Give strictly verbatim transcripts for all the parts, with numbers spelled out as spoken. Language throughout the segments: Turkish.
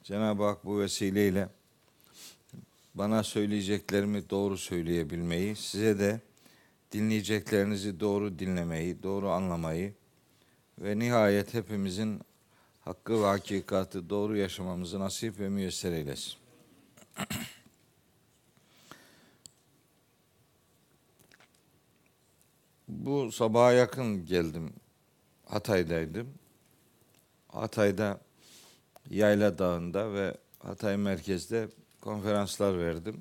Cenab-ı Hak bu vesileyle bana söyleyeceklerimi doğru söyleyebilmeyi, size de dinleyeceklerinizi doğru dinlemeyi, doğru anlamayı ve nihayet hepimizin hakkı ve hakikatı doğru yaşamamızı nasip ve müyesser eylesin. Bu sabaha yakın geldim. Hatay'daydım. Hatay'da Yayla Dağı'nda ve Hatay merkezde konferanslar verdim.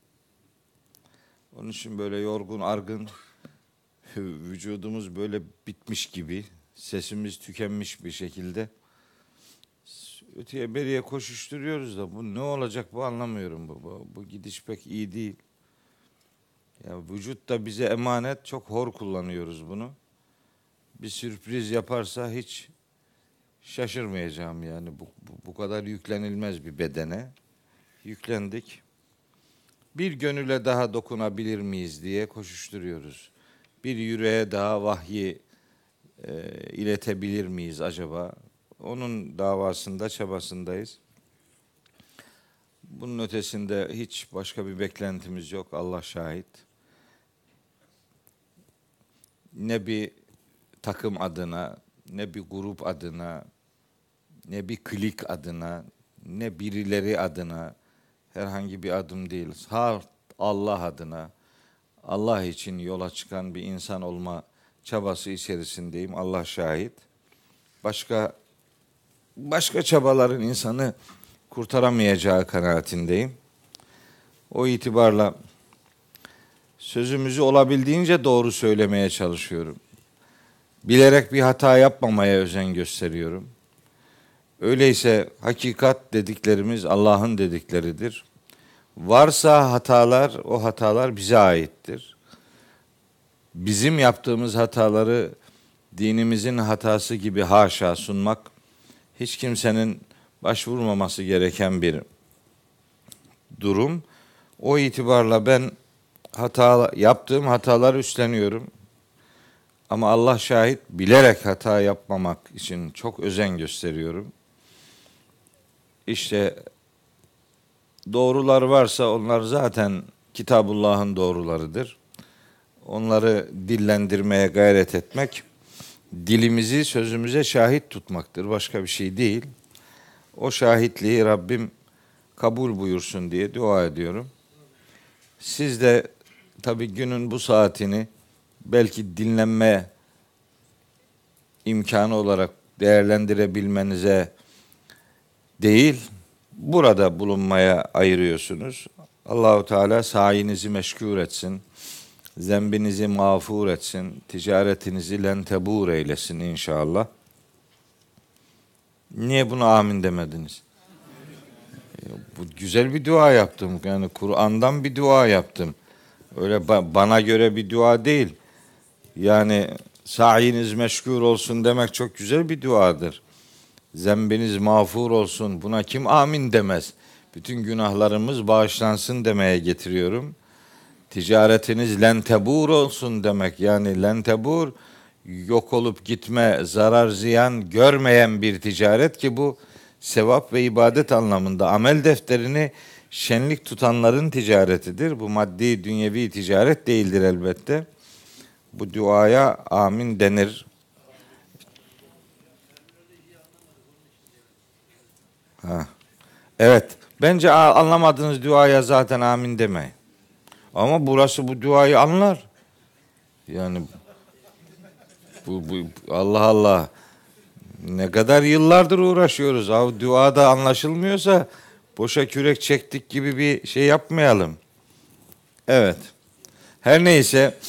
Onun için böyle yorgun, argın, vücudumuz böyle bitmiş gibi, sesimiz tükenmiş bir şekilde öteye beriye koşuşturuyoruz da bu ne olacak bu anlamıyorum. Bu, bu, bu gidiş pek iyi değil. Ya vücut da bize emanet, çok hor kullanıyoruz bunu. Bir sürpriz yaparsa hiç şaşırmayacağım yani bu, bu, bu kadar yüklenilmez bir bedene. Yüklendik. Bir gönüle daha dokunabilir miyiz diye koşuşturuyoruz. Bir yüreğe daha vahyi e, iletebilir miyiz acaba? Onun davasında, çabasındayız. Bunun ötesinde hiç başka bir beklentimiz yok. Allah şahit. Ne bir takım adına, ne bir grup adına, ne bir klik adına, ne birileri adına herhangi bir adım değil. Sağ Allah adına, Allah için yola çıkan bir insan olma çabası içerisindeyim. Allah şahit. Başka başka çabaların insanı kurtaramayacağı kanaatindeyim. O itibarla sözümüzü olabildiğince doğru söylemeye çalışıyorum. Bilerek bir hata yapmamaya özen gösteriyorum. Öyleyse hakikat dediklerimiz Allah'ın dedikleridir. Varsa hatalar, o hatalar bize aittir. Bizim yaptığımız hataları dinimizin hatası gibi haşa sunmak hiç kimsenin başvurmaması gereken bir durum. O itibarla ben hata yaptığım hataları üstleniyorum. Ama Allah şahit bilerek hata yapmamak için çok özen gösteriyorum. İşte doğrular varsa onlar zaten Kitabullah'ın doğrularıdır. Onları dillendirmeye gayret etmek, dilimizi sözümüze şahit tutmaktır. Başka bir şey değil. O şahitliği Rabbim kabul buyursun diye dua ediyorum. Siz de tabii günün bu saatini belki dinlenme imkanı olarak değerlendirebilmenize değil, burada bulunmaya ayırıyorsunuz. Allahu Teala sayinizi meşgul etsin, zembinizi mağfur etsin, ticaretinizi lentebur eylesin inşallah. Niye buna amin demediniz? Bu güzel bir dua yaptım. Yani Kur'an'dan bir dua yaptım. Öyle ba- bana göre bir dua değil. Yani sayiniz meşgul olsun demek çok güzel bir duadır. Zembiniz mağfur olsun. Buna kim amin demez? Bütün günahlarımız bağışlansın demeye getiriyorum. Ticaretiniz lentebur olsun demek. Yani lentebur yok olup gitme, zarar ziyan görmeyen bir ticaret ki bu sevap ve ibadet anlamında amel defterini şenlik tutanların ticaretidir. Bu maddi dünyevi ticaret değildir elbette. Bu duaya amin denir. Ha. Evet. Bence anlamadığınız duaya zaten amin demeyin. Ama burası bu duayı anlar. Yani bu, bu Allah Allah. Ne kadar yıllardır uğraşıyoruz. Abi duada anlaşılmıyorsa boşa kürek çektik gibi bir şey yapmayalım. Evet. Her neyse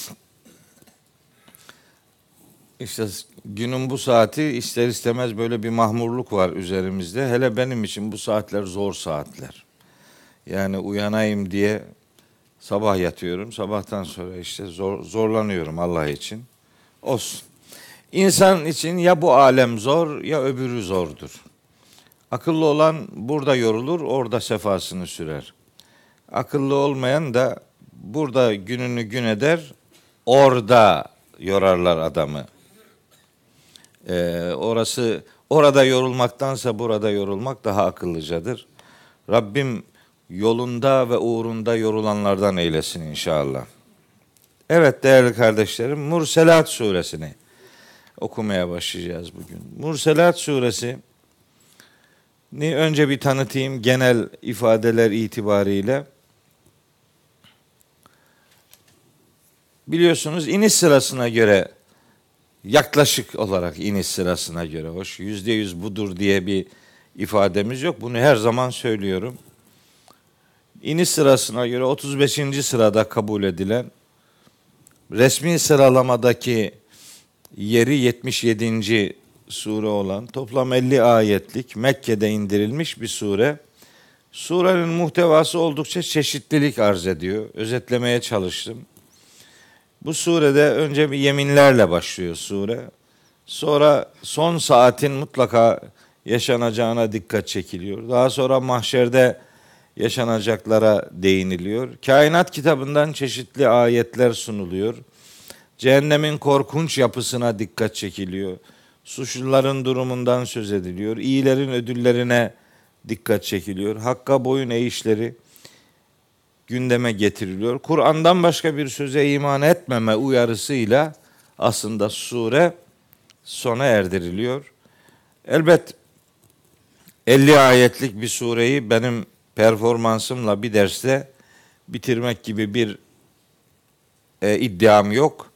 işte günün bu saati ister istemez böyle bir mahmurluk var üzerimizde. Hele benim için bu saatler zor saatler. Yani uyanayım diye sabah yatıyorum. Sabahtan sonra işte zor, zorlanıyorum Allah için. Olsun. İnsan için ya bu alem zor ya öbürü zordur. Akıllı olan burada yorulur, orada sefasını sürer. Akıllı olmayan da burada gününü gün eder, orada yorarlar adamı. Ee, orası orada yorulmaktansa burada yorulmak daha akıllıcadır. Rabbim yolunda ve uğrunda yorulanlardan eylesin inşallah. Evet değerli kardeşlerim, Murselat suresini okumaya başlayacağız bugün. Murselat suresi ni önce bir tanıtayım genel ifadeler itibariyle. Biliyorsunuz iniş sırasına göre, yaklaşık olarak iniş sırasına göre, hoş yüzde yüz budur diye bir ifademiz yok. Bunu her zaman söylüyorum. İniş sırasına göre otuz beşinci sırada kabul edilen, resmi sıralamadaki yeri yetmiş yedinci sure olan, toplam elli ayetlik, Mekke'de indirilmiş bir sure. Surenin muhtevası oldukça çeşitlilik arz ediyor. Özetlemeye çalıştım. Bu surede önce bir yeminlerle başlıyor sure. Sonra son saatin mutlaka yaşanacağına dikkat çekiliyor. Daha sonra mahşerde yaşanacaklara değiniliyor. Kainat kitabından çeşitli ayetler sunuluyor. Cehennemin korkunç yapısına dikkat çekiliyor. Suçluların durumundan söz ediliyor. İyilerin ödüllerine dikkat çekiliyor. Hakka boyun eğişleri gündeme getiriliyor. Kur'an'dan başka bir söze iman etmeme uyarısıyla aslında sure sona erdiriliyor. Elbet elli ayetlik bir sureyi benim performansımla bir derste bitirmek gibi bir e, iddiam yok.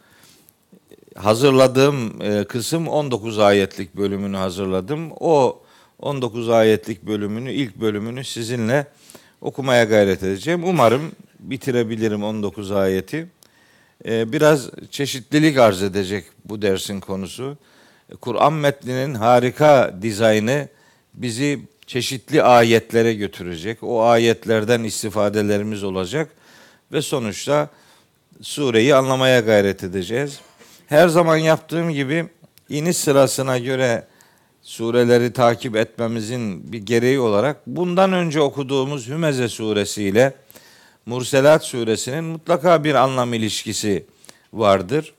Hazırladığım e, kısım on dokuz ayetlik bölümünü hazırladım. O on dokuz ayetlik bölümünü, ilk bölümünü sizinle okumaya gayret edeceğim. Umarım bitirebilirim on dokuz ayeti. E, biraz çeşitlilik arz edecek bu dersin konusu. Kur'an metninin harika dizaynı bizi çeşitli ayetlere götürecek. O ayetlerden istifadelerimiz olacak ve sonuçta sureyi anlamaya gayret edeceğiz. Her zaman yaptığım gibi iniş sırasına göre sureleri takip etmemizin bir gereği olarak bundan önce okuduğumuz Hümeze suresi ile Murselat suresinin mutlaka bir anlam ilişkisi vardır.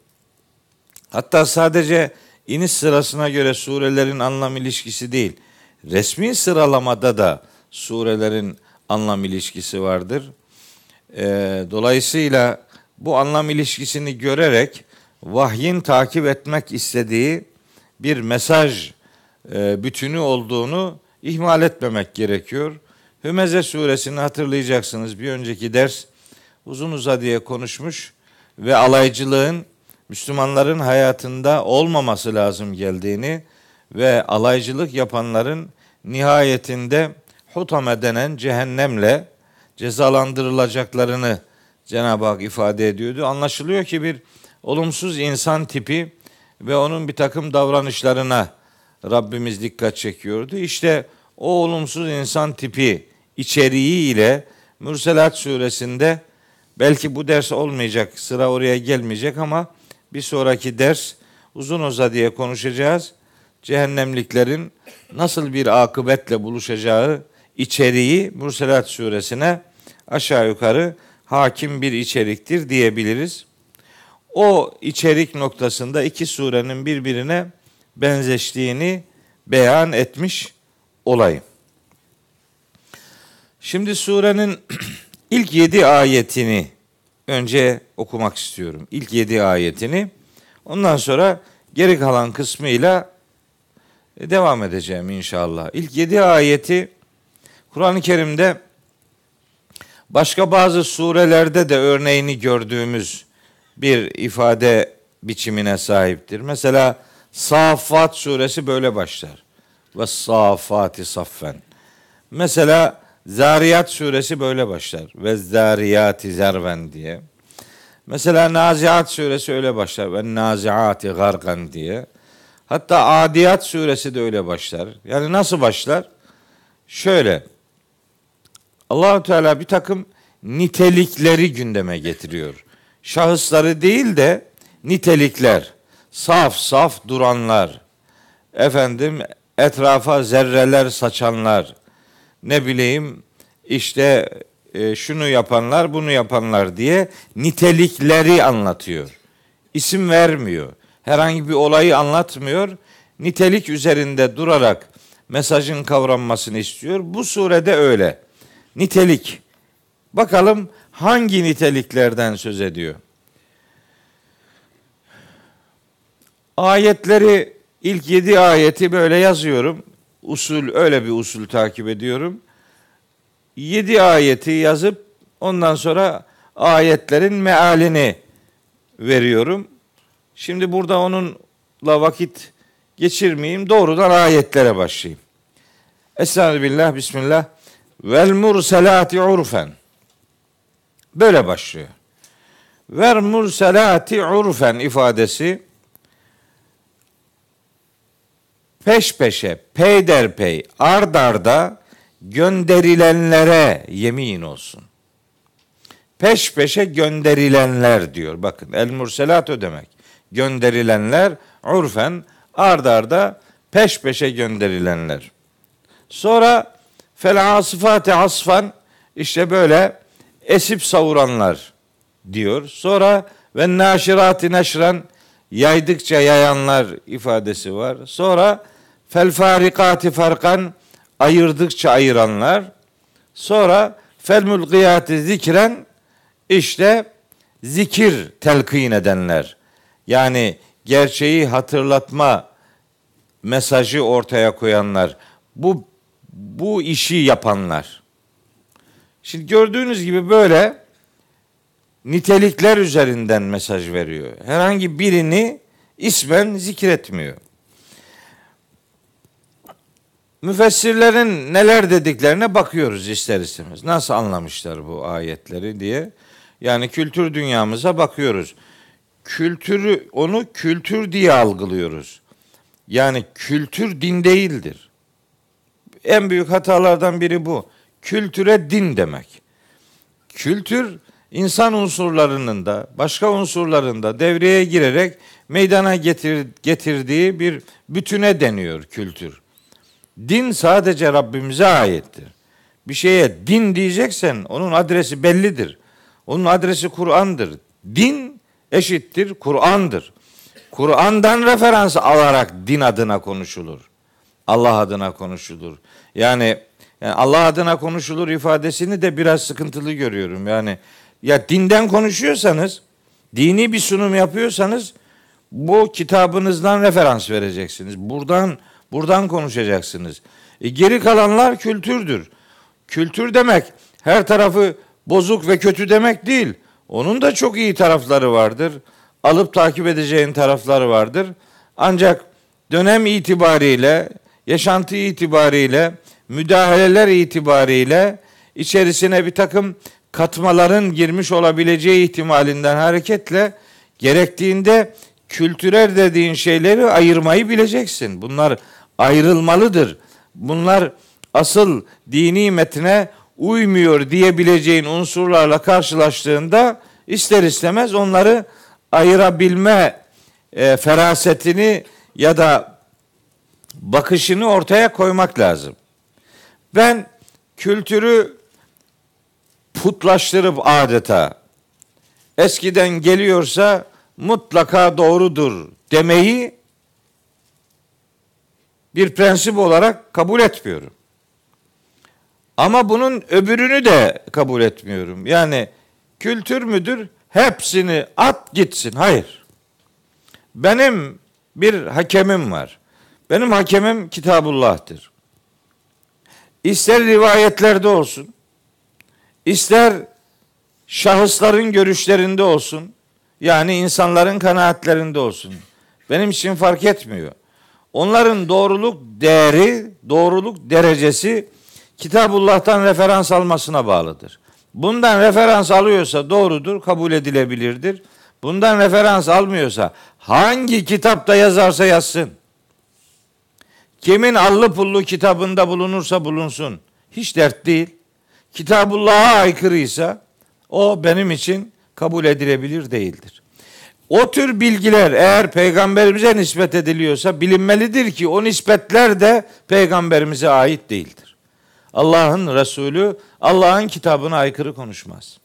Hatta sadece iniş sırasına göre surelerin anlam ilişkisi değil, resmi sıralamada da surelerin anlam ilişkisi vardır. Ee, dolayısıyla bu anlam ilişkisini görerek vahyin takip etmek istediği bir mesaj e, bütünü olduğunu ihmal etmemek gerekiyor. Hümeze suresini hatırlayacaksınız. Bir önceki ders uzun uzadıya konuşmuş ve alaycılığın Müslümanların hayatında olmaması lazım geldiğini ve alaycılık yapanların nihayetinde hutame denen cehennemle cezalandırılacaklarını Cenab-ı Hak ifade ediyordu. Anlaşılıyor ki bir olumsuz insan tipi ve onun bir takım davranışlarına Rabbimiz dikkat çekiyordu. İşte o olumsuz insan tipi içeriği ile Mürselat suresinde, belki bu ders olmayacak, sıra oraya gelmeyecek ama bir sonraki ders uzun uzadıya konuşacağız. Cehennemliklerin nasıl bir akıbetle buluşacağı içeriği Mürselat suresine aşağı yukarı hakim bir içeriktir diyebiliriz. O içerik noktasında iki surenin birbirine benzeştiğini beyan etmiş olayım. Şimdi surenin ilk yedi ayetini önce okumak istiyorum. İlk yedi ayetini. Ondan sonra geri kalan kısmıyla devam edeceğim inşallah. İlk yedi ayeti Kur'an-ı Kerim'de başka bazı surelerde de örneğini gördüğümüz bir ifade biçimine sahiptir. Mesela Saffat suresi böyle başlar. Ve Saffati saffen. Mesela Zariyat suresi böyle başlar. Ve Zariyati zerven diye. Mesela Naziat suresi öyle başlar. Ve Naziati gargan diye. Hatta Adiyat suresi de öyle başlar. Yani nasıl başlar? Şöyle. Allah-u Teala bir takım nitelikleri gündeme getiriyor. Şahısları değil de nitelikler. Saf saf duranlar. Efendim etrafa zerreler saçanlar. Ne bileyim işte e, şunu yapanlar, bunu yapanlar diye nitelikleri anlatıyor. İsim vermiyor. Herhangi bir olayı anlatmıyor. nitelik üzerinde durarak mesajın kavranmasını istiyor. Bu surede öyle. Nitelik. Bakalım hangi niteliklerden söz ediyor? Ayetleri, ilk yedi ayeti böyle yazıyorum. Usul, öyle bir usul takip ediyorum. Yedi ayeti yazıp ondan sonra ayetlerin mealini veriyorum. Şimdi burada onunla vakit geçirmeyeyim. Doğrudan ayetlere başlayayım. Estağfirullah, bismillah. Vel murselati urfen. Böyle başlıyor. Vel murselati urfen ifadesi peş peşe, peyderpey, ard arda gönderilenlere yemin olsun. Peş peşe gönderilenler diyor. Bakın el murselat o demek. Gönderilenler urfen, ard arda peş peşe gönderilenler. Sonra fel asifate asfan, işte böyle esip savuranlar diyor. Sonra ve naşirati neşran, yaydıkça yayanlar ifadesi var. Sonra fel farikati farkan, ayırdıkça ayıranlar. Sonra fel mulkiyati zikren, işte zikir telkin edenler. Yani gerçeği hatırlatma mesajı ortaya koyanlar. Bu bu işi yapanlar. Şimdi gördüğünüz gibi böyle nitelikler üzerinden mesaj veriyor. Herhangi birini ismen zikretmiyor. Müfessirlerin neler dediklerine bakıyoruz ister istemez. Nasıl anlamışlar bu ayetleri diye. Yani kültür dünyamıza bakıyoruz. Kültürü, onu kültür diye algılıyoruz. Yani kültür din değildir. En büyük hatalardan biri bu. Kültüre din demek. Kültür insan unsurlarının da başka unsurların da devreye girerek meydana getir, getirdiği bir bütüne deniyor kültür. Din sadece Rabbimize aittir. Bir şeye din diyeceksen onun adresi bellidir. Onun adresi Kur'an'dır. Din eşittir Kur'an'dır. Kur'an'dan referans alarak din adına konuşulur. Allah adına konuşulur. Yani, yani Allah adına konuşulur ifadesini de biraz sıkıntılı görüyorum. Yani ya dinden konuşuyorsanız, dini bir sunum yapıyorsanız bu kitabınızdan referans vereceksiniz. Buradan buradan konuşacaksınız. E geri kalanlar kültürdür. Kültür demek her tarafı bozuk ve kötü demek değil. Onun da çok iyi tarafları vardır. Alıp takip edeceğin tarafları vardır. Ancak dönem itibariyle, yaşantı itibariyle, müdahaleler itibariyle içerisine bir takım katmaların girmiş olabileceği ihtimalinden hareketle gerektiğinde kültürel dediğin şeyleri ayırmayı bileceksin. Bunlar ayrılmalıdır. Bunlar asıl dini metne uymuyor diyebileceğin unsurlarla karşılaştığında ister istemez onları ayırabilme e, ferasetini ya da bakışını ortaya koymak lazım. Ben kültürü putlaştırıp adeta eskiden geliyorsa mutlaka doğrudur demeyi bir prensip olarak kabul etmiyorum. Ama bunun öbürünü de kabul etmiyorum. Yani kültür müdür? Hepsini at gitsin. Hayır. Benim bir hakemim var. Benim hakemim Kitabullah'tır. İster rivayetlerde olsun, ister şahısların görüşlerinde olsun, yani insanların kanaatlerinde olsun. Benim için fark etmiyor. Onların doğruluk değeri, doğruluk derecesi Kitabullah'tan referans almasına bağlıdır. Bundan referans alıyorsa doğrudur, kabul edilebilirdir. Bundan referans almıyorsa hangi kitapta yazarsa yazsın. Kimin allı pullu kitabında bulunursa bulunsun. Hiç dert değil. Kitabullah'a aykırıysa o benim için kabul edilebilir değildir. O tür bilgiler eğer peygamberimize nispet ediliyorsa bilinmelidir ki o nispetler de peygamberimize ait değildir. Allah'ın Resulü Allah'ın kitabına aykırı konuşmaz.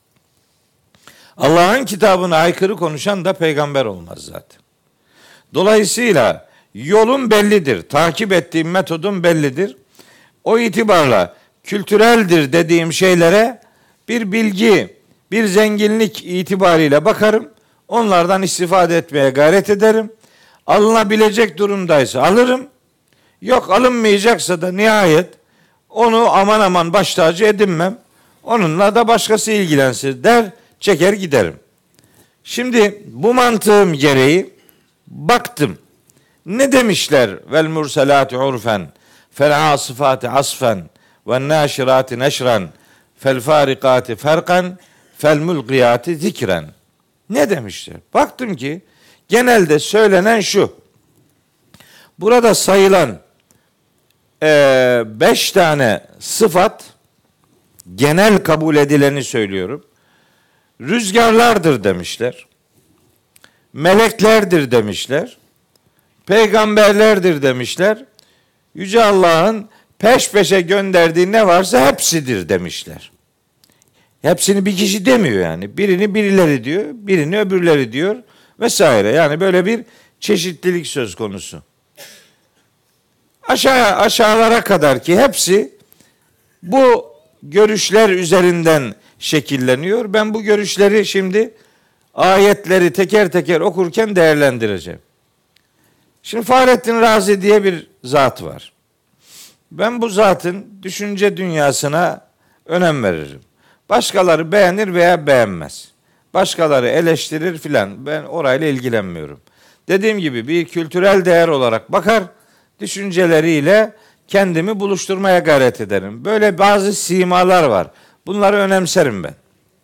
Allah'ın kitabına aykırı konuşan da peygamber olmaz zaten. Dolayısıyla Yolum bellidir. Takip ettiğim metodum bellidir. O itibarla kültüreldir dediğim şeylere bir bilgi, bir zenginlik itibariyle bakarım. Onlardan istifade etmeye gayret ederim. Alınabilecek durumdaysa alırım. Yok alınmayacaksa da nihayet onu aman aman baş tacı edinmem. Onunla da başkası ilgilensin der, çeker giderim. Şimdi bu mantığım gereği baktım. Ne demişler? Vel murselati urfen, fel asifati asfen, ve naşirati neşren, fel farikati ferkan, fel mulkiyati zikren. Ne demişler? Baktım ki genelde söylenen şu. Burada sayılan e, beş tane sıfat, genel kabul edileni söylüyorum. Rüzgarlardır demişler. Meleklerdir demişler. Peygamberlerdir demişler. Yüce Allah'ın peş peşe gönderdiği ne varsa hepsidir demişler. Hepsini bir kişi demiyor yani. Birini birileri diyor, birini öbürleri diyor vesaire. Yani böyle bir çeşitlilik söz konusu. Aşağı aşağılara kadar ki hepsi bu görüşler üzerinden şekilleniyor. Ben bu görüşleri şimdi ayetleri teker teker okurken değerlendireceğim. Şimdi Fahrettin Razi diye bir zat var. Ben bu zatın düşünce dünyasına önem veririm. Başkaları beğenir veya beğenmez. Başkaları eleştirir filan. Ben orayla ilgilenmiyorum. Dediğim gibi bir kültürel değer olarak bakar, düşünceleriyle kendimi buluşturmaya gayret ederim. Böyle bazı simalar var. Bunları önemserim ben.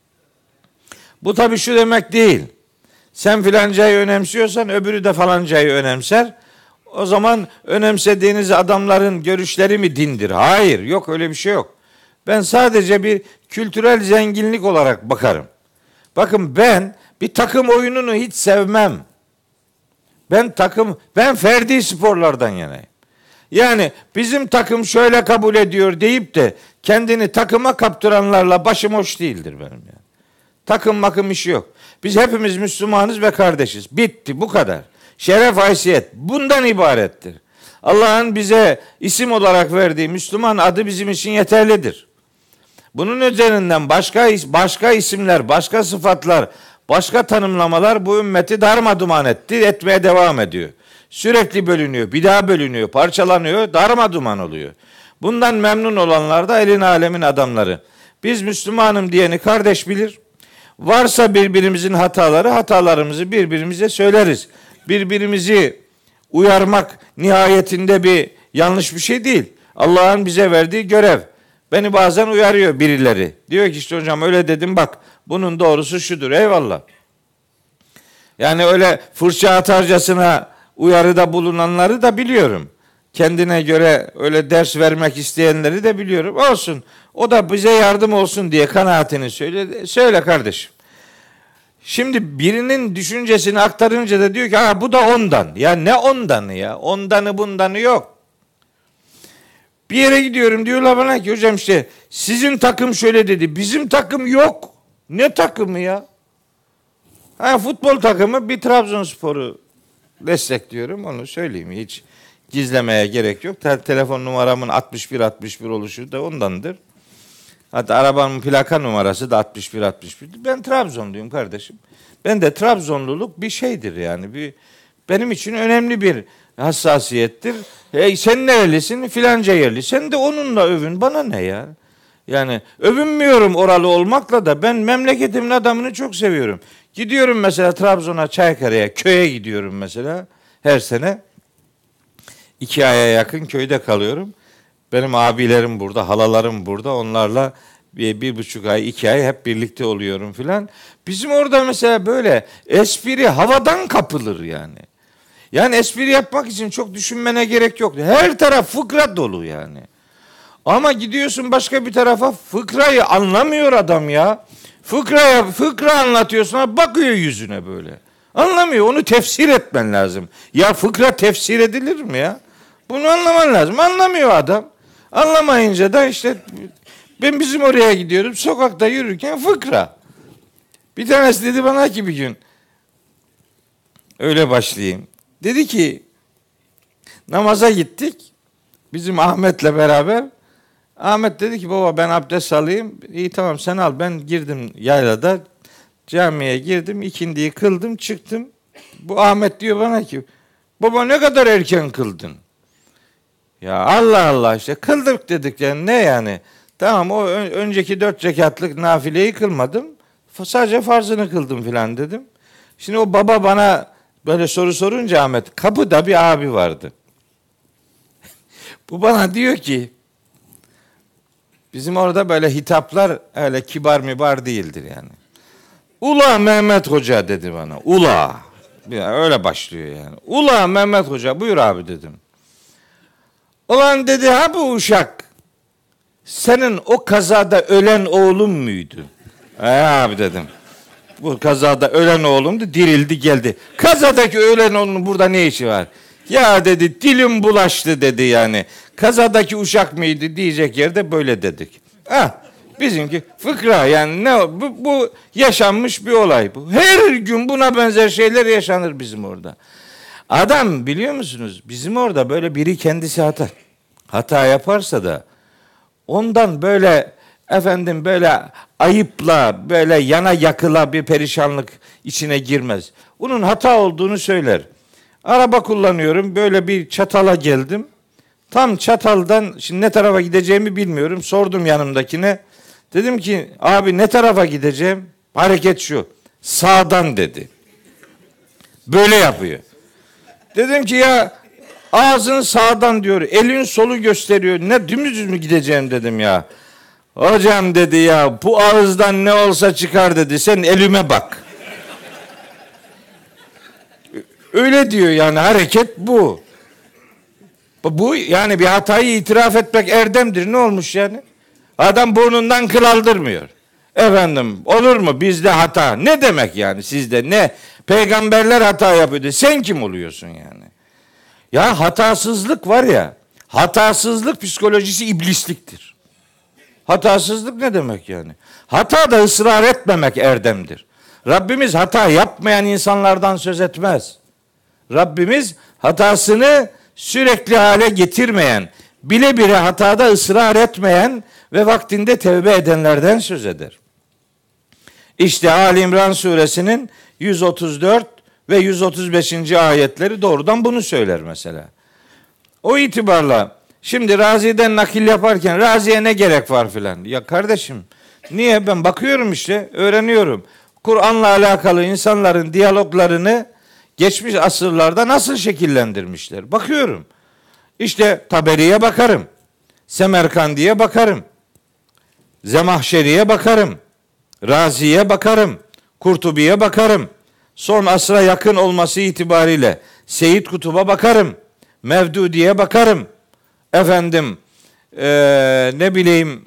Bu tabii şu demek değil. Sen filancayı önemsiyorsan öbürü de falancayı önemser. O zaman önemsediğiniz adamların görüşleri mi dindir? Hayır, yok öyle bir şey yok. Ben sadece bir kültürel zenginlik olarak bakarım. Bakın ben bir takım oyununu hiç sevmem. Ben takım, ben ferdi sporlardan yanayım. Yani bizim takım şöyle kabul ediyor deyip de kendini takıma kaptıranlarla başım hoş değildir benim yani. Takım makım işi yok. Biz hepimiz Müslümanız ve kardeşiz. Bitti bu kadar. Şeref haysiyet bundan ibarettir. Allah'ın bize isim olarak verdiği Müslüman adı bizim için yeterlidir. Bunun üzerinden başka başka isimler, başka sıfatlar, başka tanımlamalar bu ümmeti darmaduman etti, etmeye devam ediyor. Sürekli bölünüyor, bir daha bölünüyor, parçalanıyor, darmaduman oluyor. Bundan memnun olanlar da elin alemin adamları. Biz Müslümanım diyeni kardeş bilir. Varsa birbirimizin hataları, hatalarımızı birbirimize söyleriz. Birbirimizi uyarmak nihayetinde bir yanlış bir şey değil. Allah'ın bize verdiği görev. Beni bazen uyarıyor birileri. Diyor ki işte hocam öyle dedim bak bunun doğrusu şudur. Eyvallah. Yani öyle fırça atarcasına uyarıda bulunanları da biliyorum. Kendine göre öyle ders vermek isteyenleri de biliyorum. Olsun. O da bize yardım olsun diye kanaatini söyle. Söyle kardeşim. Şimdi birinin düşüncesini aktarınca da diyor ki ha bu da ondan. Ya ne ondanı ya? Ondanı bundanı yok. Bir yere gidiyorum diyorlar bana ki hocam işte sizin takım şöyle dedi. Bizim takım yok. Ne takımı ya? Ha futbol takımı bir Trabzonspor'u destekliyorum. Onu söyleyeyim hiç gizlemeye gerek yok. Te- telefon numaramın altmış bir altmış bir oluşu da ondandır. Hatta arabanın plaka numarası da altmış bir altmış bir. Ben Trabzonluyum kardeşim. Ben de Trabzonluluk bir şeydir yani. Bir benim için önemli bir hassasiyettir. Hey sen nerelisin? Filanca yerli. Sen de onunla övün. Bana ne ya? Yani övünmüyorum oralı olmakla da ben memleketimin adamını çok seviyorum. Gidiyorum mesela Trabzon'a, Çaykara'ya, köye gidiyorum mesela her sene. İki aya yakın köyde kalıyorum. Benim abilerim burada, halalarım burada. Onlarla bir, bir buçuk ay, iki ay hep birlikte oluyorum filan. Bizim orada mesela böyle espri havadan kapılır yani. Yani espri yapmak için çok düşünmene gerek yok. Her taraf fıkra dolu yani. Ama gidiyorsun başka bir tarafa fıkrayı anlamıyor adam ya. Fıkraya fıkra anlatıyorsun bakıyor yüzüne böyle. Anlamıyor onu tefsir etmen lazım. Ya fıkra tefsir edilir mi ya? Bunu anlaman lazım. Anlamıyor adam. Anlamayınca da işte ben bizim oraya gidiyorum sokakta yürürken fıkra. Bir tanesi dedi bana ki bir gün öyle başlayayım. Dedi ki Namaza gittik. Bizim Ahmet'le beraber. Ahmet dedi ki baba ben abdest alayım. İyi tamam sen al. Ben girdim yaylada. Camiye girdim. İkindiyi kıldım çıktım. Bu Ahmet diyor bana ki baba ne kadar erken kıldın. Ya Allah Allah işte kıldık dedik yani ne yani. Tamam o ön- önceki dört rekatlık nafileyi kılmadım. Sadece farzını kıldım filan dedim. Şimdi o baba bana böyle soru sorunca Ahmet kapıda bir abi vardı. Bu bana diyor ki bizim orada böyle hitaplar öyle kibar mibar değildir yani. Ula Mehmet Hoca dedi bana. Ula. Öyle başlıyor yani. Ula Mehmet Hoca buyur abi dedim. Ulan dedi ha bu uşak senin o kazada ölen oğlun muydu? E abi dedim. Bu kazada ölen oğlumdu dirildi geldi. Kazadaki ölen oğlunun burada ne işi var? Ya dedi dilim bulaştı dedi yani. Kazadaki uşak mıydı diyecek yerde böyle dedik. Ha bizimki fıkra yani ne bu, bu yaşanmış bir olay bu. Her gün buna benzer şeyler yaşanır bizim orada. Adam biliyor musunuz bizim orada böyle biri kendisi hata hata yaparsa da ondan böyle efendim böyle ayıpla böyle yana yakıla bir perişanlık içine girmez. Bunun hata olduğunu söyler. Araba kullanıyorum böyle bir çatala geldim. Tam çataldan şimdi ne tarafa gideceğimi bilmiyorum. Sordum yanımdakine. Dedim ki abi ne tarafa gideceğim? Hareket şu. Sağdan dedi. Böyle yapıyor. Dedim ki ya ağzın sağdan diyor. Elin solu gösteriyor. Ne dümdüz mü gideceğim dedim ya. Hocam dedi ya bu ağızdan ne olsa çıkar dedi. Sen elime bak. Öyle diyor yani hareket bu. Bu yani bir hatayı itiraf etmek erdemdir. Ne olmuş yani? Adam burnundan kıl aldırmıyor. Efendim olur mu bizde hata? Ne demek yani sizde ne? Peygamberler hata yapıyordu. Sen kim oluyorsun yani? Ya hatasızlık var ya. Hatasızlık psikolojisi iblisliktir. Hatasızlık ne demek yani? Hata da ısrar etmemek erdemdir. Rabbimiz hata yapmayan insanlardan söz etmez. Rabbimiz hatasını sürekli hale getirmeyen, bile bile hatada ısrar etmeyen ve vaktinde tevbe edenlerden söz eder. İşte Ali İmran suresinin yüz otuz dört ve yüz otuz beşinci ayetleri doğrudan bunu söyler mesela. O itibarla şimdi Razi'den nakil yaparken Razi'ye ne gerek var filan. Ya kardeşim niye ben bakıyorum işte öğreniyorum. Kur'an'la alakalı insanların diyaloglarını geçmiş asırlarda nasıl şekillendirmişler. Bakıyorum. İşte Taberi'ye bakarım. Semerkandi'ye bakarım. Zemahşeri'ye bakarım. Razi'ye bakarım. Kurtubi'ye bakarım. Son asra yakın olması itibariyle Seyyid Kutub'a bakarım. Mevdudi'ye bakarım. Efendim ee, ne bileyim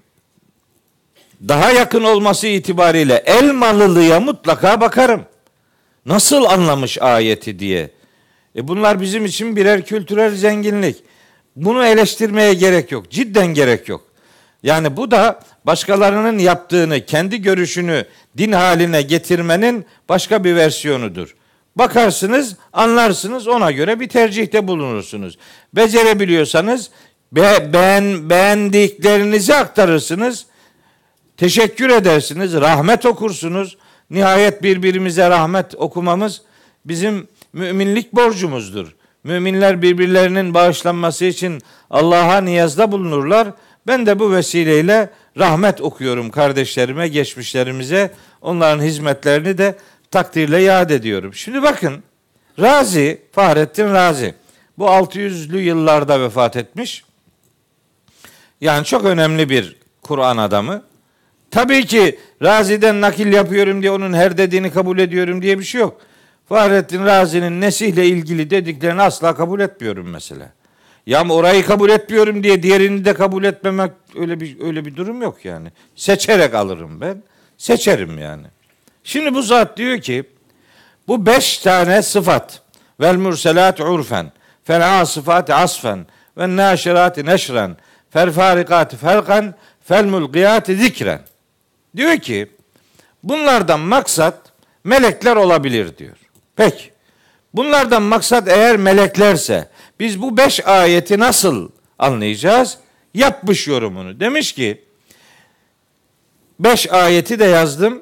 daha yakın olması itibariyle Elmalılı'ya mutlaka bakarım. Nasıl anlamış ayeti diye. E bunlar bizim için birer kültürel zenginlik. Bunu eleştirmeye gerek yok. Cidden gerek yok. Yani bu da başkalarının yaptığını, kendi görüşünü din haline getirmenin başka bir versiyonudur. Bakarsınız, anlarsınız, ona göre bir tercihte bulunursunuz. Becerebiliyorsanız be, beğen, beğendiklerinizi aktarırsınız. Teşekkür edersiniz, rahmet okursunuz. Nihayet birbirimize rahmet okumamız bizim müminlik borcumuzdur. Müminler birbirlerinin bağışlanması için Allah'a niyazda bulunurlar. Ben de bu vesileyle rahmet okuyorum kardeşlerime, geçmişlerimize. Onların hizmetlerini de takdirle yad ediyorum. Şimdi bakın Razi, Fahrettin Razi bu altı yüzlü yıllarda vefat etmiş. Yani çok önemli bir Kur'an adamı. Tabii ki Razi'den nakil yapıyorum diye onun her dediğini kabul ediyorum diye bir şey yok. Fahrettin Razi'nin Nesih'le ilgili dediklerini asla kabul etmiyorum mesela. Ya orayı kabul etmiyorum diye diğerini de kabul etmemek öyle bir öyle bir durum yok yani. Seçerek alırım ben. Seçerim yani. Şimdi bu zat diyor ki bu beş tane sıfat vel murselat urfen fel asifat asfen ve naşirat neşren fel farikat felkan fel mulkiyat zikren. Diyor ki bunlardan maksat melekler olabilir diyor. Peki bunlardan maksat eğer meleklerse Biz bu beş ayeti nasıl anlayacağız? Yapmış yorumunu. Demiş ki, beş ayeti de yazdım.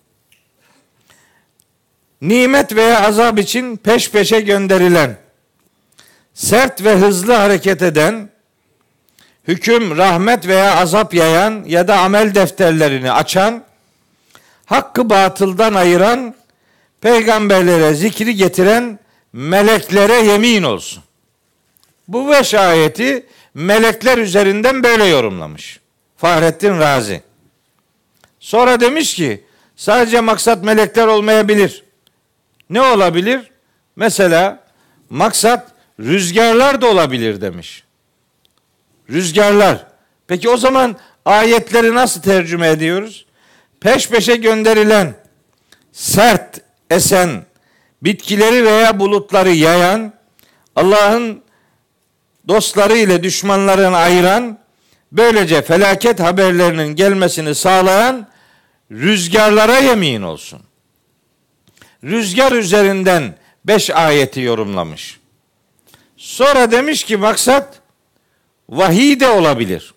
Nimet veya azap için peş peşe gönderilen, sert ve hızlı hareket eden, hüküm, rahmet veya azap yayan ya da amel defterlerini açan, hakkı batıldan ayıran, peygamberlere zikri getiren meleklere yemin olsun. Bu beş ayeti melekler üzerinden böyle yorumlamış Fahrettin Razi. Sonra demiş ki, sadece maksat melekler olmayabilir. Ne olabilir? Mesela maksat rüzgarlar da olabilir demiş. Rüzgarlar. Peki o zaman ayetleri nasıl tercüme ediyoruz? Peş peşe gönderilen, sert esen, bitkileri veya bulutları yayan, Allah'ın dostları ile düşmanlarını ayıran, böylece felaket haberlerinin gelmesini sağlayan rüzgarlara yemin olsun. Rüzgar üzerinden beş ayeti yorumlamış. Sonra demiş ki maksat vahiy de olabilir.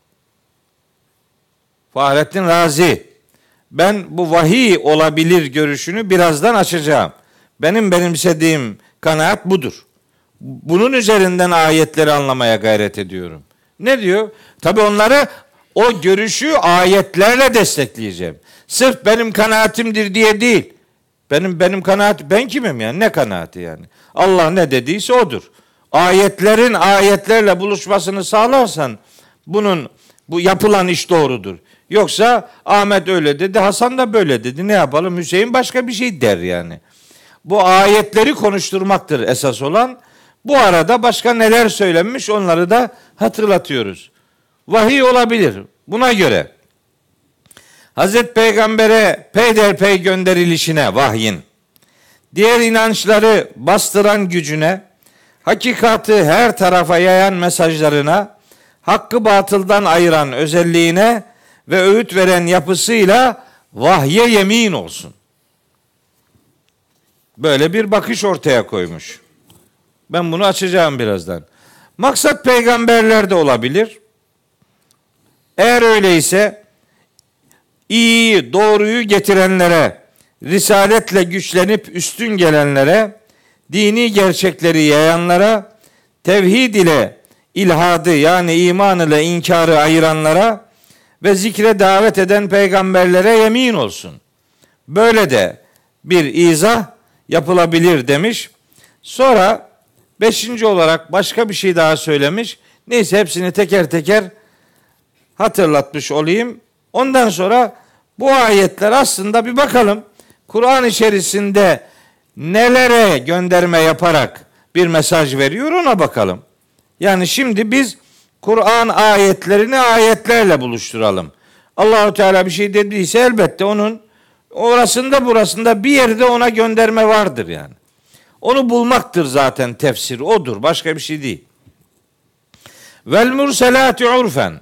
Fahrettin Razi, ben bu vahiy olabilir görüşünü birazdan açacağım. Benim benimsediğim kanaat budur. Bunun üzerinden ayetleri anlamaya gayret ediyorum. Ne diyor? Tabii onları, o görüşü ayetlerle destekleyeceğim. Sırf benim kanaatimdir diye değil. Benim benim kanaat, ben kimim yani? Ne kanaati yani? Allah ne dediyse odur. Ayetlerin ayetlerle buluşmasını sağlarsan bunun, bu yapılan iş doğrudur. Yoksa Ahmet öyle dedi, Hasan da böyle dedi. Ne yapalım? Hüseyin başka bir şey der yani. Bu ayetleri konuşturmaktır esas olan. Bu arada başka neler söylenmiş onları da hatırlatıyoruz. Vahiy olabilir. Buna göre Hazreti Peygamber'e peyderpey gönderilişine vahyin, diğer inançları bastıran gücüne, hakikati her tarafa yayan mesajlarına, hakkı batıldan ayıran özelliğine ve öğüt veren yapısıyla vahye yemin olsun. Böyle bir bakış ortaya koymuş. Ben bunu açacağım birazdan. Maksat peygamberler de olabilir. Eğer öyleyse iyi, doğruyu getirenlere, risaletle güçlenip üstün gelenlere, dini gerçekleri yayanlara, tevhid ile ilhadı yani iman ile inkarı ayıranlara ve zikre davet eden peygamberlere yemin olsun. Böyle de bir izah yapılabilir demiş. Sonra beşinci olarak başka bir şey daha söylemiş. Neyse hepsini teker teker hatırlatmış olayım. Ondan sonra bu ayetler aslında bir bakalım Kur'an içerisinde nelere gönderme yaparak bir mesaj veriyor, ona bakalım. Yani şimdi biz Kur'an ayetlerini ayetlerle buluşturalım. Allah-u Teala bir şey dediyse elbette onun orasında burasında bir yerde ona gönderme vardır yani. Onu bulmaktır zaten tefsir, odur, başka bir şey değil. Vel murselati urfen.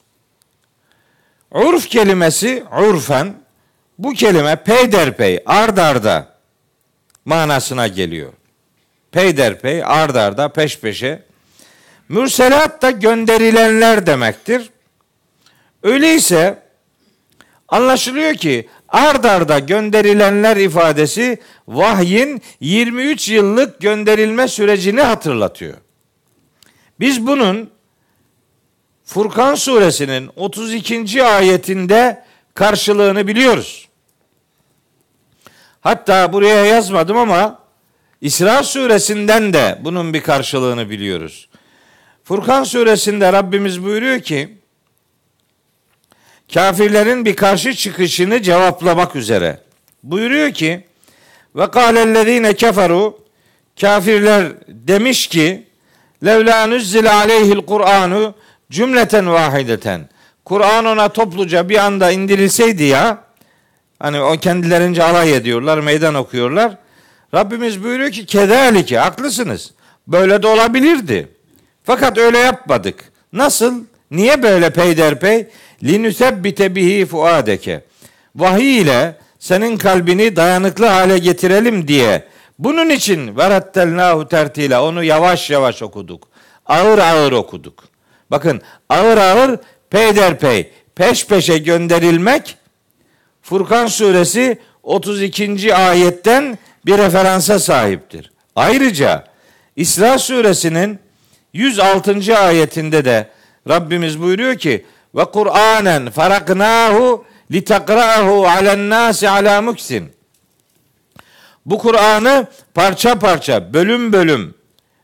Urf kelimesi, urfen, bu kelime peyderpey, ard arda manasına geliyor. Peyderpey, ard arda, peş peşe. Mürselat da gönderilenler demektir. Öyleyse anlaşılıyor ki ard arda gönderilenler ifadesi vahyin yirmi üç yıllık gönderilme sürecini hatırlatıyor. Biz bunun Furkan suresinin otuz ikinci ayetinde karşılığını biliyoruz. Hatta buraya yazmadım ama İsra suresinden de bunun bir karşılığını biliyoruz. Furkan suresinde Rabbimiz buyuruyor ki, kafirlerin bir karşı çıkışını cevaplamak üzere buyuruyor ki, ve kâlellezîne keferu, kafirler demiş ki, levlâ nuzzile aleyhil Kur'anu cümleten vahideten, Kur'an ona topluca bir anda indirilseydi ya, hani o kendilerince alay ediyorlar, meydan okuyorlar. Rabbimiz buyuruyor ki, kedalike, haklısınız, böyle de olabilirdi. Fakat öyle yapmadık. Nasıl? Niye böyle peyderpey? Linüsebbite bihi fuadeke. Vahiy ile senin kalbini dayanıklı hale getirelim diye Bunun için verattelnahu tertila, onu yavaş yavaş okuduk. Ağır ağır okuduk. Bakın, ağır ağır, peyderpey, peş peşe gönderilmek Furkan suresi otuz ikinci ayetten bir referansa sahiptir. Ayrıca İsra suresinin yüz altıncı ayetinde de Rabbimiz buyuruyor ki ve Kur'anen faraknahu litakra'ahu alen nasi ala muksin. Bu Kur'an'ı parça parça, bölüm bölüm,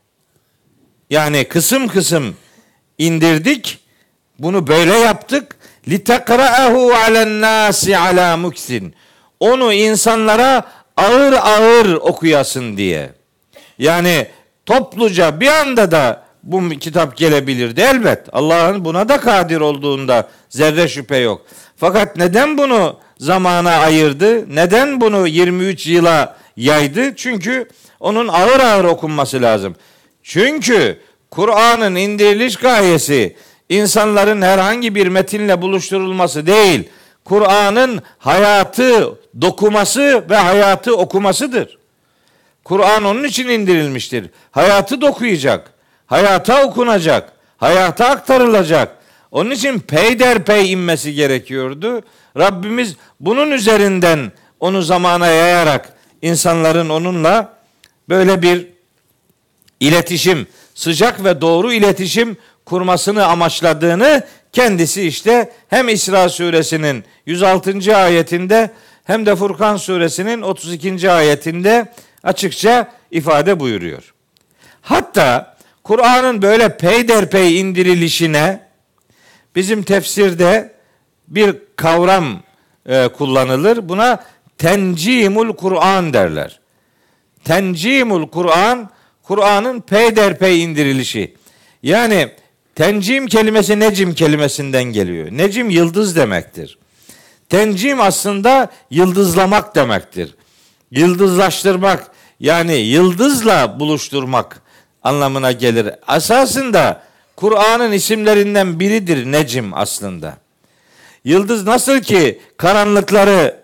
yani kısım kısım indirdik. Bunu böyle yaptık. لِتَقْرَأَهُ عَلَى النَّاسِ عَلَى مُكْسٍ. Onu insanlara ağır ağır okuyasın diye. Yani topluca bir anda da bu kitap gelebilirdi elbet. Allah'ın buna da kadir olduğunda zerre şüphe yok. Fakat neden bunu zamana ayırdı? Neden bunu yirmi üç yıla yaydı? Çünkü onun ağır ağır okunması lazım. Çünkü Kur'an'ın indiriliş gayesi insanların herhangi bir metinle buluşturulması değil, Kur'an'ın hayatı dokuması ve hayatı okumasıdır. Kur'an onun için indirilmiştir. Hayatı dokuyacak, hayata okunacak, hayata aktarılacak. Onun için peyderpey inmesi gerekiyordu. Rabbimiz bunun üzerinden onu zamana yayarak insanların onunla böyle bir iletişim, sıcak ve doğru iletişim kurmasını amaçladığını kendisi işte hem İsra suresinin yüz altıncı ayetinde hem de Furkan suresinin otuz ikinci ayetinde açıkça ifade buyuruyor. Hatta Kur'an'ın böyle peyderpey indirilişine bizim tefsirde bir kavram e, kullanılır. Buna tencimul Kur'an derler. Tencimul Kur'an, Kur'an'ın peyderpey indirilişi. Yani tencim kelimesi necim kelimesinden geliyor. Necim yıldız demektir. Tencim aslında yıldızlamak demektir. Yıldızlaştırmak, yani yıldızla buluşturmak anlamına gelir. Esasında Kur'an'ın isimlerinden biridir necim aslında. Yıldız nasıl ki karanlıkları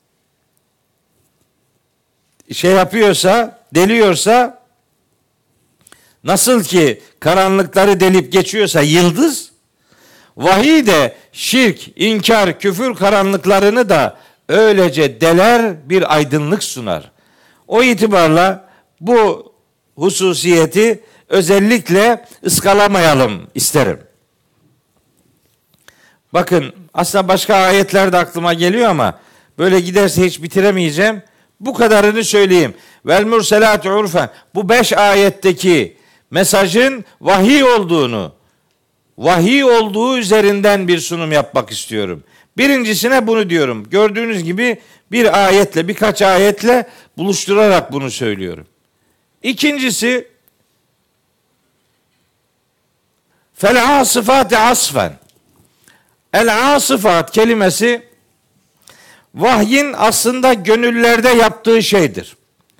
şey yapıyorsa, deliyorsa, nasıl ki karanlıkları delip geçiyorsa yıldız, vahiy de şirk, inkar, küfür karanlıklarını da öylece deler, bir aydınlık sunar. O itibarla bu hususiyeti özellikle ıskalamayalım isterim. Bakın, aslında başka ayetler de aklıma geliyor ama böyle giderse hiç bitiremeyeceğim. Bu kadarını söyleyeyim. Vel murselâtu urfen. Bu beş ayetteki mesajın vahiy olduğunu, vahiy olduğu üzerinden bir sunum yapmak istiyorum. Birincisine bunu diyorum. Gördüğünüz gibi bir ayetle, birkaç ayetle buluşturarak bunu söylüyorum. İkincisi, fel asifati asfen. El asifat kelimesi vahyin aslında gönüllerde yaptığı şeydir.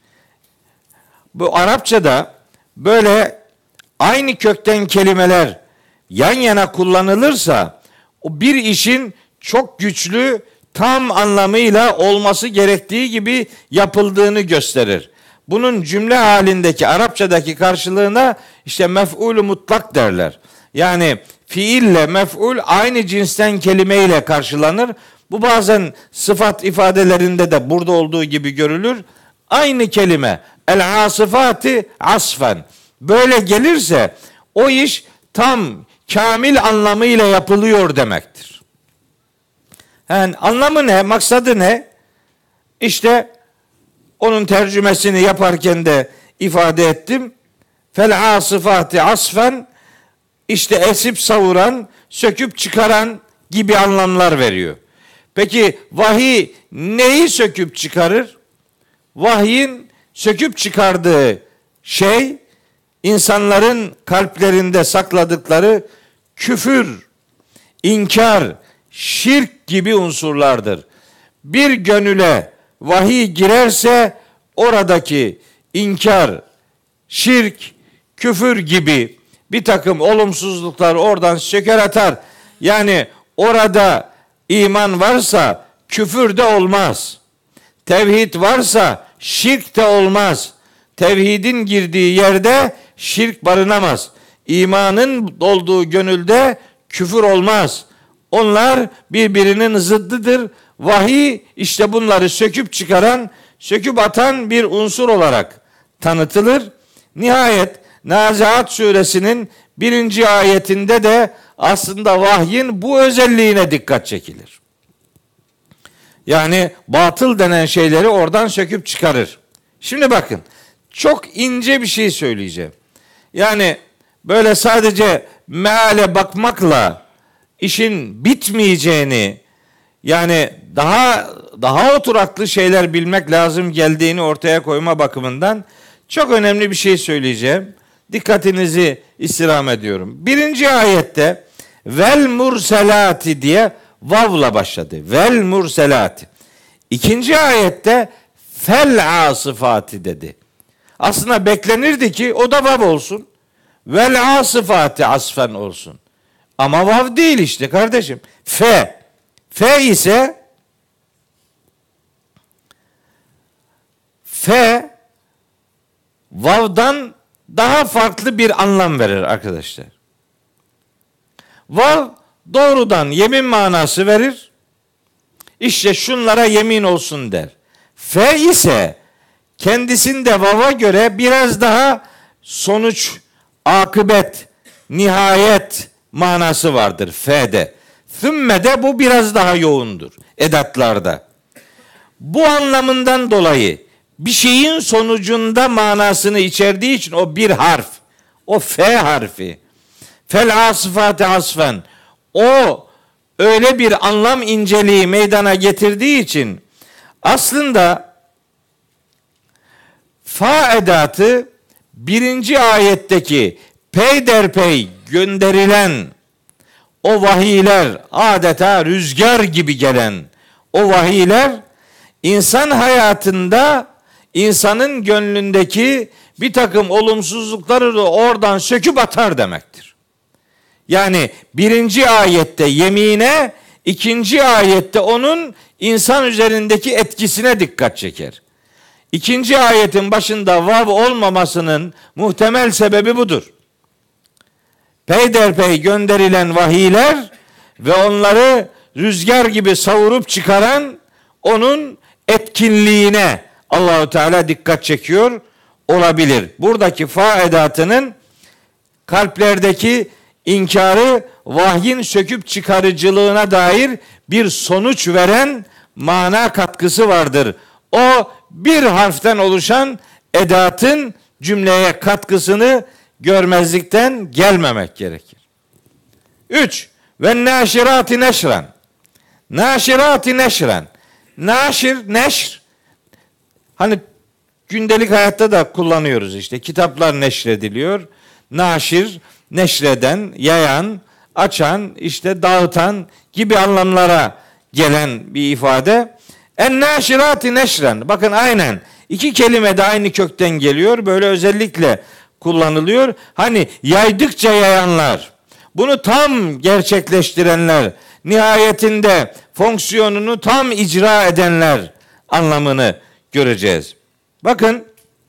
Bu Arapçada böyle aynı kökten kelimeler yan yana kullanılırsa o bir işin çok güçlü, tam anlamıyla olması gerektiği gibi yapıldığını gösterir. Bunun cümle halindeki Arapçadaki karşılığına işte mef'ul mutlak derler. Yani fiille mef'ul aynı cinsten kelimeyle karşılanır. Bu bazen sıfat ifadelerinde de burada olduğu gibi görülür. Aynı kelime el asifati asfen böyle gelirse o iş tam kamil anlamıyla yapılıyor demektir. Yani anlamı ne, maksadı ne? İşte onun tercümesini yaparken de ifade ettim. Fel asifati asfen, işte esip savuran, söküp çıkaran gibi anlamlar veriyor. Peki vahiy neyi söküp çıkarır? Vahyin söküp çıkardığı şey insanların kalplerinde sakladıkları küfür, inkar, şirk gibi unsurlardır. Bir gönüle vahiy girerse oradaki inkar, şirk, küfür gibi bir takım olumsuzluklar oradan söker atar. Yani orada iman varsa küfür de olmaz. Tevhid varsa şirk de olmaz. Tevhidin girdiği yerde şirk barınamaz. İmanın olduğu gönülde küfür olmaz. Onlar birbirinin zıddıdır. Vahiy işte bunları söküp çıkaran, söküp atan bir unsur olarak tanıtılır. Nihayet Naziat suresinin birinci ayetinde de aslında vahyin bu özelliğine dikkat çekilir. Yani batıl denen şeyleri oradan söküp çıkarır. Şimdi bakın, çok ince bir şey söyleyeceğim. Yani böyle sadece meale bakmakla işin bitmeyeceğini, yani daha daha oturaklı şeyler bilmek lazım geldiğini ortaya koyma bakımından çok önemli bir şey söyleyeceğim. Dikkatinizi istirham ediyorum. Birinci ayette vel murselati diye vavla başladı. Vel murselati. İkinci ayette fel asıfati dedi. Aslında beklenirdi ki o da vav olsun. Vel asıfati asfen olsun. Ama vav değil işte kardeşim. Fe. Fe ise fe vav'dan daha farklı bir anlam verir arkadaşlar. Vav doğrudan yemin manası verir. İşte şunlara yemin olsun der. Fe ise kendisinde vava göre biraz daha sonuç, akıbet, nihayet manası vardır fe'de. Thümme'de bu biraz daha yoğundur edatlarda. Bu anlamından dolayı bir şeyin sonucunda manasını içerdiği için o bir harf, o fe harfi, fel asfate asfen, o öyle bir anlam inceliği meydana getirdiği için aslında fa edatı birinci ayetteki peyderpey gönderilen o vahiyler, adeta rüzgar gibi gelen o vahiyler insan hayatında insanın gönlündeki bir takım olumsuzlukları da oradan söküp atar demektir. Yani birinci ayette yemine, ikinci ayette onun insan üzerindeki etkisine dikkat çeker. İkinci ayetin başında vav olmamasının muhtemel sebebi budur. Peyderpey gönderilen vahiyler ve onları rüzgar gibi savurup çıkaran onun etkinliğine Allahu Teala dikkat çekiyor olabilir. Buradaki fa edatının kalplerdeki inkarı vahyin söküp çıkarıcılığına dair bir sonuç veren mana katkısı vardır. O bir harften oluşan edatın cümleye katkısını görmezlikten gelmemek gerekir. Üç. Ve naşirati neşren. Naşirati neşren. Naşir, neşr. Hani gündelik hayatta da kullanıyoruz işte. Kitaplar neşrediliyor. Naşir, neşreden, yayan, açan, işte dağıtan gibi anlamlara gelen bir ifade. En naşirati neşren. Bakın aynen iki kelime de aynı kökten geliyor. Böyle özellikle kullanılıyor. Hani yaydıkça yayanlar, bunu tam gerçekleştirenler, nihayetinde fonksiyonunu tam icra edenler anlamını göreceğiz. Bakın,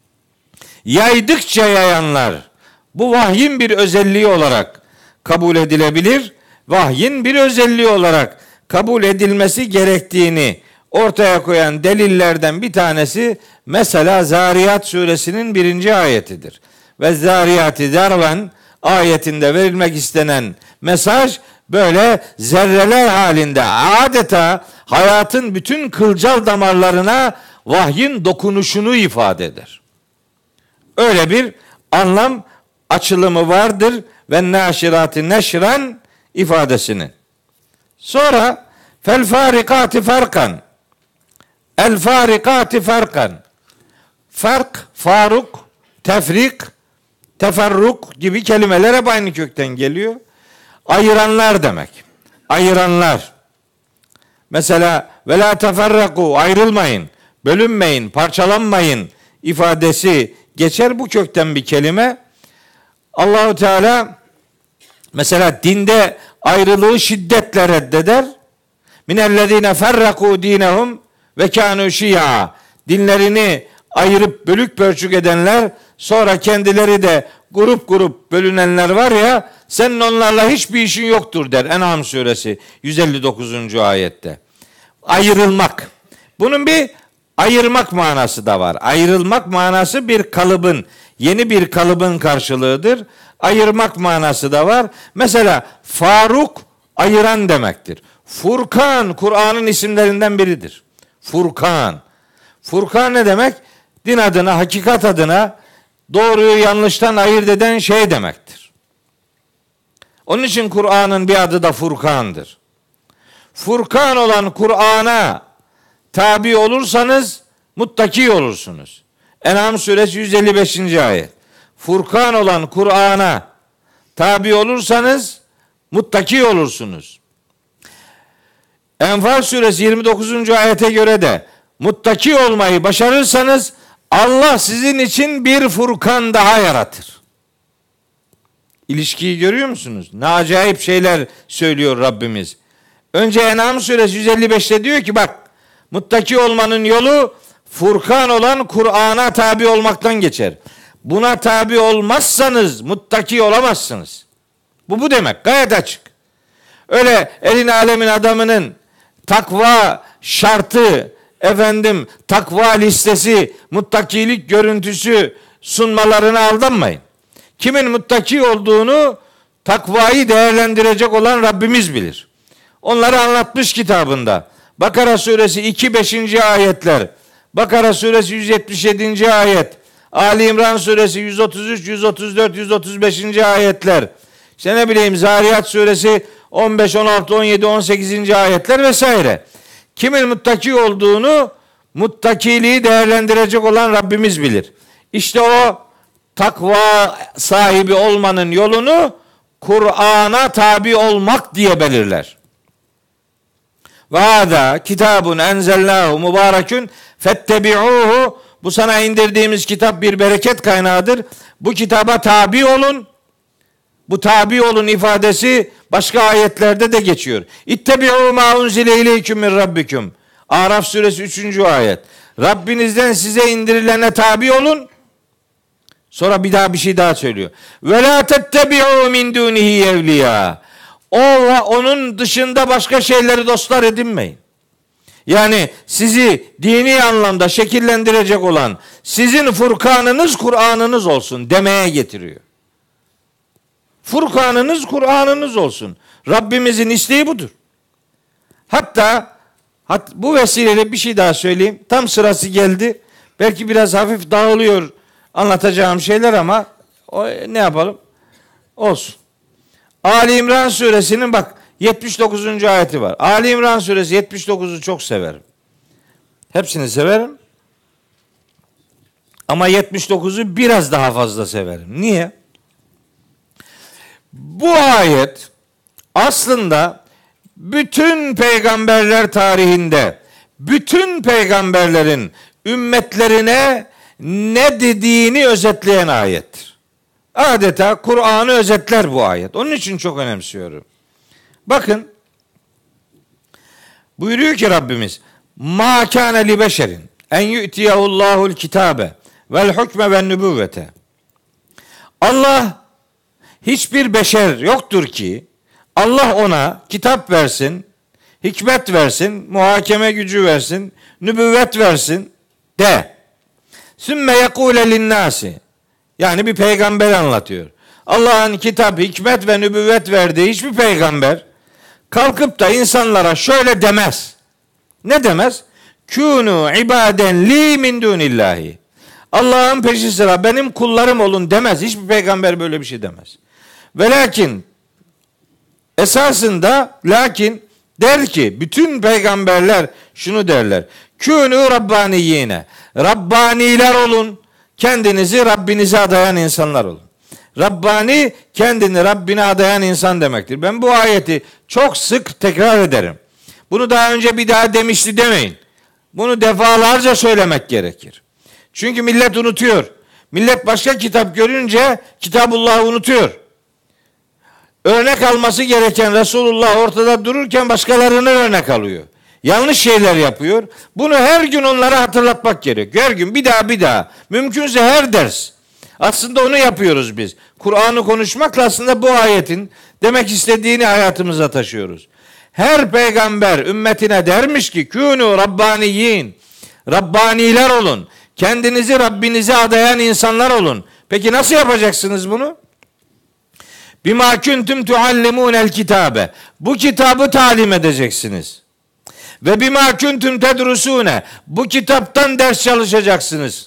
yaydıkça yayanlar, bu vahyin bir özelliği olarak kabul edilebilir. Vahyin bir özelliği olarak kabul edilmesi gerektiğini ortaya koyan delillerden bir tanesi mesela Zariyat suresinin birinci ayetidir. Ve zariyati zarven ayetinde verilmek istenen mesaj böyle zerreler halinde adeta hayatın bütün kılcal damarlarına vahyin dokunuşunu ifade eder. Öyle bir anlam açılımı vardır ve naşirati neşren ifadesinin. Sonra fel farikati farkan. El farikati farkan. Fark, faruk, tefrik, teferruk gibi kelimeler hep aynı kökten geliyor. Ayıranlar demek. Ayıranlar. Mesela ve la teferraku, ayrılmayın, bölünmeyin, parçalanmayın ifadesi geçer, bu kökten bir kelime. Allahu Teala mesela dinde ayrılığı şiddetle reddeder. Minellezine ferraku dinehum ve kanu şia. Dinlerini ayırıp bölük pörçük edenler, sonra kendileri de grup grup bölünenler var ya, senin onlarla hiçbir işin yoktur der En'am suresi yüz elli dokuzuncu ayette. Ayrılmak. Bunun bir ayırmak manası da var. Ayrılmak manası bir kalıbın, yeni bir kalıbın karşılığıdır. Ayırmak manası da var. Mesela Faruk ayıran demektir. Furkan Kur'an'ın isimlerinden biridir. Furkan. Furkan ne demek? Din adına, hakikat adına doğruyu yanlıştan ayırt eden şey demektir. Onun için Kur'an'ın bir adı da Furkan'dır. Furkan olan Kur'an'a tabi olursanız muttaki olursunuz. En'am suresi yüz elli beşinci ayet. Furkan olan Kur'an'a tabi olursanız muttaki olursunuz. Enfal suresi yirmi dokuzuncu ayete göre de muttaki olmayı başarırsanız Allah sizin için bir Furkan daha yaratır. İlişkiyi görüyor musunuz? Ne acayip şeyler söylüyor Rabbimiz. Önce En'am suresi yüz elli beşte diyor ki bak, muttaki olmanın yolu Furkan olan Kur'an'a tabi olmaktan geçer. Buna tabi olmazsanız muttaki olamazsınız. Bu bu demek, gayet açık. Öyle elin alemin adamının takva şartı, efendim takva listesi, muttakilik görüntüsü sunmalarına aldanmayın. Kimin muttaki olduğunu takvayı değerlendirecek olan Rabbimiz bilir. Onları anlatmış kitabında. Bakara suresi iki beşinci ayetler, Bakara suresi yüz yetmiş yedinci ayet, Ali İmran suresi yüz otuz üç, yüz otuz dört, yüz otuz beşinci ayetler, işte ne bileyim Zariyat suresi on beş, on altı, on yedi, on sekizinci ayetler vesaire. Kimin muttaki olduğunu, muttakiliği değerlendirecek olan Rabbimiz bilir. İşte o takva sahibi olmanın yolunu Kur'an'a tabi olmak diye belirler. Ve hâzâ kitabun enzelnâhu mübârekün fettebi'ûhu. Bu sana indirdiğimiz kitap bir bereket kaynağıdır. Bu kitaba tabi olun. Bu tabi olun ifadesi başka ayetlerde de geçiyor. İttebi'û mâ unzile ileyküm min rabbiküm. Araf suresi üçüncü ayet. Rabbinizden size indirilene tabi olun. Sonra bir daha bir şey daha söylüyor. Ve la tettebi'û min dûnihi evliyâ. O ve onun dışında başka şeyleri dostlar edinmeyin. Yani sizi dini anlamda şekillendirecek olan sizin Furkanınız Kur'an'ınız olsun demeye getiriyor. Furkanınız Kur'an'ınız olsun. Rabbimizin isteği budur. Hatta hat, bu vesileyle bir şey daha söyleyeyim. Tam sırası geldi. Belki biraz hafif dağılıyor anlatacağım şeyler ama o, ne yapalım? Olsun. Ali İmran suresinin bak yetmiş dokuzuncu ayeti var. Ali İmran suresi yetmiş dokuzu çok severim. Hepsini severim. Ama yetmiş dokuzu biraz daha fazla severim. Niye? Bu ayet aslında bütün peygamberler tarihinde bütün peygamberlerin ümmetlerine ne dediğini özetleyen ayettir. Adeta Kur'an'ı özetler bu ayet. Onun için çok önemsiyorum. Bakın buyuruyor ki Rabbimiz ma kâne li beşerin en yu'tiyahullahul kitabe vel hukme ven nübüvvete. Allah hiçbir beşer yoktur ki Allah ona kitap versin, hikmet versin, muhakeme gücü versin, nübüvvet versin de. Sümme yekûle linnâsi. Yani bir peygamber anlatıyor. Allah'ın kitap, hikmet ve nübüvvet verdiği hiçbir peygamber kalkıp da insanlara şöyle demez. Ne demez? Kûnû ibâden li min dûnillahi. Allah'ın peşi sıra benim kullarım olun demez. Hiçbir peygamber böyle bir şey demez. Ve lakin esasında lakin der ki bütün peygamberler şunu derler. Kûnû rabbaniyine. Rabbaniler olun. Kendinizi Rabbinize adayan insanlar olun. Rabbani kendini Rabbine adayan insan demektir. Ben bu ayeti çok sık tekrar ederim. Bunu daha önce bir daha demişti demeyin. Bunu defalarca söylemek gerekir. Çünkü millet unutuyor. Millet başka kitap görünce Kitabullah'ı unutuyor. Örnek alması gereken Resulullah ortada dururken başkalarını örnek alıyor. Yanlış şeyler yapıyor. Bunu her gün onlara hatırlatmak gerekiyor. Her gün bir daha bir daha. Mümkünse her ders. Aslında onu yapıyoruz biz. Kur'an'ı konuşmakla aslında bu ayetin demek istediğini hayatımıza taşıyoruz. Her peygamber ümmetine dermiş ki kûnû rabbaniyin. Rabbaniler olun. Kendinizi Rabbinize adayan insanlar olun. Peki nasıl yapacaksınız bunu? Bima kuntum tuallimunel kitabe. Bu kitabı talim edeceksiniz. Ve bima kuntum tedrusune. Bu kitaptan ders çalışacaksınız.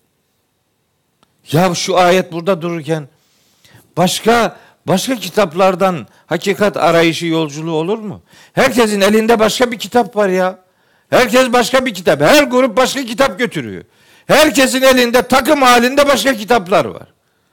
Ya şu ayet burada dururken başka başka kitaplardan hakikat arayışı yolculuğu olur mu? Herkesin elinde başka bir kitap var ya. Herkes başka bir kitap. Her grup başka kitap götürüyor. Herkesin elinde takım halinde başka kitaplar var.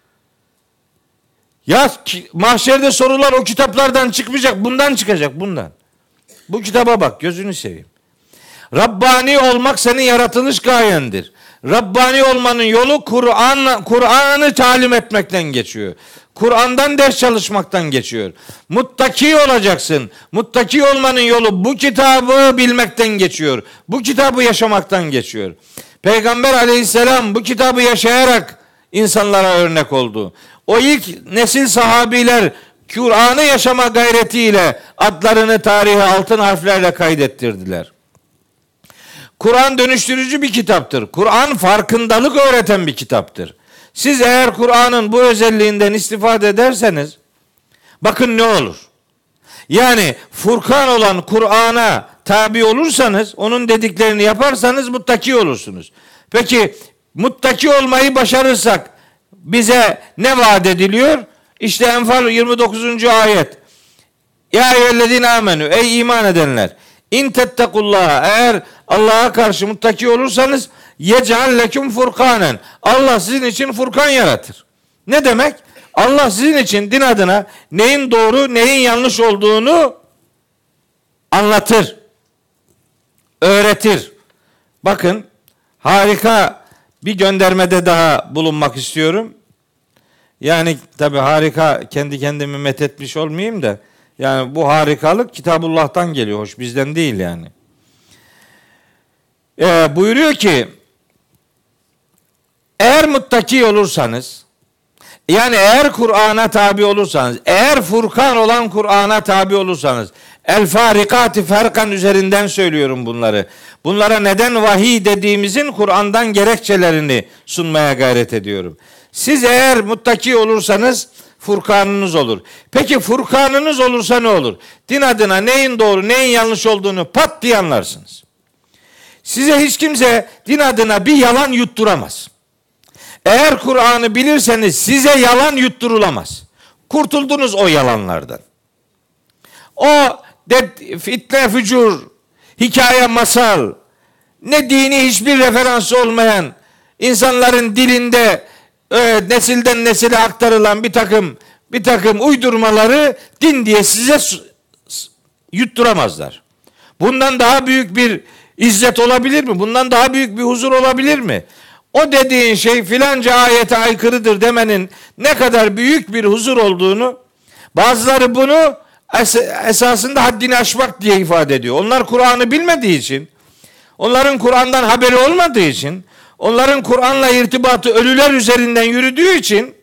Ya mahşerde sorular o kitaplardan çıkmayacak. Bundan çıkacak bundan. Bu kitaba bak gözünü seveyim. Rabbani olmak senin yaratılış gayendir. Rabbani olmanın yolu Kur'an Kur'an'ı talim etmekten geçiyor. Kur'an'dan ders çalışmaktan geçiyor. Muttaki olacaksın. Muttaki olmanın yolu bu kitabı bilmekten geçiyor. Bu kitabı yaşamaktan geçiyor. Peygamber Aleyhisselam bu kitabı yaşayarak insanlara örnek oldu. O ilk nesil sahabiler Kur'an'ı yaşama gayretiyle adlarını tarihe altın harflerle kaydettirdiler. Kur'an dönüştürücü bir kitaptır. Kur'an farkındalık öğreten bir kitaptır. Siz eğer Kur'an'ın bu özelliğinden istifade ederseniz bakın ne olur. Yani Furkan olan Kur'an'a tabi olursanız, onun dediklerini yaparsanız muttaki olursunuz. Peki muttaki olmayı başarırsak bize ne vaat ediliyor? İşte Enfal yirmi dokuzuncu ayet. Ya eyyühellezine amenü, ey iman edenler. İn tettekullaha, eğer Allah'a karşı muttaki olursanız yec'al leküm furkanen. Allah sizin için Furkan yaratır. Ne demek? Allah sizin için din adına neyin doğru, neyin yanlış olduğunu anlatır. Öğretir. Bakın harika bir göndermede daha bulunmak istiyorum. Yani tabi harika kendi kendimi methetmiş olmayayım da yani bu harikalık Kitabullah'tan geliyor. Hoş bizden değil yani. Ee, buyuruyor ki eğer muttaki olursanız yani eğer Kur'an'a tabi olursanız eğer Furkan olan Kur'an'a tabi olursanız el farikati ferkan üzerinden söylüyorum bunları. Bunlara neden vahiy dediğimizin Kur'an'dan gerekçelerini sunmaya gayret ediyorum. Siz eğer muttaki olursanız Furkanınız olur. Peki Furkanınız olursa ne olur? Din adına neyin doğru neyin yanlış olduğunu pat diye anlarsınız. Size hiç kimse din adına bir yalan yutturamaz. Eğer Kur'an'ı bilirseniz size yalan yutturulamaz. Kurtuldunuz o yalanlardan. O de, fitne, fücur, hikaye, masal, ne dini hiçbir referansı olmayan, insanların dilinde e, nesilden nesile aktarılan bir takım bir takım uydurmaları din diye size yutturamazlar. Bundan daha büyük bir izzet olabilir mi? Bundan daha büyük bir huzur olabilir mi? O dediğin şey filanca ayete aykırıdır demenin ne kadar büyük bir huzur olduğunu, bazıları bunu es- esasında haddini aşmak diye ifade ediyor. Onlar Kur'an'ı bilmediği için, onların Kur'an'dan haberi olmadığı için, onların Kur'an'la irtibatı ölüler üzerinden yürüdüğü için,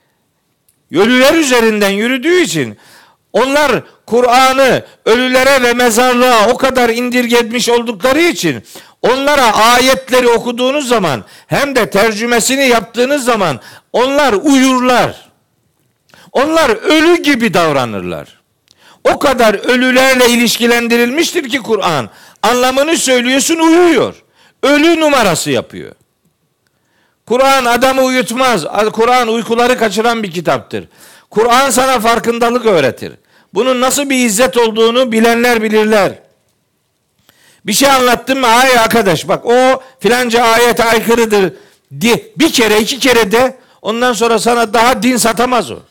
ölüler üzerinden yürüdüğü için, onlar Kur'an'ı ölülere ve mezarlığa o kadar indirgetmiş oldukları için onlara ayetleri okuduğunuz zaman hem de tercümesini yaptığınız zaman onlar uyurlar. Onlar ölü gibi davranırlar. O kadar ölülerle ilişkilendirilmiştir ki Kur'an. Anlamını söylüyorsun uyuyor. Ölü numarası yapıyor. Kur'an adamı uyutmaz. Kur'an uykuları kaçıran bir kitaptır. Kur'an sana farkındalık öğretir. Bunun nasıl bir izzet olduğunu bilenler bilirler. Bir şey anlattım mı? Hayır arkadaş bak o filanca ayete aykırıdır diye bir kere iki kere de ondan sonra sana daha din satamaz o.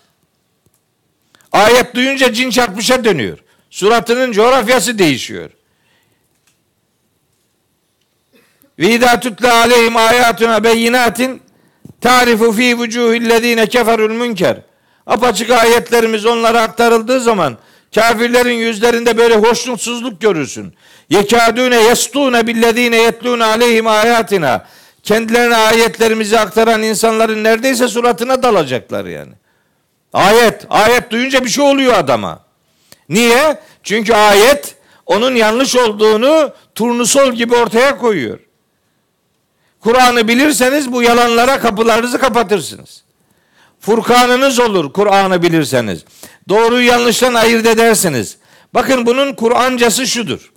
Ayet duyunca cin çarpmışa dönüyor. Suratının coğrafyası değişiyor. Ve idâ tutla aleyhim âyâtuna beyinâtin tarifu fî vücûhillezîne keferul münker. Apaçık ayetlerimiz onlara aktarıldığı zaman Kafirlerin yüzlerinde böyle hoşnutsuzluk görürsün. Yekâdûne yestûne billezîne yetlûne aleyhim âyâtina. Kendilerine ayetlerimizi aktaran insanların neredeyse suratına dalacaklar yani. Ayet, ayet duyunca bir şey oluyor adama. Niye? Çünkü ayet onun yanlış olduğunu turnusol gibi ortaya koyuyor. Kur'an'ı bilirseniz bu yalanlara kapılarınızı kapatırsınız. Furkanınız olur Kur'an'ı bilirseniz. Doğruyu yanlıştan ayırt edersiniz. Bakın bunun Kur'ancası şudur.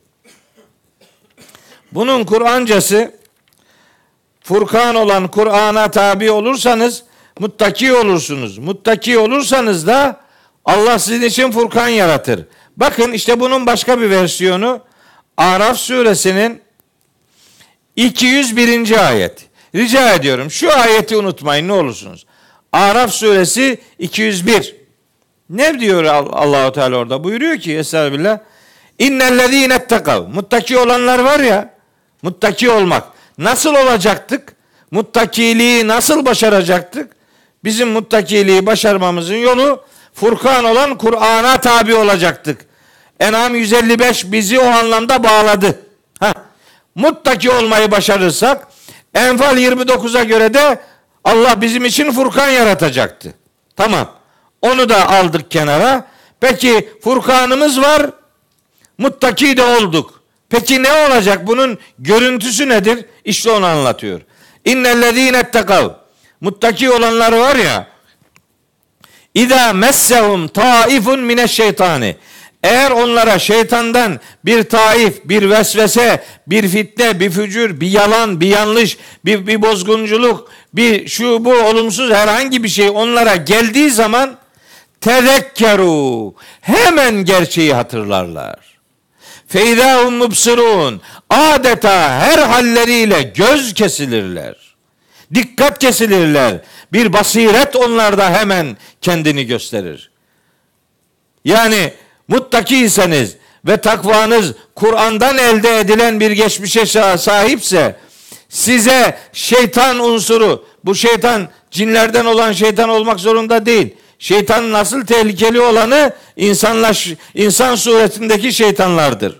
Bunun Kur'ancası, Furkan olan Kur'an'a tabi olursanız muttaki olursunuz. Muttaki olursanız da Allah sizin için Furkan yaratır. Bakın işte bunun başka bir versiyonu Araf suresinin iki yüz birinci ayet. Rica ediyorum şu ayeti unutmayın ne olursunuz. Araf suresi iki yüz bir. Ne diyor Allahu Teala orada? Buyuruyor ki Estağfirullah. İnnellezîne ettekav. Muttaki olanlar var ya. Muttaki olmak. Nasıl olacaktık? Muttakiliği nasıl başaracaktık? Bizim muttakiliği başarmamızın yolu Furkan olan Kur'an'a tabi olacaktık. En'am yüz elli beş bizi o anlamda bağladı. Heh. Muttaki olmayı başarırsak Enfal yirmi dokuza göre de Allah bizim için Furkan yaratacaktı. Tamam. Onu da aldık kenara. Peki Furkanımız var. Muttaki de olduk. Peki ne olacak? Bunun görüntüsü nedir? İşte onu anlatıyor. İnnellezîne ettekav. Muttaki olanlar var ya. İzâ messehum taifun mineşşeytani. Eğer onlara şeytandan bir taif, bir vesvese, bir fitne, bir fücur, bir yalan, bir yanlış, bir, bir bozgunculuk, bir şu bu olumsuz herhangi bir şey onlara geldiği zaman tezekkeru, hemen gerçeği hatırlarlar. Feydâhum mubsirûn, adeta her halleriyle göz kesilirler. Dikkat kesilirler. Bir basiret onlarda hemen kendini gösterir. Yani muttakiyseniz ve takvanız Kur'an'dan elde edilen bir geçmişe sahipse size şeytan unsuru, bu şeytan cinlerden olan şeytan olmak zorunda değil. Şeytanın asıl tehlikeli olanı insanlaş, insan suretindeki şeytanlardır.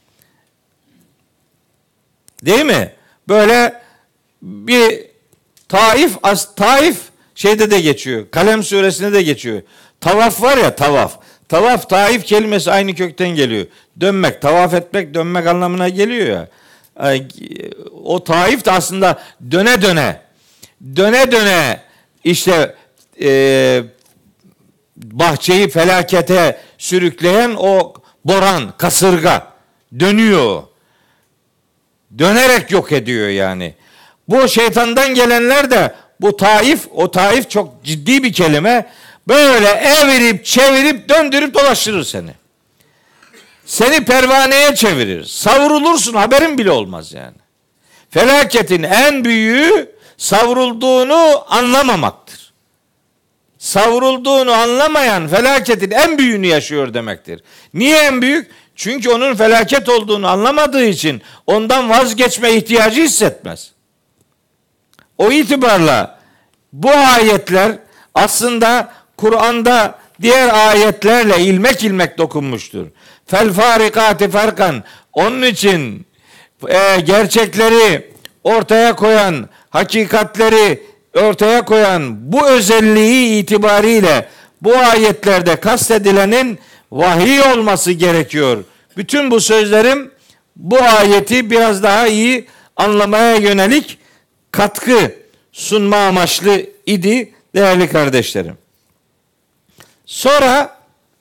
Değil mi? Böyle bir Taif, as, Taif şeyde de geçiyor. Kalem suresinde de geçiyor. Tavaf var ya tavaf. Tavaf, Taif kelimesi aynı kökten geliyor. Dönmek, tavaf etmek, dönmek anlamına geliyor ya. O Taif de aslında döne döne, döne döne işte e, bahçeyi felakete sürükleyen o boran, kasırga dönüyor. Dönerek yok ediyor yani. Bu şeytandan gelenler de bu Taif, o Taif çok ciddi bir kelime. Böyle evirip çevirip döndürüp dolaştırır seni. Seni pervaneye çevirir. Savrulursun haberin bile olmaz yani. Felaketin en büyüğü savrulduğunu anlamamaktır. Savrulduğunu anlamayan felaketin en büyüğünü yaşıyor demektir. Niye en büyük? Çünkü onun felaket olduğunu anlamadığı için ondan vazgeçme ihtiyacı hissetmez. O itibarla bu ayetler aslında Kur'an'da diğer ayetlerle ilmek ilmek dokunmuştur. Fel farikati farkan. Onun için e, gerçekleri ortaya koyan, hakikatleri ortaya koyan bu özelliği itibariyle bu ayetlerde kastedilenin vahiy olması gerekiyor. Bütün bu sözlerim bu ayeti biraz daha iyi anlamaya yönelik katkı sunma amaçlı idi değerli kardeşlerim. Sonra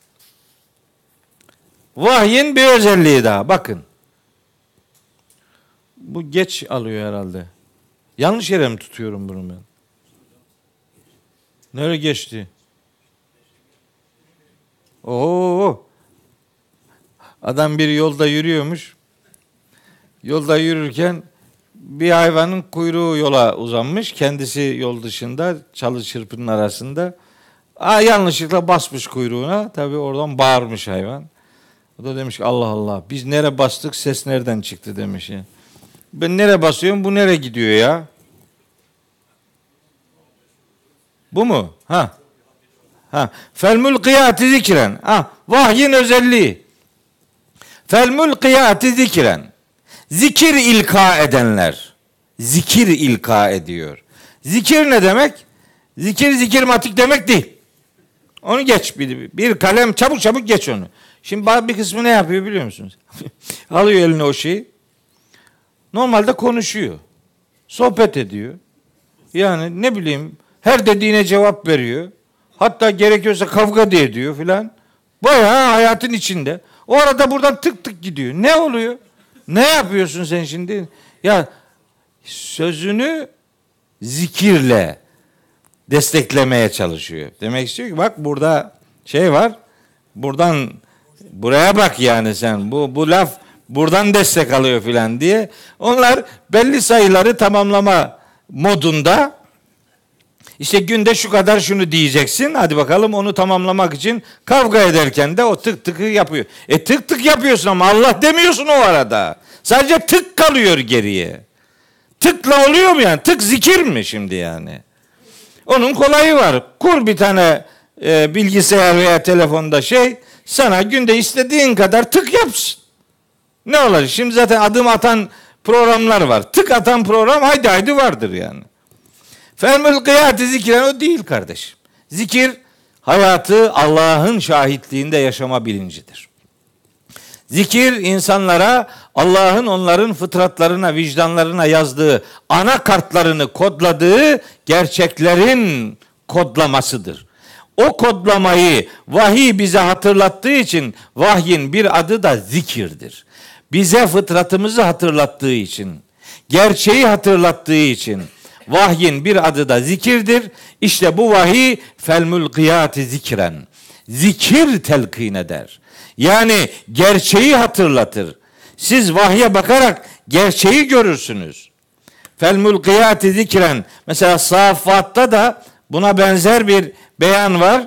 vahyin bir özelliği daha. Bakın. Bu geç alıyor herhalde. Yanlış yere mi tutuyorum bunu ben? Nereye geçti? Oo. Adam bir yolda yürüyormuş. Yolda yürürken bir hayvanın kuyruğu yola uzanmış. Kendisi yol dışında, çalı çırpının arasında. Aa, yanlışlıkla basmış kuyruğuna. Tabii oradan bağırmış hayvan. O da demiş ki Allah Allah biz nereye bastık ses nereden çıktı demiş ya. Ben nereye basıyorum bu nereye gidiyor ya? Bu mu? Ha. Ha, fel mulkiyati zikren. Ha, vahyin özelliği. Fel mulkiyati zikren. Zikir ilka edenler. Zikir ilka ediyor. Zikir ne demek? Zikir zikirmatik demek değil. Onu geç bir, bir kalem çabuk çabuk geç onu. Şimdi bir kısmı ne yapıyor biliyor musunuz? Alıyor eline o şeyi. Normalde konuşuyor. Sohbet ediyor. Yani ne bileyim her dediğine cevap veriyor. Hatta gerekiyorsa kavga da ediyor filan. Bayağı hayatın içinde. O arada buradan tık tık gidiyor. Ne oluyor? Ne yapıyorsun sen şimdi? Ya sözünü zikirle desteklemeye çalışıyor. Demek istiyor ki bak burada şey var. Buradan buraya bak yani sen. Bu bu laf buradan destek alıyor filan diye. Onlar belli sayıları tamamlama modunda. İşte günde şu kadar şunu diyeceksin. Hadi bakalım onu tamamlamak için kavga ederken de o tık tıkı yapıyor. E tık tık yapıyorsun ama Allah demiyorsun o arada. Sadece tık kalıyor geriye. Tıkla oluyor mu yani? Tık zikir mi şimdi yani? Onun kolayı var. Kur bir tane e, bilgisayar veya telefonda şey, sana günde istediğin kadar tık yapsın. Ne olacak? Şimdi zaten adım atan programlar var. Tık atan program haydi haydi vardır yani. Fermül kıyati zikren o değil kardeşim. Zikir hayatı Allah'ın şahitliğinde yaşama bilincidir. Zikir insanlara Allah'ın onların fıtratlarına, vicdanlarına yazdığı ana kartlarını kodladığı gerçeklerin kodlamasıdır. O kodlamayı vahiy bize hatırlattığı için vahyin bir adı da zikirdir. Bize fıtratımızı hatırlattığı için, gerçeği hatırlattığı için vahyin bir adı da zikirdir. İşte bu vahiy fel mulkiyati zikren. Zikir telkin eder. Yani gerçeği hatırlatır. Siz vahye bakarak gerçeği görürsünüz. Fel mulkiyati zikren. Mesela Saffat'ta da buna benzer bir beyan var.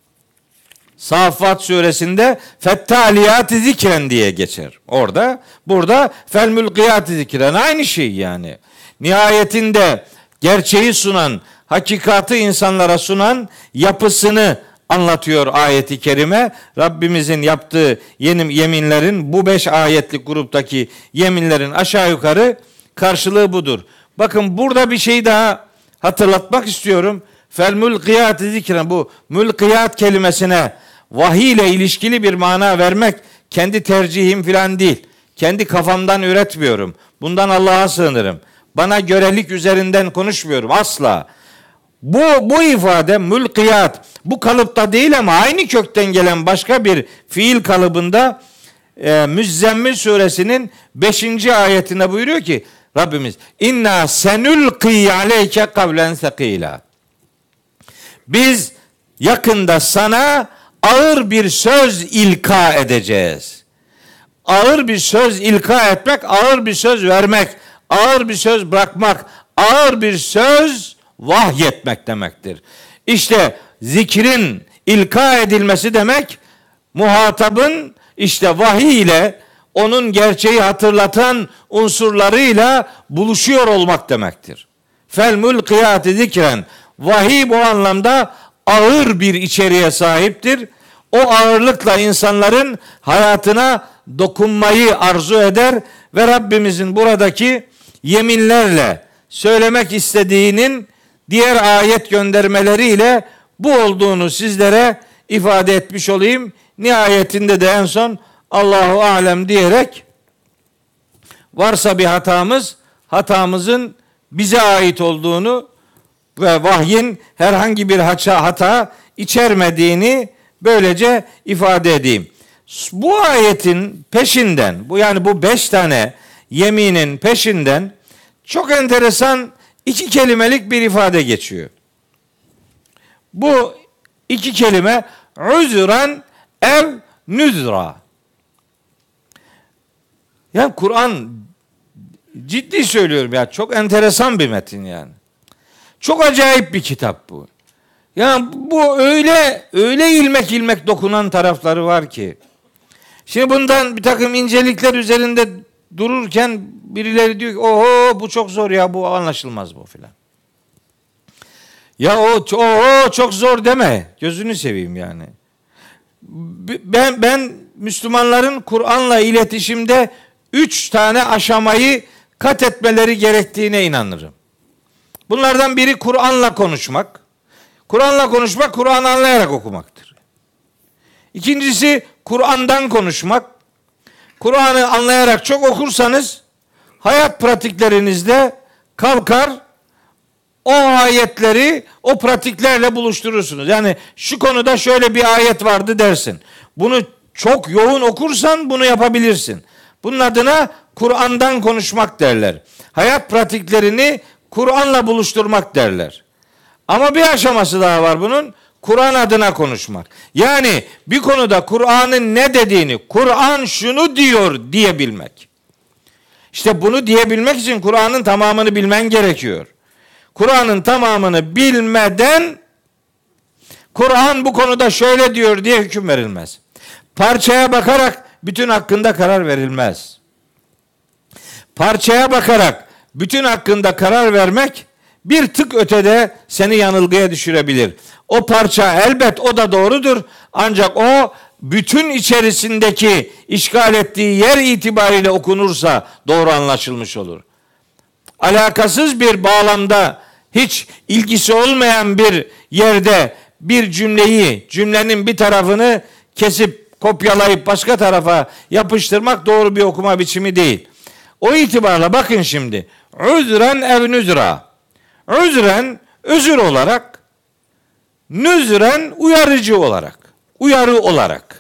Saffat suresinde fettaliyati zikren diye geçer. Orada, burada fel mulkiyati zikren aynı şey yani. Nihayetinde gerçeği sunan, hakikati insanlara sunan yapısını anlatıyor ayeti kerime. Rabbimizin yaptığı yeni yeminlerin, bu beş ayetlik gruptaki yeminlerin aşağı yukarı karşılığı budur. Bakın burada bir şey daha hatırlatmak istiyorum. Fel mulkiyat zikren, bu mulkiyat kelimesine vahiy ile ilişkili bir mana vermek kendi tercihim filan değil. Kendi kafamdan üretmiyorum. Bundan Allah'a sığınırım. Bana görelik üzerinden konuşmuyorum asla. Bu bu ifade mulkiyat bu kalıpta değil ama aynı kökten gelen başka bir fiil kalıbında e, Müzzemmil suresinin beşinci ayetinde buyuruyor ki Rabbimiz inna senulqi aleyke kavlen sakila. Biz yakında sana ağır bir söz ilka edeceğiz. Ağır bir söz ilka etmek, ağır bir söz vermek, ağır bir söz bırakmak, ağır bir söz vahyetmek demektir. İşte zikrin ilka edilmesi demek, muhatabın işte vahiy ile onun gerçeği hatırlatan unsurlarıyla buluşuyor olmak demektir. Fel mulkiyati zikren. Vahiy bu anlamda ağır bir içeriğe sahiptir. O ağırlıkla insanların hayatına dokunmayı arzu eder ve Rabbimizin buradaki yeminlerle söylemek istediğinin diğer ayet göndermeleriyle bu olduğunu sizlere ifade etmiş olayım. Nihayetinde de en son Allahu alem diyerek varsa bir hatamız, hatamızın bize ait olduğunu ve vahyin herhangi bir hata, hata içermediğini böylece ifade edeyim. Bu ayetin peşinden, bu yani bu beş tane yeminin peşinden çok enteresan iki kelimelik bir ifade geçiyor. Bu iki kelime uzran ev nüzra. Yani Kur'an ciddi söylüyorum ya, çok enteresan bir metin yani. Çok acayip bir kitap bu. Yani bu öyle öyle ilmek ilmek dokunan tarafları var ki. Şimdi bundan bir takım incelikler üzerinde dururken birileri diyor ki oho bu çok zor ya, bu anlaşılmaz bu filan. Ya o, o, o çok zor deme. Gözünü seveyim yani. Ben ben Müslümanların Kur'an'la iletişimde üç tane aşamayı kat etmeleri gerektiğine inanırım. Bunlardan biri Kur'an'la konuşmak. Kur'an'la konuşmak, Kur'an'ı anlayarak okumaktır. İkincisi Kur'an'dan konuşmak. Kur'an'ı anlayarak çok okursanız hayat pratiklerinizde kalkar o ayetleri o pratiklerle buluşturursunuz. Yani şu konuda şöyle bir ayet vardı dersin. Bunu çok yoğun okursan bunu yapabilirsin. Bunun adına Kur'an'dan konuşmak derler. Hayat pratiklerini Kur'an'la buluşturmak derler. Ama bir aşaması daha var bunun. Kur'an adına konuşmak. Yani bir konuda Kur'an'ın ne dediğini, Kur'an şunu diyor diyebilmek. İşte bunu diyebilmek için Kur'an'ın tamamını bilmen gerekiyor. Kur'an'ın tamamını bilmeden Kur'an bu konuda şöyle diyor diye hüküm verilmez. Parçaya bakarak bütün hakkında karar verilmez. Parçaya bakarak bütün hakkında karar vermek bir tık ötede seni yanılgıya düşürebilir. O parça elbet o da doğrudur. Ancak o bütün içerisindeki işgal ettiği yer itibariyle okunursa doğru anlaşılmış olur. Alakasız bir bağlamda hiç ilgisi olmayan bir yerde bir cümleyi, cümlenin bir tarafını kesip kopyalayıp başka tarafa yapıştırmak doğru bir okuma biçimi değil. O itibarla bakın şimdi. Üzren ev nüzra. Üzren özür olarak, nüzren uyarıcı olarak, uyarı olarak.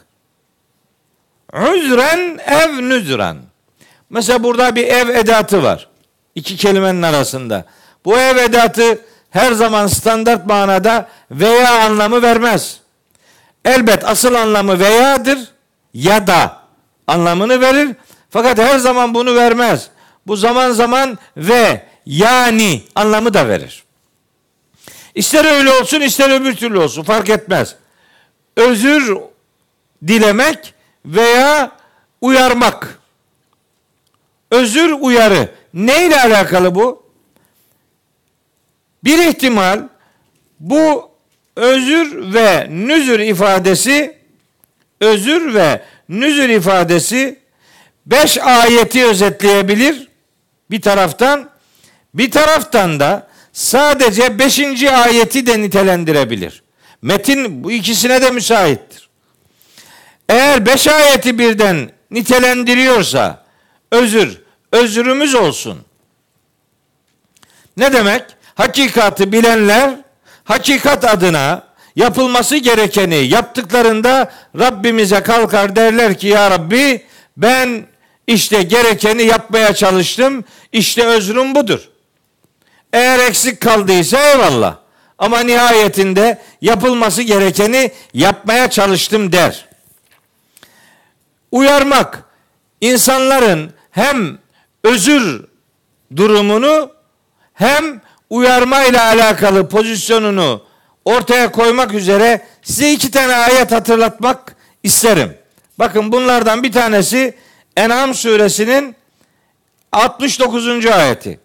Üzren ev nüzren. Mesela burada bir ev edatı var. İki kelimenin arasında. Bu ev edatı her zaman standart manada veya anlamı vermez. Elbet asıl anlamı veyadır ya da anlamını verir. Fakat her zaman bunu vermez. Bu zaman zaman ve yani anlamı da verir. İster öyle olsun ister öbür türlü olsun fark etmez. Özür dilemek veya uyarmak. Özür uyarı. Neyle alakalı bu? Bir ihtimal bu özür ve nüzür ifadesi özür ve nüzür ifadesi beş ayeti özetleyebilir bir taraftan, bir taraftan da sadece beşinci ayeti de nitelendirebilir. Metin bu ikisine de müsaittir. Eğer beş ayeti birden nitelendiriyorsa özür, özrümüz olsun. Ne demek? Hakikati bilenler hakikat adına yapılması gerekeni yaptıklarında Rabbimize kalkar derler ki ya Rabbi ben işte gerekeni yapmaya çalıştım. İşte özrüm budur. Eğer eksik kaldıysa eyvallah. Ama nihayetinde yapılması gerekeni yapmaya çalıştım der. Uyarmak insanların hem özür durumunu hem uyarmayla alakalı pozisyonunu ortaya koymak üzere size iki tane ayet hatırlatmak isterim. Bakın bunlardan bir tanesi En'am suresinin altmış dokuzuncu ayeti.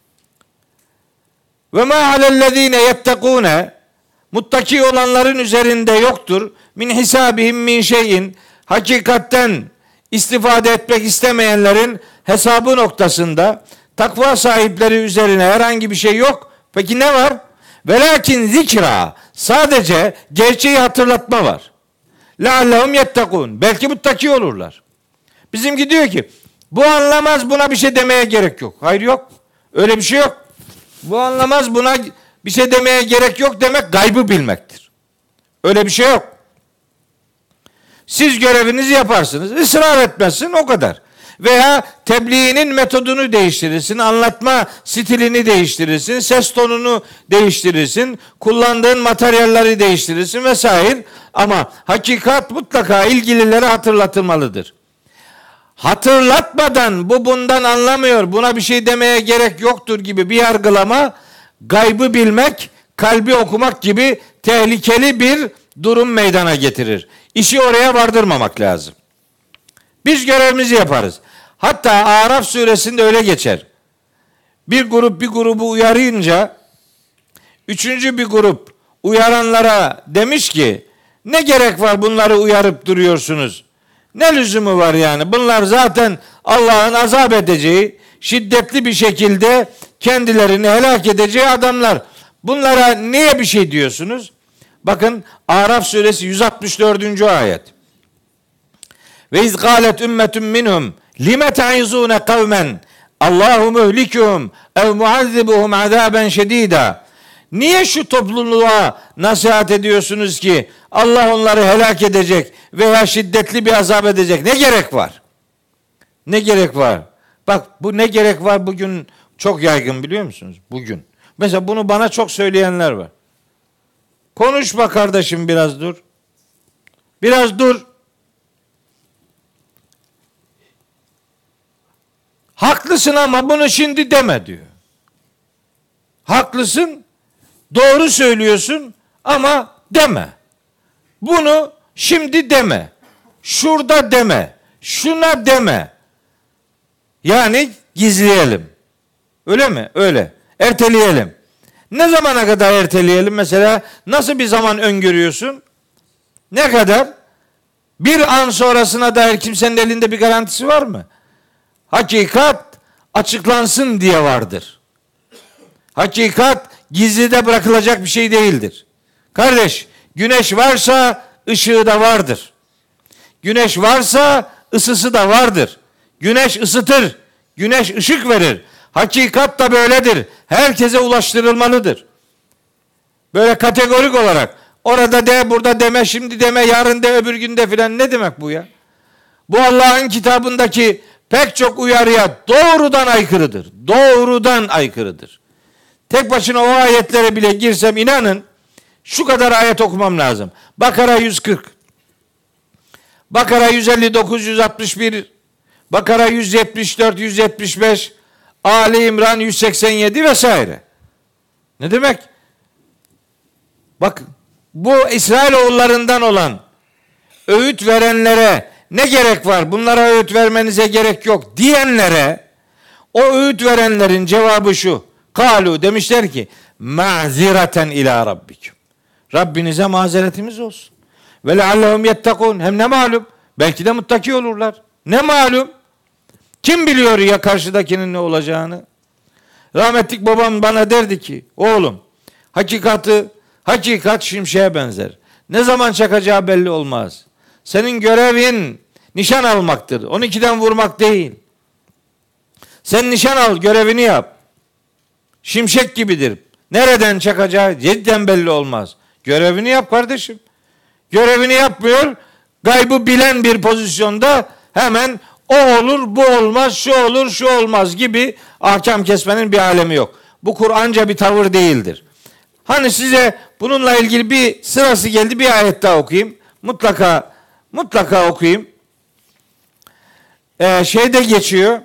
Ve ma alellezine yettekune muttaki olanların üzerinde yoktur. Min hisabihim min şeyin hakikatten istifade etmek istemeyenlerin hesabı noktasında takva sahipleri üzerine herhangi bir şey yok. Peki ne var? Velakin zikra sadece gerçeği hatırlatma var. Leallehum yettekun belki muttaki olurlar. Bizimki diyor ki bu anlamaz buna bir şey demeye gerek yok. Hayır yok. Öyle bir şey yok. Bu anlamaz buna bir şey demeye gerek yok demek gaybı bilmektir. Öyle bir şey yok. Siz görevinizi yaparsınız. Israr etmezsin o kadar. Veya tebliğinin metodunu değiştirirsin, anlatma stilini değiştirirsin, ses tonunu değiştirirsin, kullandığın materyalleri değiştirirsin vesaire. Ama hakikat mutlaka ilgililere hatırlatılmalıdır. Hatırlatmadan bu bundan anlamıyor, buna bir şey demeye gerek yoktur gibi bir yargılama, gaybı bilmek, kalbi okumak gibi tehlikeli bir durum meydana getirir. İşi oraya vardırmamak lazım. Biz görevimizi yaparız. Hatta Araf suresinde öyle geçer. Bir grup bir grubu uyarınca Üçüncü bir grup uyaranlara demiş ki ne gerek var bunları uyarıp duruyorsunuz? Ne lüzumu var yani? Bunlar zaten Allah'ın azap edeceği, şiddetli bir şekilde kendilerini helak edeceği adamlar. Bunlara niye bir şey diyorsunuz? Bakın Araf suresi yüz altmış dördüncü ayet. Ve iz galet ümmetun minhum lime ta'izune kavmen Allahu muhlikuhum ev muazzibuhum azaben şedida. Niye şu topluluğa nasihat ediyorsunuz ki Allah onları helak edecek veya şiddetli bir azap edecek? Ne gerek var? Ne gerek var? Bak bu ne gerek var bugün çok yaygın biliyor musunuz? Bugün. Mesela bunu bana çok söyleyenler var. Konuşma kardeşim biraz dur. Biraz dur. Haklısın ama bunu şimdi deme diyor. Haklısın, doğru söylüyorsun ama deme. Bunu şimdi deme. Şurada deme. Şuna deme. Yani gizleyelim. Öyle mi? Öyle. Erteleyelim. Ne zamana kadar erteleyelim? Mesela nasıl bir zaman öngörüyorsun? Ne kadar? Bir an sonrasına dair kimsenin elinde bir garantisi var mı? Hakikat açıklansın diye vardır. Hakikat gizlide bırakılacak bir şey değildir. Kardeş, güneş varsa ışığı da vardır. Güneş varsa ısısı da vardır. Güneş ısıtır. Güneş ışık verir. Hakikat da böyledir. Herkese ulaştırılmalıdır. Böyle kategorik olarak orada de, burada deme, şimdi deme, yarın de, öbür günde filan ne demek bu ya? Bu Allah'ın kitabındaki pek çok uyarıya doğrudan aykırıdır. Doğrudan aykırıdır. Tek başına o ayetlere bile girsem inanın şu kadar ayet okumam lazım. Bakara yüz kırk, Bakara yüz elli dokuz, yüz altmış bir, Bakara yüz yetmiş dört, yüz yetmiş beş, Ali İmran yüz seksen yedi vesaire. Ne demek? Bak bu İsrailoğullarından olan öğüt verenlere ne gerek var? Bunlara öğüt vermenize gerek yok diyenlere o öğüt verenlerin cevabı şu. Kalu demişler ki maziraten ila rabbikum. Rabbinize mazeretimiz olsun. Ve leallehum yettekun. Hem ne malum? Belki de muttaki olurlar. Ne malum? Kim biliyor ya karşıdakinin ne olacağını? Rahmetlik babam bana derdi ki oğlum hakikati, hakikat şimşeğe benzer. Ne zaman çakacağı belli olmaz. Senin görevin nişan almaktır. on ikiden vurmak değil. Sen nişan al, görevini yap. Şimşek gibidir. Nereden çakacağı cidden belli olmaz. Görevini yap kardeşim. Görevini yapmıyor. Gaybı bilen bir pozisyonda hemen o olur, bu olmaz, şu olur, şu olmaz gibi ahkam kesmenin bir alemi yok. Bu Kur'anca bir tavır değildir. Hani size bununla ilgili bir sırası geldi, bir ayet daha okuyayım. Mutlaka mutlaka okuyayım. Ee, şeyde geçiyor.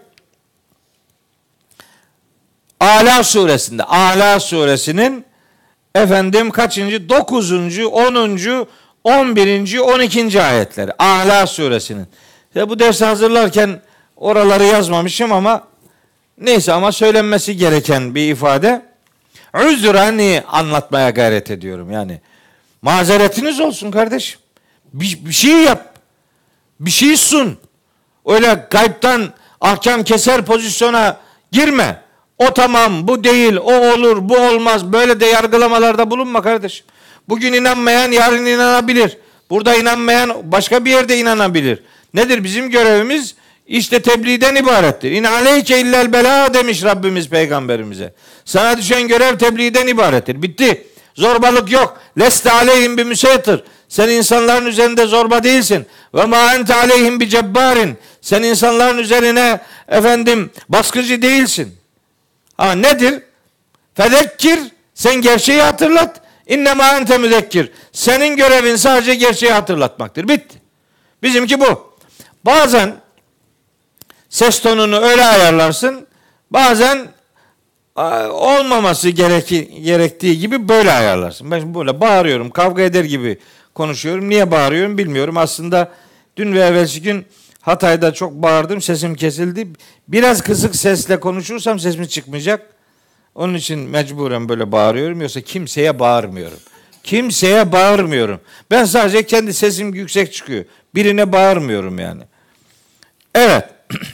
Ala suresinde, Ala suresinin efendim kaçıncı? Dokuzuncu, onuncu, on birinci, on ikinci ayetleri. Ala suresinin. Ya bu dersi hazırlarken oraları yazmamışım ama neyse ama söylenmesi gereken bir ifade. Üzrani anlatmaya gayret ediyorum yani. Mazeretiniz olsun kardeşim. Bir, bir şey yap. Bir şey sun. Öyle gaybtan ahkam keser pozisyona girme. O tamam, bu değil, o olur, bu olmaz. Böyle de yargılamalarda bulunma kardeşim. Bugün inanmayan yarın inanabilir. Burada inanmayan başka bir yerde inanabilir. Nedir bizim görevimiz? İşte tebliğden ibarettir. İn aleyke illel bela demiş Rabbimiz peygamberimize. Sana düşen görev tebliğden ibarettir. Bitti. Zorbalık yok. Leste aleyhim bi müseytir. Sen insanların üzerinde zorba değilsin. Ve ma ente aleyhim bi cebbarin. Sen insanların üzerine efendim baskıcı değilsin. Ha nedir? Fezekkir. Sen gerçeği hatırlat. İnnemâ ente müzekkir. Senin görevin sadece gerçeği hatırlatmaktır. Bitti. Bizimki bu. Bazen ses tonunu öyle ayarlarsın. Bazen olmaması gereki, gerektiği gibi böyle ayarlarsın. Ben böyle bağırıyorum, kavga eder gibi konuşuyorum. Niye bağırıyorum bilmiyorum. Aslında dün ve evvelsi gün Hatay'da çok bağırdım, sesim kesildi. Biraz kısık sesle konuşursam sesim çıkmayacak. Onun için mecburen böyle bağırıyorum. Yoksa kimseye bağırmıyorum. Kimseye bağırmıyorum. Ben sadece kendi sesim yüksek çıkıyor. Birine bağırmıyorum yani. Evet.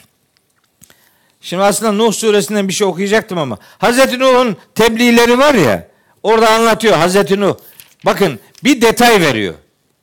Şimdi aslında Nuh suresinden bir şey okuyacaktım ama Hazreti Nuh'un tebliğleri var ya, orada anlatıyor Hazreti Nuh. Bakın bir detay veriyor.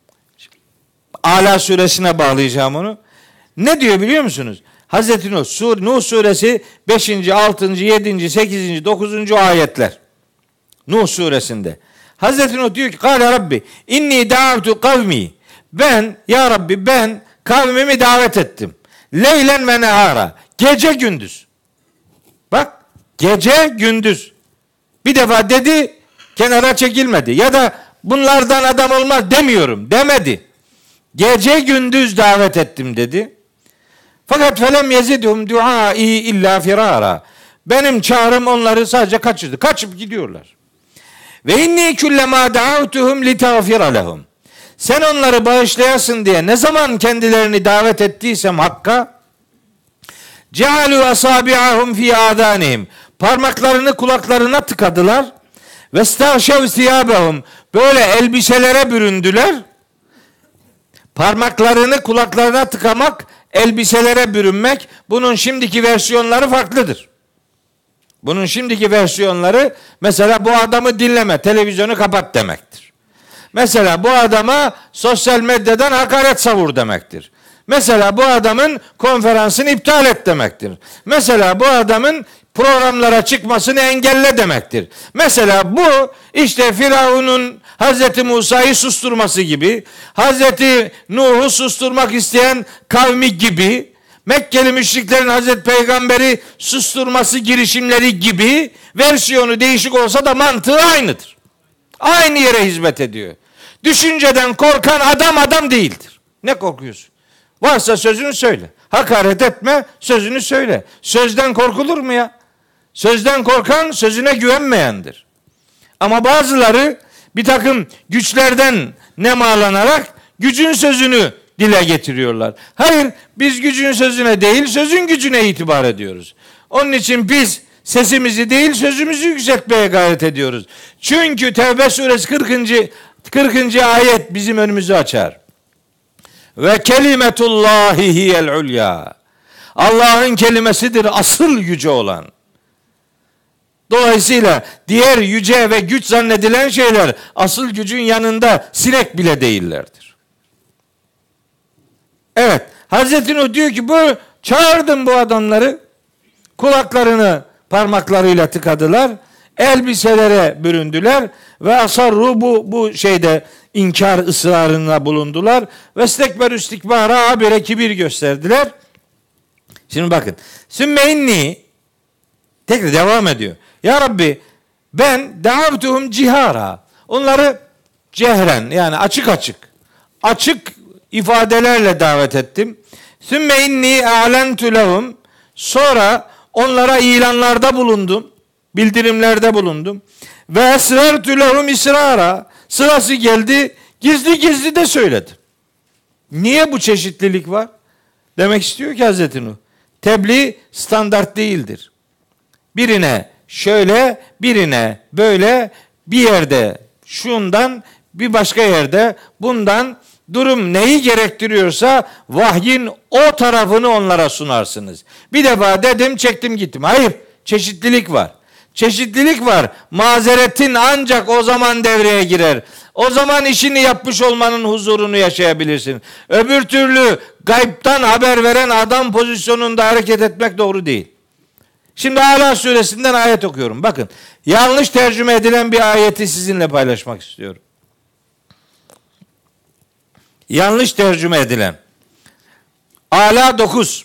Ala suresine bağlayacağım onu. Ne diyor biliyor musunuz? Hazreti Nuh, Sur, Nuh suresi beşinci, altıncı, yedinci, sekizinci, dokuzuncu ayetler. Nuh suresinde. Hazreti Nuh diyor ki: "Kâle Rabbi inni da'avtu kavmi." Ben, ya Rabbi, ben kavmimi davet ettim. Leylen ve nehara. Gece gündüz. Bak, gece gündüz. Bir defa dedi, kenara çekilmedi. Ya da bunlardan adam olmaz demiyorum demedi. Gece gündüz davet ettim dedi. Fakat felem yezidhum duai illa firara. Benim çağrım onları sadece kaçırdı. Kaçıp gidiyorlar. Ve inni kullema da'avtuhum litagfira lehum. Sen onları bağışlayasın diye ne zaman kendilerini davet ettiysem Hakk'a, cealu asabi'ahum fi adanihim. Parmaklarını kulaklarına tıkadılar. Ve stâşev siyâbehum. Böyle elbiselere büründüler. Parmaklarını kulaklarına tıkamak, elbiselere bürünmek, bunun şimdiki versiyonları farklıdır. Bunun şimdiki versiyonları mesela bu adamı dinleme, televizyonu kapat demektir. Mesela bu adama sosyal medyadan hakaret savur demektir. Mesela bu adamın konferansını iptal et demektir. Mesela bu adamın programlara çıkmasını engelle demektir. Mesela bu işte Firavun'un Hazreti Musa'yı susturması gibi, Hazreti Nuh'u susturmak isteyen kavmi gibi, Mekkeli müşriklerin Hazreti Peygamber'i susturması girişimleri gibi versiyonu değişik olsa da mantığı aynıdır. Aynı yere hizmet ediyor. Düşünceden korkan adam adam değildir. Ne korkuyorsun? Varsa sözünü söyle. Hakaret etme, sözünü söyle. Sözden korkulur mu ya? Sözden korkan sözüne güvenmeyendir. Ama bazıları bir takım güçlerden nemalanak gücün sözünü dile getiriyorlar. Hayır, biz gücün sözüne değil, sözün gücüne itibar ediyoruz. Onun için biz sesimizi değil, sözümüzü yükseltmeye gayret ediyoruz. Çünkü Tevbe suresi kırkıncı. kırkıncı ayet bizim önümüzü açar. Ve kelimetullahi hiyel ulya. Allah'ın kelimesidir asıl yüce olan. Dolayısıyla diğer yüce ve güç zannedilen şeyler asıl gücün yanında sinek bile değillerdir. Evet, Hazreti Nuh diyor ki bu çağırdım bu adamları, kulaklarını parmaklarıyla tıkadılar, elbiselere büründüler ve asarru bu bu şeyde inkar ısrarına bulundular ve stekber istikbara habire kibir gösterdiler. Şimdi bakın. Sümme inni tekrar devam ediyor. Ya Rabbi ben davtuhum cihara. Onları cehren yani açık açık açık ifadelerle davet ettim. Sümme inni a'lentu lehum. Sonra onlara ilanlarda bulundum. Bildirimlerde bulundum. Ve esrartu lehum israra. Sırası geldi gizli gizli de söyledim. Niye bu çeşitlilik var? Demek istiyor ki Hazreti Nuh, tebliğ standart değildir. Birine şöyle, birine böyle, bir yerde şundan, bir başka yerde bundan, durum neyi gerektiriyorsa vahyin o tarafını onlara sunarsınız. Bir defa dedim, çektim gittim. Hayır, çeşitlilik var. Çeşitlilik var. Mazeretin ancak o zaman devreye girer. O zaman işini yapmış olmanın huzurunu yaşayabilirsin. Öbür türlü gaybtan haber veren adam pozisyonunda hareket etmek doğru değil. Şimdi Ala suresinden ayet okuyorum. Bakın, yanlış tercüme edilen bir ayeti sizinle paylaşmak istiyorum. Yanlış tercüme edilen. Ala dokuz.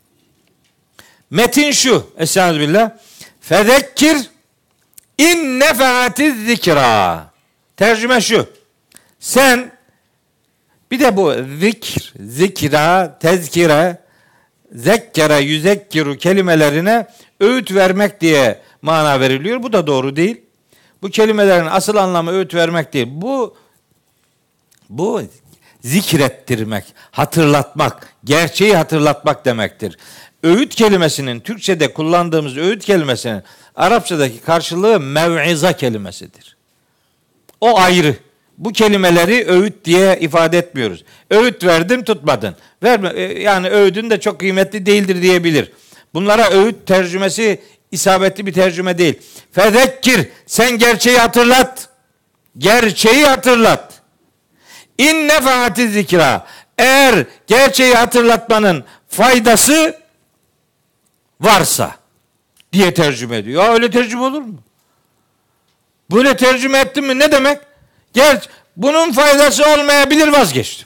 Metin şu. Estağfirullah. Fezekkir in nefaatiz zikra. Tercüme şu. Sen bir de bu zikr, zikra, tezkire, zekkere, yüzekkiru kelimelerine öğüt vermek diye mana veriliyor. Bu da doğru değil. Bu kelimelerin asıl anlamı öğüt vermek değil. Bu bu zikrettirmek, hatırlatmak, gerçeği hatırlatmak demektir. öğüt kelimesinin, Türkçe'de kullandığımız öğüt kelimesinin Arapçadaki karşılığı mev'iza kelimesidir. O ayrı. Bu kelimeleri öğüt diye ifade etmiyoruz. Öğüt verdim, tutmadın. Verme, yani öğüdün de çok kıymetli değildir diyebilir. Bunlara öğüt tercümesi isabetli bir tercüme değil. Fezekkir, sen gerçeği hatırlat. Gerçeği hatırlat. İn nefaati zikra. Eğer gerçeği hatırlatmanın faydası varsa diye tercüme ediyor. Ya öyle tercüme olur mu? Böyle tercüme ettin mi ne demek? Gel, bunun faydası olmayabilir, vazgeçtim.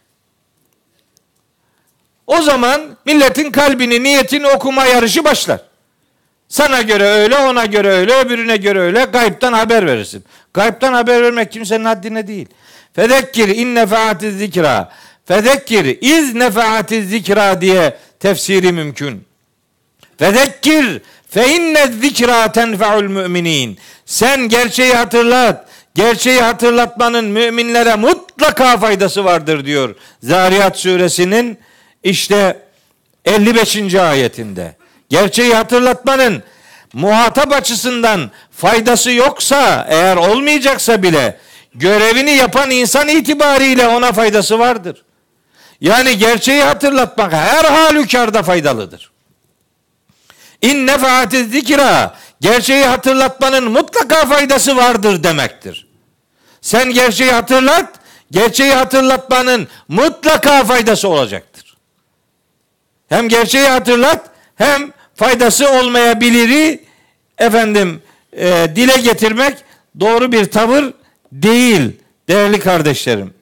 O zaman milletin kalbini, niyetini okuma yarışı başlar. Sana göre öyle, ona göre öyle, öbürüne göre öyle. Gaybtan haber verirsin. Gaybtan haber vermek kimsenin haddine değil. Fezekkir in nefaati zikra. Fezekkir iz nefaati zikra diye tefsiri mümkün. Fezekkir fe inne zikra tenfe'ul müminin. Sen gerçeği hatırlat. Gerçeği hatırlatmanın müminlere mutlaka faydası vardır diyor Zariyat suresinin işte elli beşinci ayetinde. Gerçeği hatırlatmanın muhatap açısından faydası yoksa, eğer olmayacaksa bile görevini yapan insan itibariyle ona faydası vardır. Yani gerçeği hatırlatmak her halükarda faydalıdır. İn nefaati zikra, gerçeği hatırlatmanın mutlaka faydası vardır demektir. Sen gerçeği hatırlat, gerçeği hatırlatmanın mutlaka faydası olacaktır. Hem gerçeği hatırlat, hem faydası olmayabiliri efendim e, dile getirmek doğru bir tavır değil değerli kardeşlerim.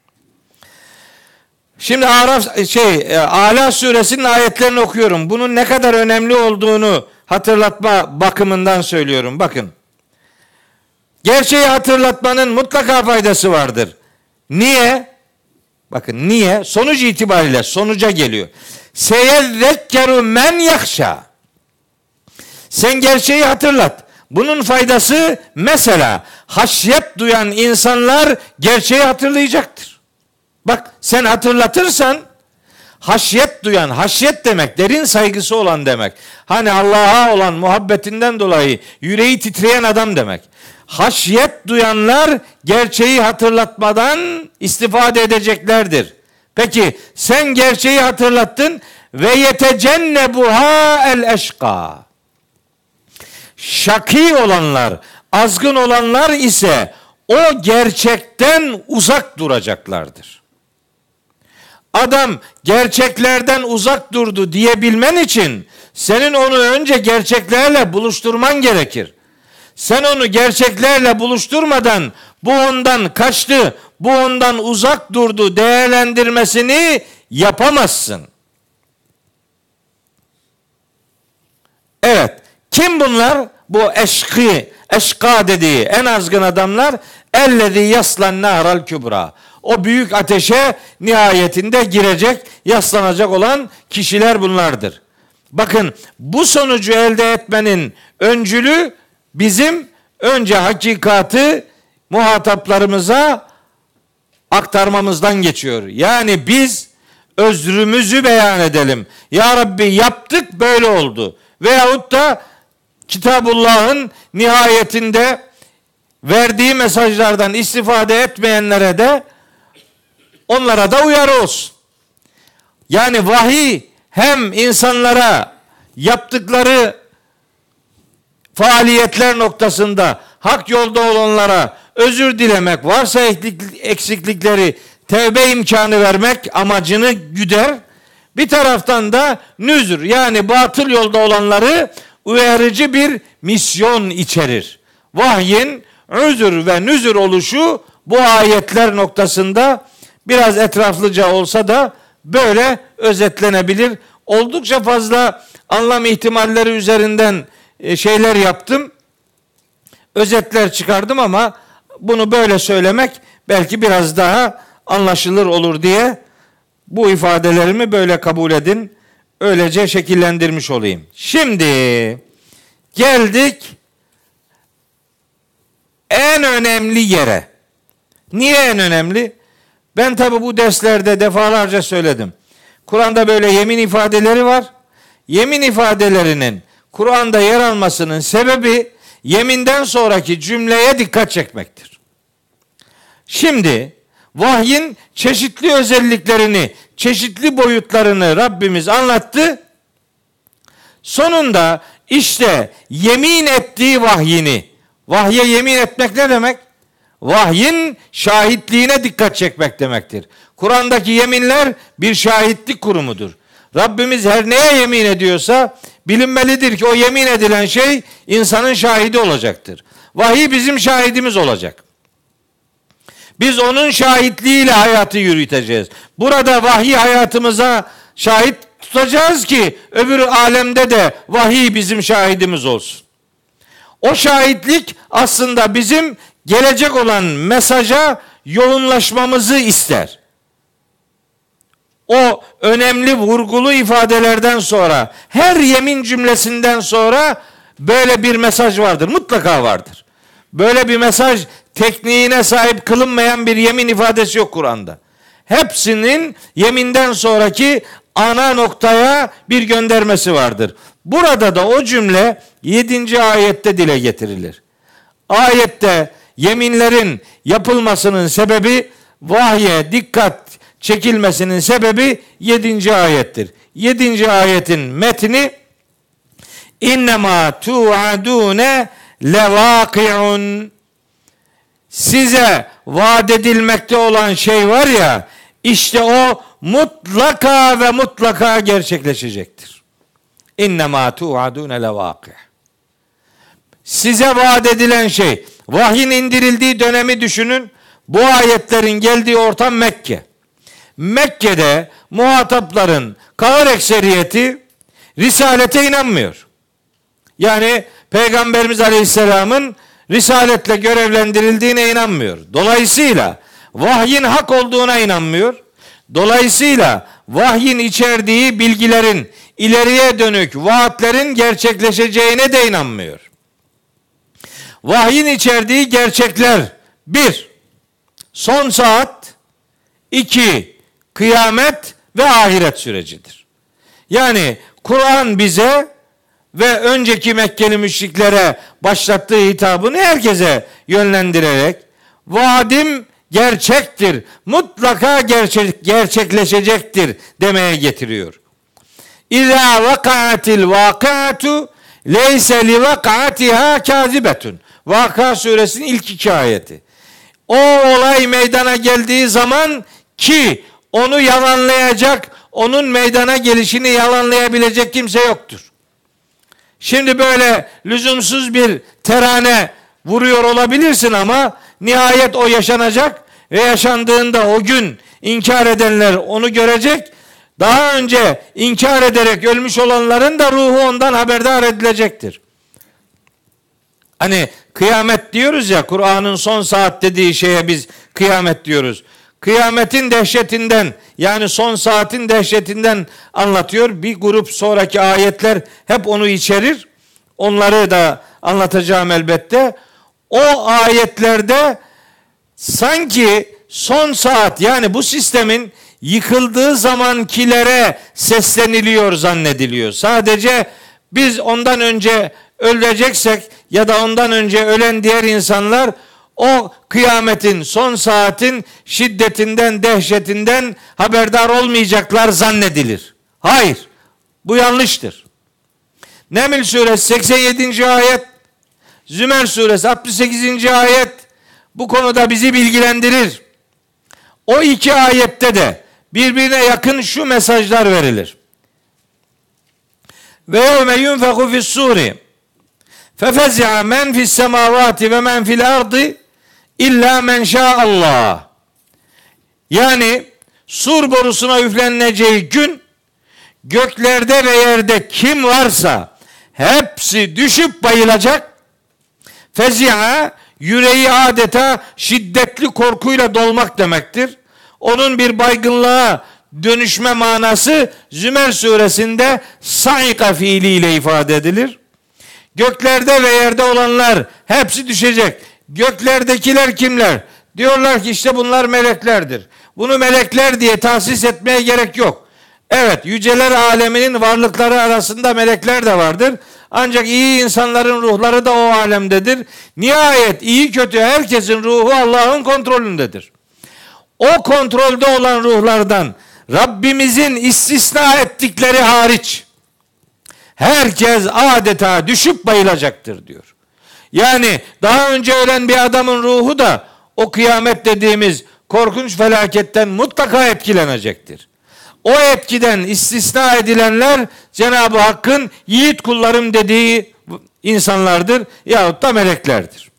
Şimdi Araf şey Ala suresinin ayetlerini okuyorum. Bunun ne kadar önemli olduğunu hatırlatma bakımından söylüyorum. Bakın. Gerçeği hatırlatmanın mutlaka faydası vardır. Niye? Bakın niye? Sonuç itibariyle sonuca geliyor. Seyezzekkeru men yahşa. Sen gerçeği hatırlat. Bunun faydası mesela haşyet duyan insanlar gerçeği hatırlayacaktır. Bak sen hatırlatırsan haşyet duyan, haşyet demek derin saygısı olan demek. Hani Allah'a olan muhabbetinden dolayı yüreği titreyen adam demek. Haşyet duyanlar gerçeği hatırlatmadan istifade edeceklerdir. Peki sen gerçeği hatırlattın ve yetecennebuha el eşka. Şaki olanlar, azgın olanlar ise o gerçekten uzak duracaklardır. Adam gerçeklerden uzak durdu diyebilmen için senin onu önce gerçeklerle buluşturman gerekir. Sen onu gerçeklerle buluşturmadan bu ondan kaçtı, bu ondan uzak durdu değerlendirmesini yapamazsın. Evet, kim bunlar? Bu eşkı, eşka dediği en azgın adamlar. Ellezî yaslan nâral kübra. O büyük ateşe nihayetinde girecek, yaslanacak olan kişiler bunlardır. Bakın bu sonucu elde etmenin öncülü bizim önce hakikatı muhataplarımıza aktarmamızdan geçiyor. Yani biz özrümüzü beyan edelim. Ya Rabbi yaptık, böyle oldu. Veyahut da Kitabullah'ın nihayetinde verdiği mesajlardan istifade etmeyenlere de onlara da uyarı olsun. Yani vahiy hem insanlara yaptıkları faaliyetler noktasında hak yolda olanlara özür dilemek, varsa eksiklikleri tevbe imkanı vermek amacını güder. Bir taraftan da nüzür, yani batıl yolda olanları uyarıcı bir misyon içerir. Vahyin üzür ve nüzür oluşu bu ayetler noktasında biraz etraflıca olsa da böyle özetlenebilir. Oldukça fazla anlam ihtimalleri üzerinden şeyler yaptım. Özetler çıkardım ama bunu böyle söylemek belki biraz daha anlaşılır olur diye bu ifadelerimi böyle kabul edin. Öylece şekillendirmiş olayım. Şimdi geldik en önemli yere. Niye en önemli? Ben tabi bu derslerde defalarca söyledim. Kur'an'da böyle yemin ifadeleri var. yemin ifadelerinin Kur'an'da yer almasının sebebi yeminden sonraki cümleye dikkat çekmektir. Şimdi vahyin çeşitli özelliklerini, çeşitli boyutlarını Rabbimiz anlattı. Sonunda işte yemin ettiği vahyini, vahye yemin etmek ne demek? Vahyin şahitliğine dikkat çekmek demektir. Kur'an'daki yeminler bir şahitlik kurumudur. Rabbimiz her neye yemin ediyorsa bilinmelidir ki o yemin edilen şey insanın şahidi olacaktır. Vahiy bizim şahidimiz olacak. Biz onun şahitliğiyle hayatı yürüteceğiz. Burada vahiy hayatımıza şahit tutacağız ki öbür alemde de vahiy bizim şahidimiz olsun. O şahitlik aslında bizim gelecek olan mesaja yoğunlaşmamızı ister. O önemli vurgulu ifadelerden sonra, her yemin cümlesinden sonra böyle bir mesaj vardır. Mutlaka vardır. Böyle bir mesaj tekniğine sahip kılınmayan bir yemin ifadesi yok Kur'an'da. Hepsinin yeminden sonraki ana noktaya bir göndermesi vardır. Burada da o cümle yedinci ayette dile getirilir. Ayette yeminlerin yapılmasının sebebi, vahye dikkat çekilmesinin sebebi yedinci ayettir. yedinci ayetin metni İnnemâ tu'adûne levâki'un. Size vaat edilmekte olan şey var ya, işte o mutlaka ve mutlaka gerçekleşecektir. İnnemâ tu'adûne levâki'. Size vaat edilen şey, vahyin indirildiği dönemi düşünün. Bu ayetlerin geldiği ortam Mekke. Mekke'de muhatapların kahır ekseriyeti risalete inanmıyor. Yani Peygamberimiz Aleyhisselam'ın risaletle görevlendirildiğine inanmıyor. Dolayısıyla vahyin hak olduğuna inanmıyor. Dolayısıyla vahyin içerdiği bilgilerin ileriye dönük vaatlerin gerçekleşeceğine de inanmıyor. Vahyin içerdiği gerçekler: bir, son saat; iki, kıyamet ve ahiret sürecidir. Yani Kur'an bize ve önceki Mekkeli müşriklere başlattığı hitabını herkese yönlendirerek vaadim gerçektir, mutlaka gerçek, gerçekleşecektir demeye getiriyor. İzâ vaka'atil vâkâtu leyse li vaka'atiha kâzibetun. Vaka suresinin ilk iki ayeti. O olay meydana geldiği zaman ki onu yalanlayacak, onun meydana gelişini yalanlayabilecek kimse yoktur. Şimdi böyle lüzumsuz bir terane vuruyor olabilirsin ama nihayet o yaşanacak ve yaşandığında o gün inkar edenler onu görecek. Daha önce inkar ederek ölmüş olanların da ruhu ondan haberdar edilecektir. Hani kıyamet diyoruz ya, Kur'an'ın son saat dediği şeye biz kıyamet diyoruz. Kıyametin dehşetinden, yani son saatin dehşetinden anlatıyor. Bir grup sonraki ayetler hep onu içerir. Onları da anlatacağım elbette. O ayetlerde sanki son saat, yani bu sistemin yıkıldığı zamankilere sesleniliyor zannediliyor. Sadece biz ondan önce öleceksek ya da ondan önce ölen diğer insanlar o kıyametin, son saatin şiddetinden, dehşetinden haberdar olmayacaklar zannedilir. Hayır, bu yanlıştır. Neml suresi seksen yedinci ayet, Zümer suresi altmış sekizinci ayet bu konuda bizi bilgilendirir. O iki ayette de birbirine yakın şu mesajlar verilir. Ve yevme yunfeku fis-suri fefezi'a men fis-semavati ve men fil-ardı illa men şa'allah. Yani sur borusuna üfleneceği gün göklerde ve yerde kim varsa hepsi düşüp bayılacak. Fezi'a, yüreği adeta şiddetli korkuyla dolmak demektir. Onun bir baygınlığa dönüşme manası Zümer suresinde saika fiiliyle ifade edilir. Göklerde ve yerde olanlar hepsi düşecek. Göklerdekiler kimler? Diyorlar ki işte bunlar meleklerdir. Bunu melekler diye tahsis etmeye gerek yok. Evet, yüceler aleminin varlıkları arasında melekler de vardır. Ancak iyi insanların ruhları da o alemdedir. Nihayet iyi kötü herkesin ruhu Allah'ın kontrolündedir. O kontrolde olan ruhlardan Rabbimizin istisna ettikleri hariç herkes adeta düşüp bayılacaktır diyor. Yani daha önce ölen bir adamın ruhu da o kıyamet dediğimiz korkunç felaketten mutlaka etkilenecektir. O etkiden istisna edilenler Cenab-ı Hakk'ın yiğit kullarım dediği insanlardır yahut da meleklerdir.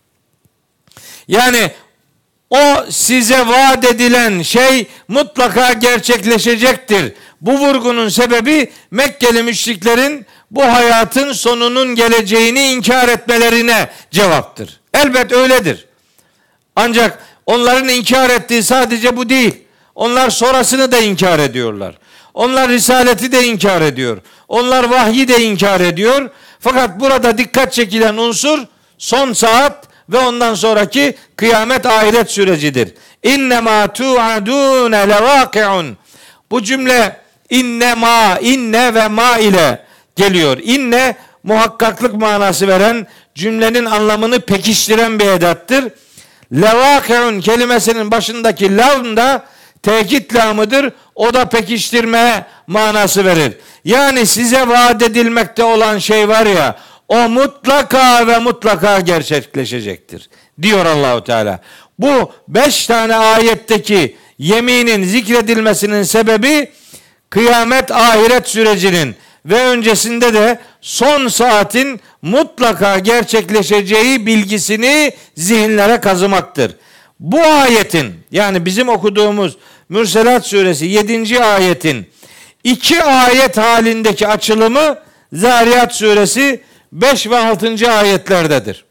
Yani o size vaat edilen şey mutlaka gerçekleşecektir. Bu vurgunun sebebi Mekkeli müşriklerin bu hayatın sonunun geleceğini inkar etmelerine cevaptır. Elbet öyledir. Ancak onların inkar ettiği sadece bu değil. Onlar sonrasını da inkar ediyorlar. Onlar risaleti de inkar ediyor. Onlar vahyi de inkar ediyor. Fakat burada dikkat çekilen unsur son saat ve ondan sonraki kıyamet ahiret sürecidir. İnnemâ tu'adûne levâki'un. Bu cümle innema, inne ve ma ile geliyor. İnne muhakkaklık manası veren, cümlenin anlamını pekiştiren bir edattır. Levâki'un kelimesinin başındaki lam da tekit lamıdır. O da pekiştirmeye manası verir. Yani size vaat edilmekte olan şey var ya, o mutlaka ve mutlaka gerçekleşecektir diyor Allahu Teala. Bu beş tane ayetteki yeminin zikredilmesinin sebebi kıyamet ahiret sürecinin ve öncesinde de son saatin mutlaka gerçekleşeceği bilgisini zihinlere kazımaktır. Bu ayetin, yani bizim okuduğumuz Mürselat suresi yedinci ayetin iki ayet halindeki açılımı Zariyat suresi beş ve altıncı ayetlerdedir.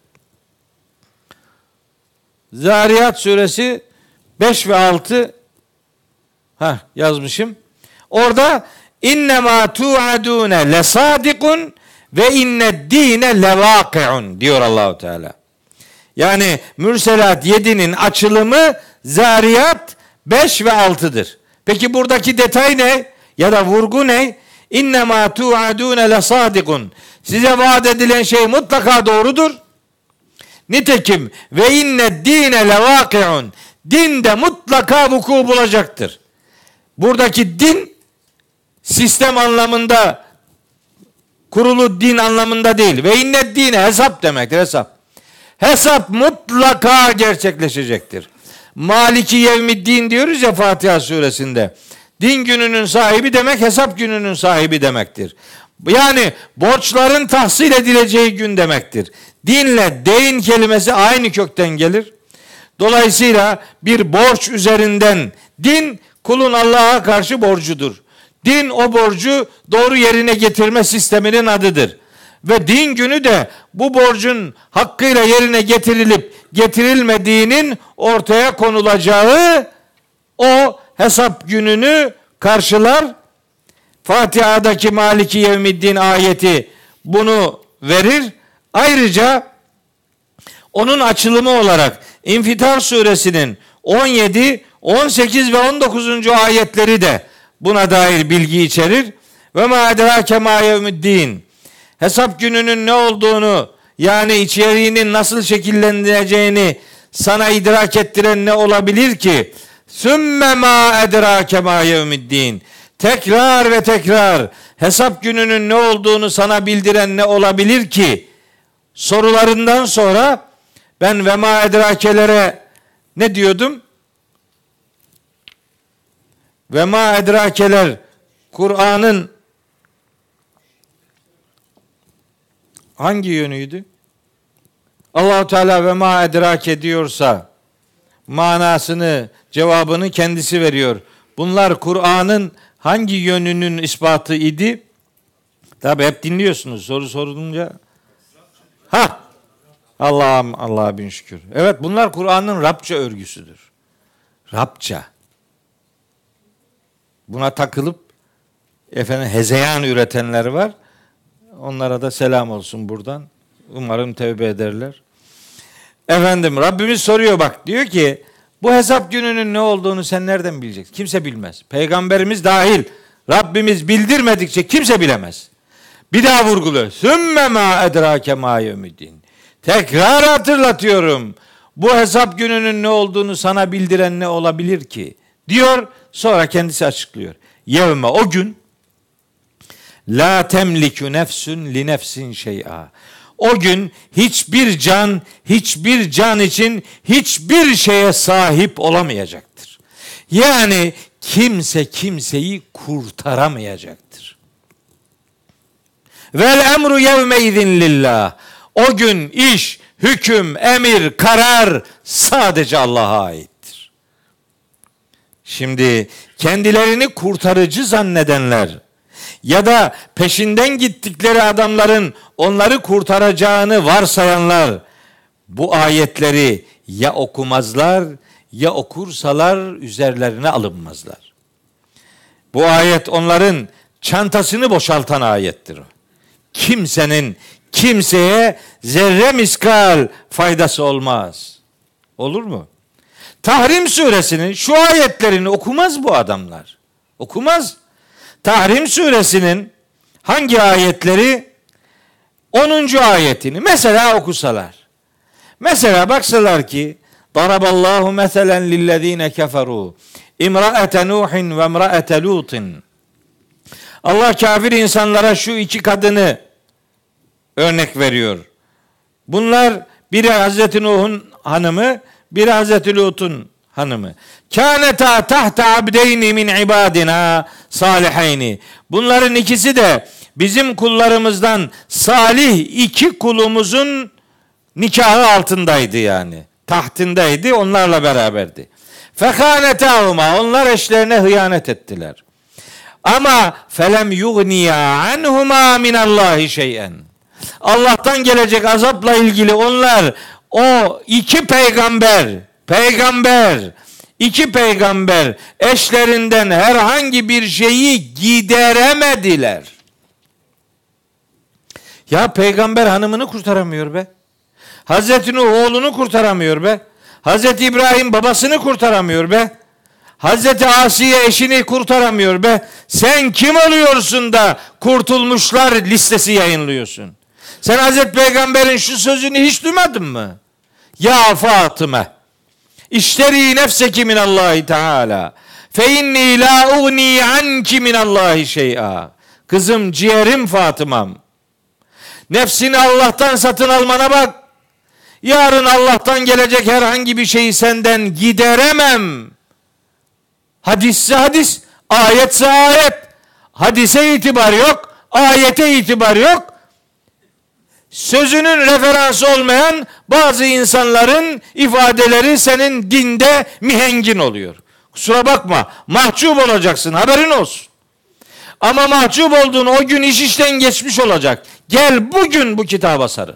Zariyat suresi beş ve altı ha yazmışım. Orada innema tu'adune lesadikun ve inned dine levakiun diyor Allahu Teala. Yani Mürselat yedinin açılımı Zariyat beş ve altıdır. Peki buradaki detay ne? Ya da vurgu ne? İnnemâ tu'adûne lesadikun. Size vaat edilen şey mutlaka doğrudur. Nitekim ve inne dine levakiun. Din de mutlaka vuku bulacaktır. Buradaki din sistem anlamında, kurulu din anlamında değil. Ve inne dine hesap demektir, hesap. Hesap mutlaka gerçekleşecektir. Maliki yevmiddin diyoruz ya Fatiha suresinde. Din gününün sahibi demek hesap gününün sahibi demektir. Yani borçların tahsil edileceği gün demektir. Dinle deyin kelimesi aynı kökten gelir. Dolayısıyla bir borç üzerinden din kulun Allah'a karşı borcudur. Din o borcu doğru yerine getirme sisteminin adıdır. Ve din günü de bu borcun hakkıyla yerine getirilip getirilmediğinin ortaya konulacağı o hesap gününü karşılar. Fatiha'daki Maliki Yevmiddin ayeti bunu verir. Ayrıca onun açılımı olarak İnfitar suresinin on yedi, on sekiz ve on dokuzuncu ayetleri de buna dair bilgi içerir. Ve ma edrake ma yevmiddin. Hesap gününün ne olduğunu, yani içeriğinin nasıl şekilleneceğini sana idrak ettiren ne olabilir ki? Sümme ma edrake ma yevmiddin. Tekrar ve tekrar hesap gününün ne olduğunu sana bildiren ne olabilir ki? Sorularından sonra ben ve ma edrakelere ne diyordum? Ve ma edrakeler Kur'an'ın hangi yönüydü? Allah-u Teala ve ma edrake diyorsa manasını, cevabını kendisi veriyor. Bunlar Kur'an'ın hangi yönünün ispatı idi? Tabi hep dinliyorsunuz soru sorulunca. Ha, Allah'ım, Allah'a bin şükür. Evet, bunlar Kur'an'ın Rabça örgüsüdür. Rabça. Buna takılıp efendim hezeyan üretenler var. Onlara da selam olsun buradan. Umarım tevbe ederler. Efendim Rabbimiz soruyor bak. Diyor ki bu hesap gününün ne olduğunu sen nereden bileceksin? Kimse bilmez. Peygamberimiz dahil. Rabbimiz bildirmedikçe kimse bilemez. Bir daha vurguluyor. Sümme ma edrake ma yevmiddin. Tekrar hatırlatıyorum. Bu hesap gününün ne olduğunu sana bildiren ne olabilir ki? Diyor, sonra kendisi açıklıyor. Yevme, o gün la temliku nefsün li nefsin şey'a. O gün hiçbir can, hiçbir can için hiçbir şeye sahip olamayacaktır. Yani kimse kimseyi kurtaramayacaktır. Vel emru yevme izin lillah. O gün iş, hüküm, emir, karar sadece Allah'a aittir. Şimdi kendilerini kurtarıcı zannedenler ya da peşinden gittikleri adamların onları kurtaracağını varsayanlar bu ayetleri ya okumazlar ya okursalar üzerlerine alınmazlar. Bu ayet onların çantasını boşaltan ayettir. Kimsenin kimseye zerre miskal faydası olmaz. Olur mu? Tahrim suresinin şu ayetlerini okumaz bu adamlar. Okumaz. Tahrim suresinin hangi ayetleri? onuncu ayetini mesela okusalar. Mesela baksalar ki Daraballahu meselen lillezine keferu imraate Nuhin ve imraate Lutin. Allah kafir insanlara şu iki kadını örnek veriyor. Bunlar biri Hazreti Nuh'un hanımı, biri Hazreti Lut'un hanımı. Kâneta tahta abdeyni min ibadina salihayni. Bunların ikisi de bizim kullarımızdan salih iki kulumuzun nikahı altındaydı yani. Tahtındaydı, onlarla beraberdi. Fekânetâhuma, onlar eşlerine hıyanet ettiler. Ama felem yugniya anhuma minallahi şey'en. Allah'tan gelecek azapla ilgili onlar o iki peygamber, peygamber, iki peygamber eşlerinden herhangi bir şeyi gideremediler. Ya peygamber hanımını kurtaramıyor be. Hazreti Nuh oğlunu kurtaramıyor be. Hazreti İbrahim babasını kurtaramıyor be. Hazreti Asiye eşini kurtaramıyor be. Sen kim oluyorsun da kurtulmuşlar listesi yayınlıyorsun? Sen Hazreti Peygamber'in şu sözünü hiç duymadın mı? Ya Fatıma, işteri nefseki minallahi teala fe inni la ugni anki minallahi şey'a. Kızım, ciğerim Fatıma'm, nefsini Allah'tan satın almana bak. Yarın Allah'tan gelecek herhangi bir şeyi senden gideremem. Hadisse hadis, ayetse ayet. Hadise itibar yok, ayete itibar yok. Sözünün referansı olmayan bazı insanların ifadeleri senin dinde mihengin oluyor. Kusura bakma, mahcup olacaksın, haberin olsun. Ama mahcup olduğun o gün iş işten geçmiş olacak. Gel bugün bu kitaba sarıl.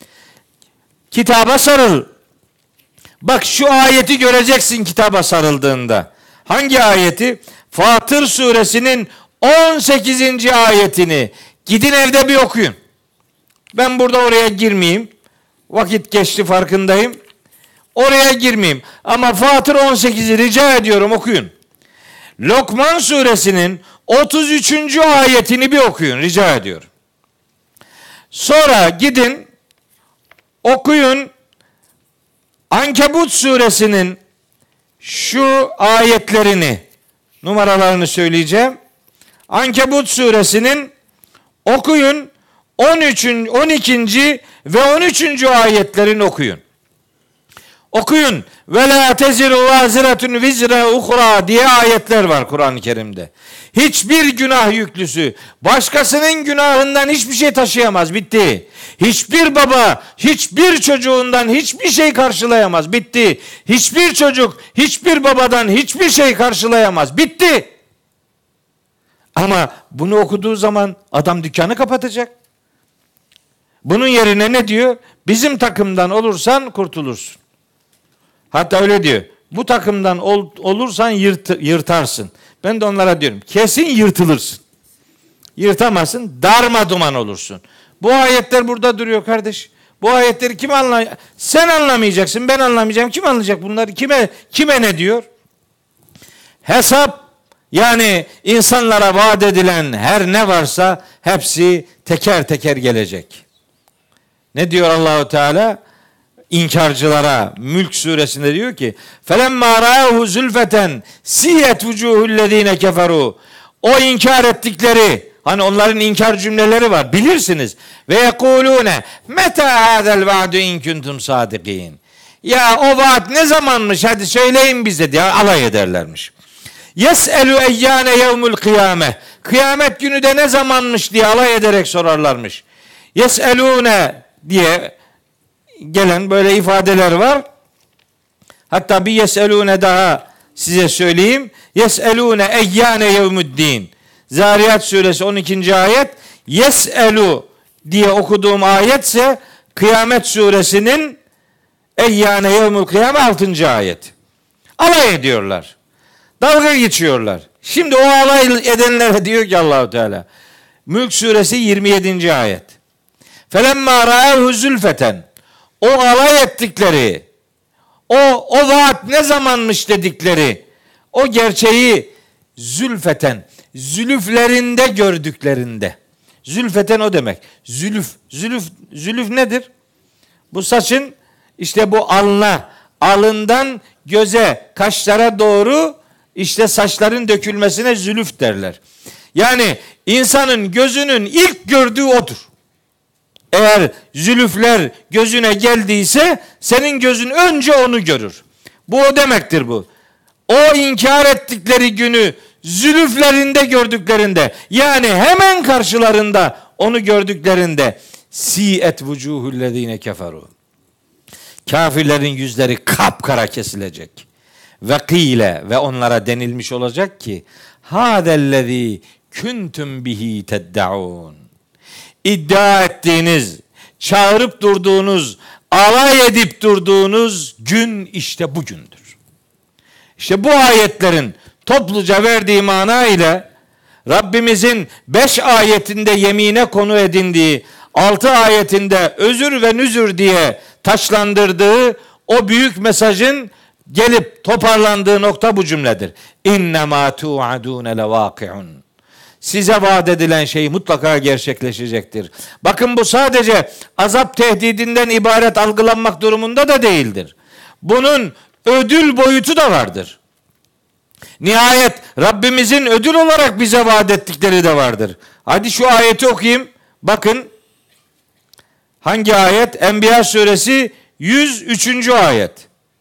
Kitaba sarıl. Bak şu ayeti göreceksin kitaba sarıldığında. Hangi ayeti? Fatır suresinin on sekizinci ayetini gidin evde bir okuyun. Ben burada oraya girmeyeyim. Vakit geçti, farkındayım. Oraya girmeyeyim. Ama Fatır on sekizi rica ediyorum okuyun. Lokman suresinin otuz üçüncü ayetini bir okuyun rica ediyorum. Sonra gidin okuyun Ankebut suresinin şu ayetlerini, numaralarını söyleyeceğim. Ankebut suresinin okuyun on üçüncü, on ikinci ve on üçüncü ayetlerini okuyun. Okuyun. Ve la teziru vaziretun vizre uhra diye ayetler var Kur'an-ı Kerim'de. Hiçbir günah yüklüsü başkasının günahından hiçbir şey taşıyamaz. Bitti. Hiçbir baba hiçbir çocuğundan hiçbir şey karşılayamaz. Bitti. Hiçbir çocuk hiçbir babadan hiçbir şey karşılayamaz. Bitti. Ama bunu okuduğu zaman adam dükkanı kapatacak. Bunun yerine ne diyor? Bizim takımdan olursan kurtulursun. Hatta öyle diyor. Bu takımdan ol, olursan yırt, yırtarsın. Ben de onlara diyorum. Kesin yırtılırsın. Yırtamazsın. Darma duman olursun. Bu ayetler burada duruyor kardeş. Bu ayetleri kim anlayacak? Sen anlamayacaksın. Ben anlamayacağım. Kim anlayacak bunları? Kime kime ne diyor? Hesap Yani insanlara vaat edilen her ne varsa hepsi teker teker gelecek. Ne diyor Allahu Teala? İnkarcılara Mülk suresinde diyor ki: "Felemma ra'ahu zulfeten siyet vucuhullezine keferu." O inkar ettikleri, hani onların inkar cümleleri var, bilirsiniz. Ve yekulune meta hadal va'du in kuntum sadikin. Ya o vaat ne zamanmış? Hadi söyleyin bize diye alay ederlermiş. Yes'elu eyyane yevmul kıyame. Kıyamet günü de ne zamanmış diye alay ederek sorarlarmış. Yes'elune diye gelen böyle ifadeler var. Hatta bir yes'elune daha size söyleyeyim. Yes'elune eyyane yevmuddin. Zariyat suresi on ikinci ayet. Yes'elu diye okuduğum ayetse Kıyamet suresinin eyyane yevmul kıyame altıncı ayet. Alay ediyorlar. Dalga geçiyorlar. Şimdi o alay edenlere diyor ki Allahu Teala, Mülk suresi yirmi yedinci ayet. Felemma ra'ahu zulfeten. O alay ettikleri, o o vaat ne zamanmış dedikleri, o gerçeği zülfeten, zülüflerinde gördüklerinde. Zülfeten o demek. Zülüf, zülüf, zülüf nedir? Bu saçın işte bu alına, alından göze, kaşlara doğru işte saçların dökülmesine zülüf derler. Yani insanın gözünün ilk gördüğü odur. Eğer zülüfler gözüne geldiyse senin gözün önce onu görür. Bu o demektir bu. O inkar ettikleri günü zülüflerinde gördüklerinde, yani hemen karşılarında onu gördüklerinde si'et vucuhullezine keferu. Kafirlerin yüzleri kapkara kesilecek. Ve kîle, ve onlara denilmiş olacak ki hâzellezî kuntum bihi teddaun. İddia ettiğiniz, çağırıp durduğunuz, alay edip durduğunuz gün işte bugündür. İşte bu ayetlerin topluca verdiği mana ile Rabbimizin beş ayetinde yemine konu edindiği, altı ayetinde özür ve nüzür diye taçlandırdığı o büyük mesajın gelip toparlandığı nokta bu cümledir. İnnemâ tu'adûne levâki'un. Size vaat edilen şey mutlaka gerçekleşecektir. Bakın bu sadece azap tehdidinden ibaret algılanmak durumunda da değildir. Bunun ödül boyutu da vardır. Nihayet Rabbimizin ödül olarak bize vaat ettikleri de vardır. Hadi şu ayeti okuyayım. Bakın. Hangi ayet? Enbiya suresi yüz üçüncü ayet.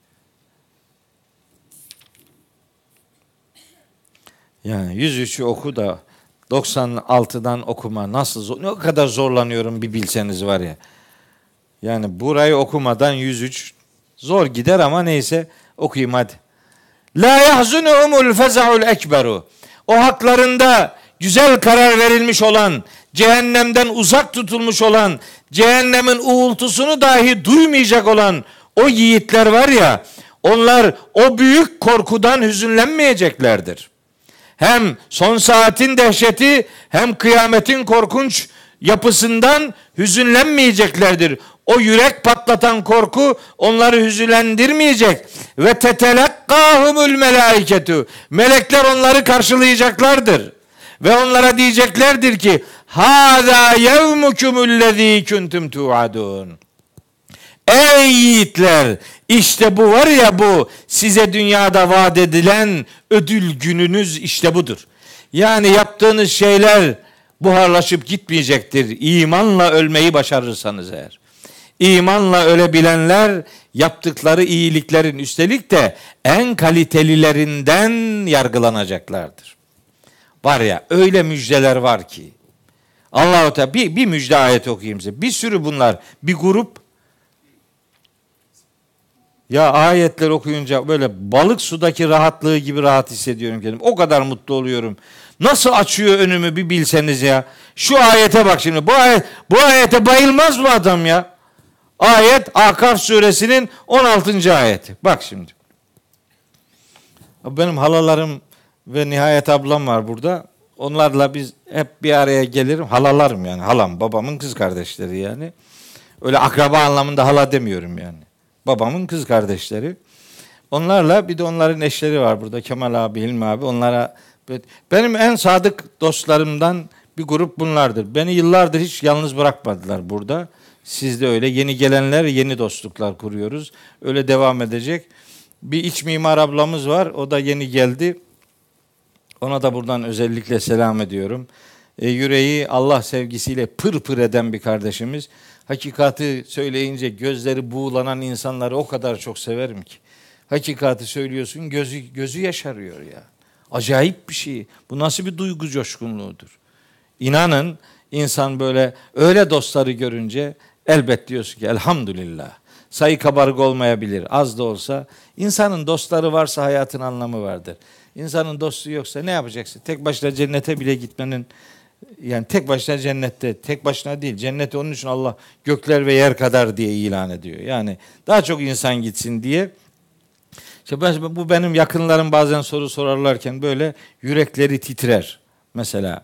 Yani yüz üçü oku da doksan altıdan okuma nasıl zor, ne kadar zorlanıyorum bir bilseniz var ya. Yani burayı okumadan yüz üç zor gider ama neyse okuyayım hadi. La yahzunuhumul feza'ul ekberu. O haklarında güzel karar verilmiş olan, cehennemden uzak tutulmuş olan, cehennemin uğultusunu dahi duymayacak olan o yiğitler var ya, onlar o büyük korkudan hüzünlenmeyeceklerdir. Hem son saatin dehşeti hem kıyametin korkunç yapısından hüzünlenmeyeceklerdir. O yürek patlatan korku onları hüzünlendirmeyecek. Ve tetelekkâhumul melâiketu. Melekler onları karşılayacaklardır. Ve onlara diyeceklerdir ki hâzâ yevmukumullezî kuntum tu'adûn. Ey yiğitler, işte bu var ya, bu size dünyada vaat edilen ödül gününüz işte budur. Yani yaptığınız şeyler buharlaşıp gitmeyecektir. İmanla ölmeyi başarırsanız eğer. İmanla ölebilenler yaptıkları iyiliklerin üstelik de en kalitelilerinden yargılanacaklardır. Var ya, öyle müjdeler var ki. Allah-u Teala bir, bir müjde ayet okuyayım size. Bir sürü bunlar, bir grup. Ya ayetler okuyunca böyle balık sudaki rahatlığı gibi rahat hissediyorum kendimi. O kadar mutlu oluyorum. Nasıl açıyor önümü bir bilseniz ya. Şu ayete bak şimdi. Bu ayet, bu ayete bayılmaz mı adam ya? Ayet Akaf suresinin on altıncı ayeti. Bak şimdi. Benim halalarım ve Nihayet ablam var burada. Onlarla biz hep bir araya gelirim. Halalarım yani. Halam, babamın kız kardeşleri yani. Öyle akraba anlamında hala demiyorum yani. Babamın kız kardeşleri. Onlarla bir de onların eşleri var burada. Kemal abi, Hilmi abi. Onlara Benim en sadık dostlarımdan bir grup bunlardır. Beni yıllardır hiç yalnız bırakmadılar burada. Siz de öyle. Yeni gelenler, yeni dostluklar kuruyoruz. Öyle devam edecek. Bir iç mimar ablamız var. O da yeni geldi. Ona da buradan özellikle selam ediyorum. E, yüreği Allah sevgisiyle pır pır eden bir kardeşimiz. Hakikati söyleyince gözleri buğulanan insanları o kadar çok severim ki. Hakikati söylüyorsun, gözü gözü yaşarıyor ya. Acayip bir şey. Bu nasıl bir duygu coşkunluğudur. İnanın insan böyle öyle dostları görünce elbet diyorsun ki elhamdülillah. Sayı kabarık olmayabilir, az da olsa. İnsanın dostları varsa hayatın anlamı vardır. İnsanın dostu yoksa ne yapacaksın? Tek başına cennete bile gitmenin, yani tek başına cennette, tek başına değil. Cenneti onun için Allah gökler ve yer kadar diye ilan ediyor. Yani daha çok insan gitsin diye. İşte ben, bu benim yakınlarım bazen soru sorarlarken böyle yürekleri titrer. Mesela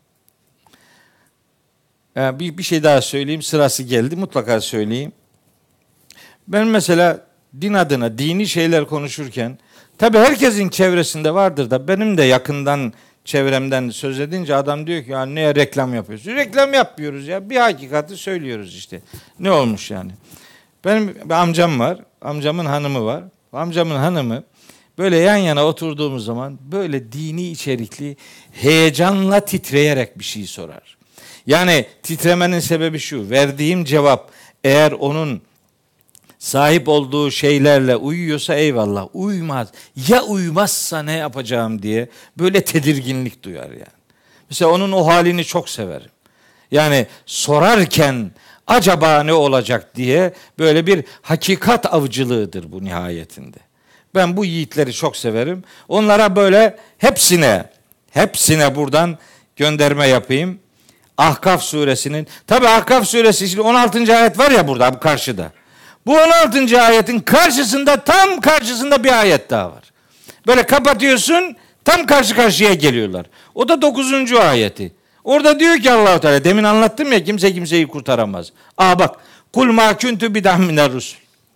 yani bir, bir şey daha söyleyeyim, sırası geldi, mutlaka söyleyeyim. Ben mesela din adına dini şeyler konuşurken, tabii herkesin çevresinde vardır da benim de yakından çevremden söz edince adam diyor ki ya neye reklam yapıyorsun? Reklam yapmıyoruz ya, bir hakikati söylüyoruz işte. Ne olmuş yani? Benim bir amcam var, amcamın hanımı var. Amcamın hanımı böyle yan yana oturduğumuz zaman böyle dini içerikli heyecanla titreyerek bir şey sorar. Yani titremenin sebebi şu: verdiğim cevap eğer onun sahip olduğu şeylerle uyuyorsa eyvallah, uymaz. Ya uymazsa ne yapacağım diye böyle tedirginlik duyar yani. Mesela onun o halini çok severim. Yani sorarken acaba ne olacak diye böyle bir hakikat avcılığıdır bu nihayetinde. Ben bu yiğitleri çok severim. Onlara böyle hepsine, hepsine buradan gönderme yapayım. Ahkaf suresinin, tabi Ahkaf suresi şimdi on altıncı ayet var ya burada karşıda. Bu on altıncı ayetin karşısında, tam karşısında bir ayet daha var. Böyle kapatıyorsun, tam karşı karşıya geliyorlar. O da dokuzuncu ayeti. Orada diyor ki Allah-u Teala, demin anlattım ya, kimse kimseyi kurtaramaz. Aa bak, kul ma kuntu bid'an miner rusul.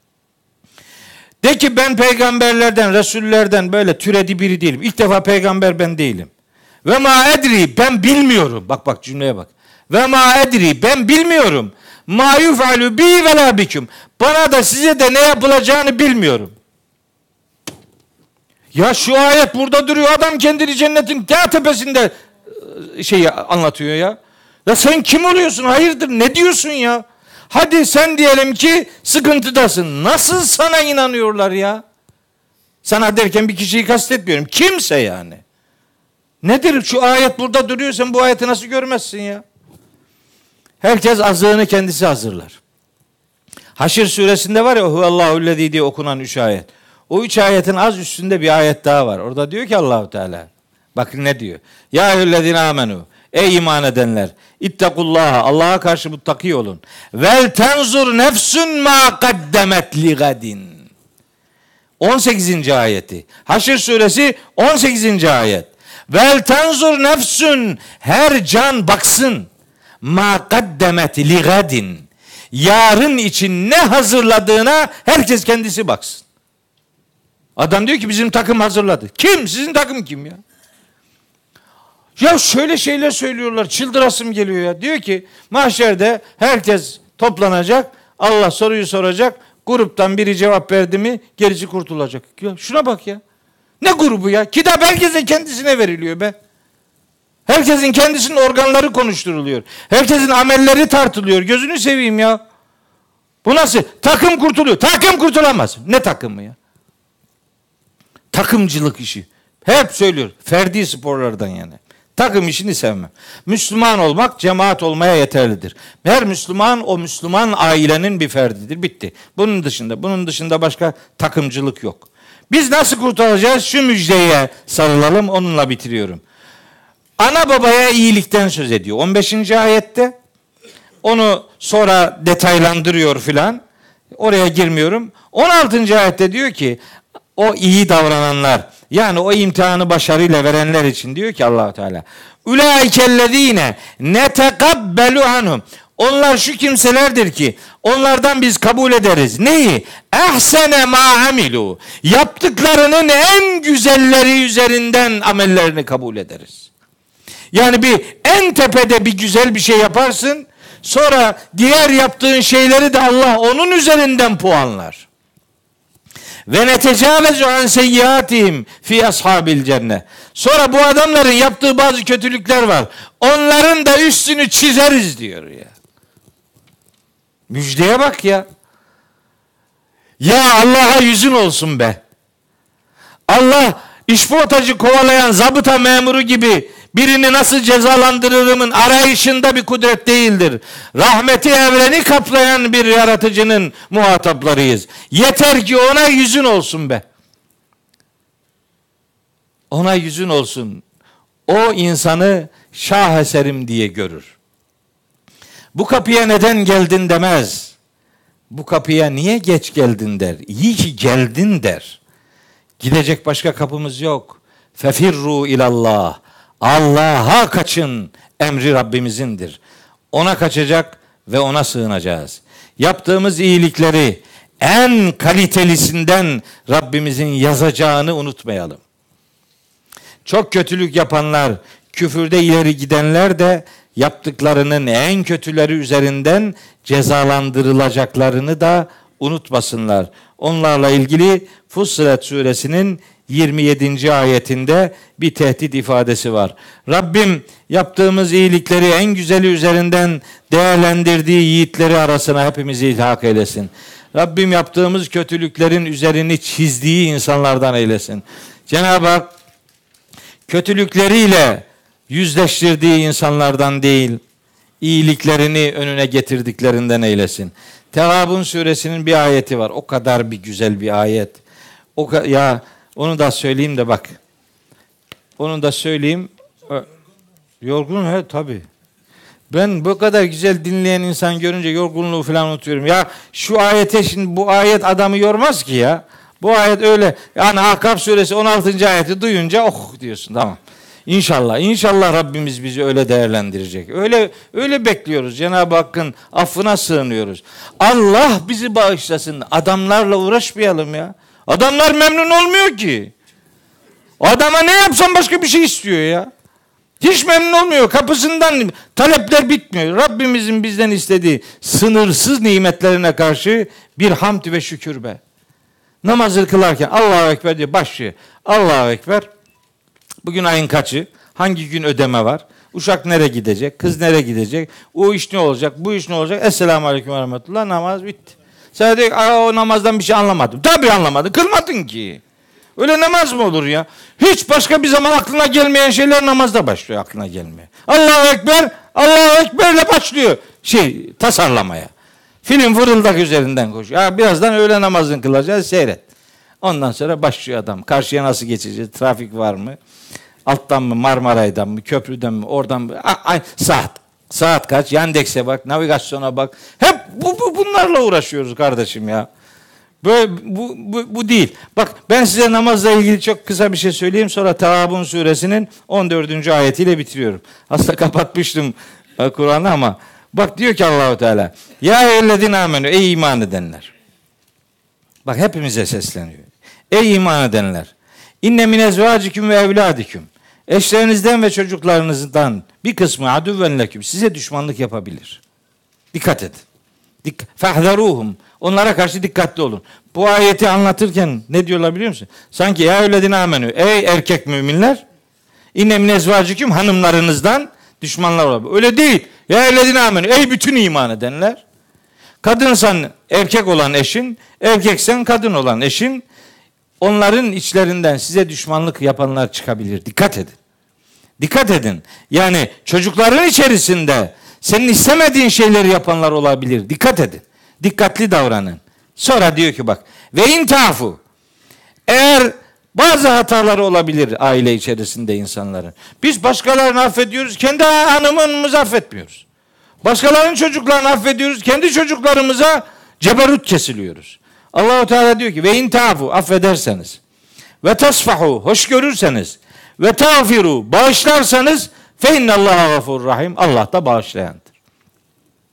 De ki ben peygamberlerden, resullerden böyle türedi biri değilim. İlk defa peygamber ben değilim. Ve ma edri, ben bilmiyorum. Bak bak cümleye bak. Ve ma edri, ben bilmiyorum. Ma yufalu bi ve la bikum. Bana da size de ne yapılacağını bilmiyorum. Ya şu ayet burada duruyor. Adam kendini cennetin ta tepesinde şeyi anlatıyor ya. Ya sen kim oluyorsun? Hayırdır? Ne diyorsun ya? Hadi sen diyelim ki sıkıntıdasın. Nasıl sana inanıyorlar ya? Sana derken bir kişiyi kastetmiyorum. Kimse yani. Nedir şu ayet burada duruyor, sen bu ayeti nasıl görmezsin ya? Herkes azığını kendisi hazırlar. Haşr suresinde var ya Huvallahu'llezî diye okunan üç ayet. O üç ayetin az üstünde bir ayet daha var. Orada diyor ki Allah-u Teala, bakın ne diyor? Ya eyyühellezîne âmenû, ey iman edenler, ittakullâhe, Allah'a karşı muttaki olun. Vel tenzur nefsun ma kaddemet li gadin. on sekizinci ayeti. Haşr suresi on sekizinci ayet. Vel tenzur nefsun, her can baksın. Ma kaddemet li gadin. Yarın için ne hazırladığına herkes kendisi baksın. Adam diyor ki bizim takım hazırladı. Kim? Sizin takım kim ya? Ya şöyle şeyler söylüyorlar. Çıldırasım geliyor ya. Diyor ki mahşerde herkes toplanacak. Allah soruyu soracak. Gruptan biri cevap verdi mi gerisi kurtulacak. Ya şuna bak ya. Ne grubu ya? Kitap herkesin kendisine veriliyor be. Herkesin kendisinin organları konuşturuluyor. Herkesin amelleri tartılıyor. Gözünü seveyim ya. Bu nasıl? Takım kurtuluyor. Takım kurtulamaz. Ne takımı ya? Takımcılık işi. Hep söylüyor. Ferdi sporlardan yani. Takım işini sevmem. Müslüman olmak cemaat olmaya yeterlidir. Her Müslüman o Müslüman ailenin bir ferdidir. Bitti. Bunun dışında, bunun dışında başka takımcılık yok. Biz nasıl kurtulacağız? Şu müjdeye sarılalım. Onunla bitiriyorum. Ana babaya iyilikten söz ediyor. on beşinci ayette. Onu sonra detaylandırıyor filan. Oraya girmiyorum. on altıncı ayette diyor ki o iyi davrananlar, yani o imtihanı başarıyla verenler için diyor ki Allah-u Teala, ulaikellezine netekabbelu anhum, Onlar şu kimselerdir ki onlardan biz kabul ederiz. Neyi? Ehsene ma amilu. Yaptıklarının en güzelleri üzerinden amellerini kabul ederiz. Yani bir en tepede bir güzel bir şey yaparsın. Sonra diğer yaptığın şeyleri de Allah onun üzerinden puanlar. Ve netecavüzü an seyyiatihim fi ashabil cennet. Sonra bu adamların yaptığı bazı kötülükler var. Onların da üstünü çizeriz diyor ya. Müjdeye bak ya. Ya Allah'a yüzün olsun be. Allah işportacı kovalayan zabıta memuru gibi birini nasıl cezalandırırımın arayışında bir kudret değildir. Rahmeti evreni kaplayan bir yaratıcının muhataplarıyız. Yeter ki ona yüzün olsun be. Ona yüzün olsun. O insanı şah eserim diye görür. Bu kapıya neden geldin demez. Bu kapıya niye geç geldin der. İyi ki geldin der. Gidecek başka kapımız yok. Fefirru ilallah. Allah'a kaçın emri Rabbimizindir. Ona kaçacak ve ona sığınacağız. Yaptığımız iyilikleri en kalitelisinden Rabbimizin yazacağını unutmayalım. Çok kötülük yapanlar, küfürde ileri gidenler de yaptıklarının en kötüleri üzerinden cezalandırılacaklarını da unutmasınlar. Onlarla ilgili Fussilet suresinin yirmi yedinci ayetinde bir tehdit ifadesi var. Rabbim yaptığımız iyilikleri en güzeli üzerinden değerlendirdiği yiğitleri arasına hepimizi ilhak eylesin. Rabbim yaptığımız kötülüklerin üzerini çizdiği insanlardan eylesin. Cenab-ı Hak kötülükleriyle yüzleştirdiği insanlardan değil, iyiliklerini önüne getirdiklerinden eylesin. Tevabun suresinin bir ayeti var. O kadar bir güzel bir ayet. O ya onu da söyleyeyim de bak. Onu da söyleyeyim. Yorgun he tabii. Ben bu kadar güzel dinleyen insan görünce yorgunluğu falan unutuyorum. Ya şu ayete şimdi bu ayet adamı yormaz ki ya. Bu ayet öyle. Yani Ahkaf suresi on altıncı ayeti duyunca oh diyorsun tamam. İnşallah, inşallah Rabbimiz bizi öyle değerlendirecek. Öyle öyle bekliyoruz. Cenab-ı Hakk'ın affına sığınıyoruz. Allah bizi bağışlasın. Adamlarla uğraşmayalım ya. Adamlar memnun olmuyor ki. Adama ne yapsam başka bir şey istiyor ya. Hiç memnun olmuyor. Kapısından talepler bitmiyor. Rabbimizin bizden istediği sınırsız nimetlerine karşı bir hamd ve şükür be. Namazı kılarken Allahu Ekber diye başlıyor. Allahu Ekber. Bugün ayın kaçı? Hangi gün ödeme var? Uşak nereye gidecek? Kız nereye gidecek? O iş ne olacak? Bu iş ne olacak? Esselamu Aleyküm ve Rahmetullah. Namaz bitti. Sen de o namazdan bir şey anlamadım. Tabii anlamadın. Kılmadın ki. Öyle namaz mı olur ya? Hiç başka bir zaman aklına gelmeyen şeyler namazda başlıyor aklına gelmeye. Allahu Ekber, Allahu Ekber'le başlıyor şey tasarlamaya. Film fırıldak üzerinden koşuyor. Ya birazdan öğle namazını kılacağız, seyret. Ondan sonra başlıyor adam. Karşıya nasıl geçeceğiz? Trafik var mı? Alttan mı? Marmaray'dan mı? Köprüden mi? Oradan mı? A, a, saat. Saat kaç? Yandex'e bak, navigasyona bak. Hep bu, bu bunlarla uğraşıyoruz kardeşim ya. Böyle bu, bu, bu değil. Bak ben size namazla ilgili çok kısa bir şey söyleyeyim. Sonra Tevabun suresinin on dördüncü ayetiyle bitiriyorum. Aslında kapatmıştım Kur'an'ı ama bak diyor ki Allahu Teala: Ya eyyühellezine amenü, ey iman edenler. Bak hepimize sesleniyor. Ey iman edenler. İnne min ezvaciküm ve evladiküm. Eşlerinizden ve çocuklarınızdan bir kısmı adüvven leküm. Size düşmanlık yapabilir. Dikkat et. Dik- Fehzeruhum. Onlara karşı dikkatli olun. Bu ayeti anlatırken ne diyorlar biliyor musun? Sanki ya evledine amenü. Ey erkek müminler. İnne min ezvaciküm, hanımlarınızdan düşmanlar olabilir. Öyle değil. Ya evledine amenü. Ey bütün iman edenler. Kadınsan erkek olan eşin, erkeksen kadın olan eşin, onların içlerinden size düşmanlık yapanlar çıkabilir. Dikkat edin. Dikkat edin. Yani çocukların içerisinde senin istemediğin şeyleri yapanlar olabilir. Dikkat edin. Dikkatli davranın. Sonra diyor ki bak. Ve intafu. Eğer bazı hataları olabilir aile içerisinde insanların. Biz başkalarını affediyoruz. Kendi hanımımızı affetmiyoruz. Başkalarının çocuklarını affediyoruz. Kendi çocuklarımıza ceberut kesiliyoruz. Allah-u Teala diyor ki ve intafu, affederseniz, ve tasfahu, hoş görürseniz, ve tağfiru, bağışlarsanız, fe innallaha gafurur rahim, Allah da bağışlayandır.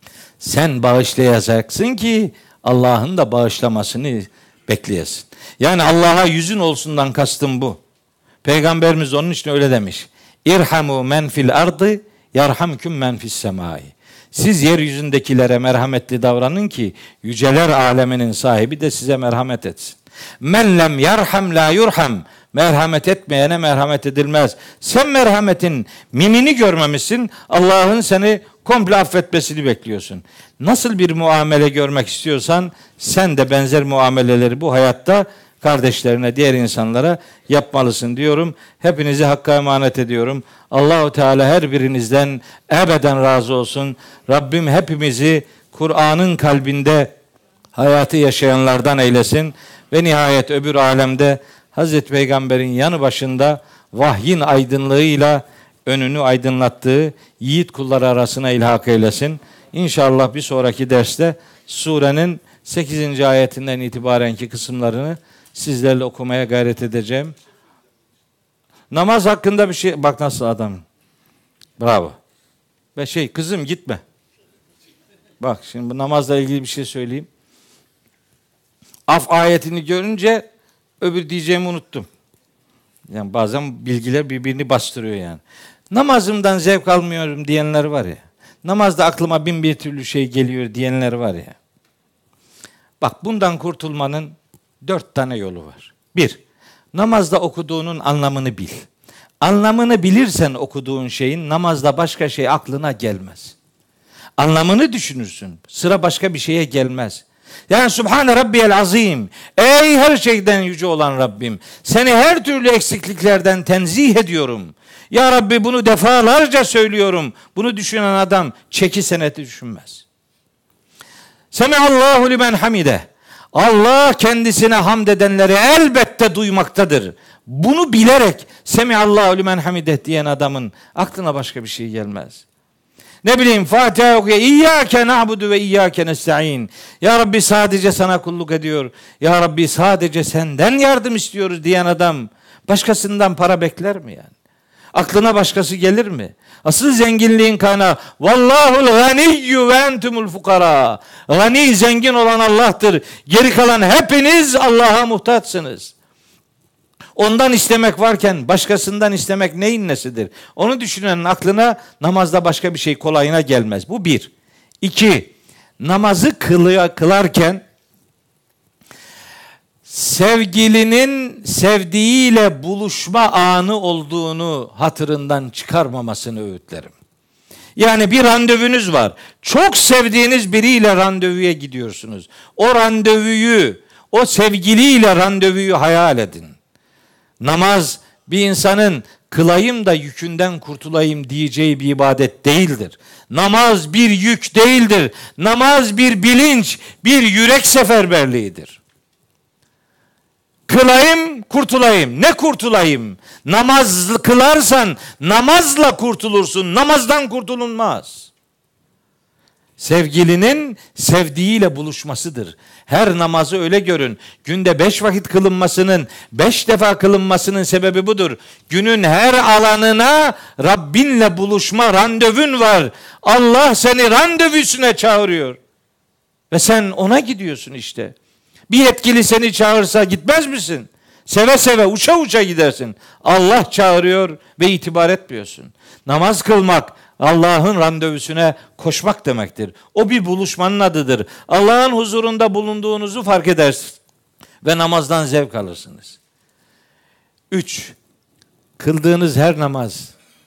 Sen bağışlayacaksın ki Allah'ın da bağışlamasını bekleyesin. Yani Allah'a yüzün olsundan kastım bu. Peygamberimiz onun için öyle demiş. İrhamu men fil ardı yarhamkum men fis semai. Siz yeryüzündekilere merhametli davranın ki yüceler aleminin sahibi de size merhamet etsin. Men lem yarham la yurham. Merhamet etmeyene merhamet edilmez. Sen merhametin mimini görmemişsin. Allah'ın seni komple affetmesini bekliyorsun. Nasıl bir muamele görmek istiyorsan sen de benzer muameleleri bu hayatta kardeşlerine, diğer insanlara yapmalısın diyorum. Hepinizi Hakk'a emanet ediyorum. Allahu Teala her birinizden ebeden razı olsun. Rabbim hepimizi Kur'an'ın kalbinde hayatı yaşayanlardan eylesin ve nihayet öbür alemde Hazreti Peygamber'in yanı başında vahyin aydınlığıyla önünü aydınlattığı yiğit kulları arasına ilhak eylesin. İnşallah bir sonraki derste surenin sekizinci ayetinden itibarenki kısımlarını sizlerle okumaya gayret edeceğim. Namaz hakkında bir şey, bak nasıl adam. Bravo. Ve şey, kızım gitme. Bak şimdi bu namazla ilgili bir şey söyleyeyim. Af ayetini görünce öbür diyeceğimi unuttum. Yani bazen bilgiler birbirini bastırıyor yani. Namazımdan zevk almıyorum diyenler var ya. Namazda aklıma bin bir türlü şey geliyor diyenler var ya. Bak bundan kurtulmanın dört tane yolu var. Bir, namazda okuduğunun anlamını bil. Anlamını bilirsen okuduğun şeyin namazda başka şey aklına gelmez. Anlamını düşünürsün. Sıra başka bir şeye gelmez. Yani Subhane Rabbiyel Azim. Ey her şeyden yüce olan Rabbim. Seni her türlü eksikliklerden tenzih ediyorum. Ya Rabbi bunu defalarca söylüyorum. Bunu düşünen adam çeki seneti düşünmez. Semihallahu limen hamide. Allah kendisine hamd edenleri elbette duymaktadır. Bunu bilerek Semihallahu limen hamide diyen adamın aklına başka bir şey gelmez. Ne bileyim Fatiha okuyor. İyyâke na'budu ve iyyâke nesta'in. Ya Rabbi sadece sana kulluk ediyor. Ya Rabbi sadece senden yardım istiyoruz diyen adam başkasından para bekler mi yani? Aklına başkası gelir mi? Asıl zenginliğin kaynağı vallahul ganiyyü ve entumul fukara. Gani zengin olan Allah'tır. Geri kalan hepiniz Allah'a muhtaçsınız. Ondan istemek varken başkasından istemek neyin nesidir? Onu düşünenin aklına namazda başka bir şey kolayına gelmez. Bu bir. İki, namazı kılıyor, kılarken sevgilinin sevdiğiyle buluşma anı olduğunu hatırından çıkarmamasını öğütlerim. Yani bir randevunuz var. Çok sevdiğiniz biriyle randevuya gidiyorsunuz. O randevuyu, o sevgiliyle randevuyu hayal edin. Namaz bir insanın kılayım da yükünden kurtulayım diyeceği bir ibadet değildir. Namaz bir yük değildir. Namaz bir bilinç, bir yürek seferberliğidir. Kılayım, kurtulayım. Ne kurtulayım? Namaz kılarsan namazla kurtulursun. Namazdan kurtulunmaz. Sevgilinin sevdiğiyle buluşmasıdır. Her namazı öyle görün. Günde beş vakit kılınmasının, beş defa kılınmasının sebebi budur. Günün her alanına Rabbinle buluşma randevun var. Allah seni randevusuna çağırıyor. Ve sen ona gidiyorsun işte. Bir yetkili seni çağırsa gitmez misin? Seve seve, uça uça gidersin. Allah çağırıyor ve itibar etmiyorsun. Namaz kılmak, Allah'ın randevusuna koşmak demektir. O bir buluşmanın adıdır. Allah'ın huzurunda bulunduğunuzu fark edersiniz. Ve namazdan zevk alırsınız. Üç, kıldığınız her namaz,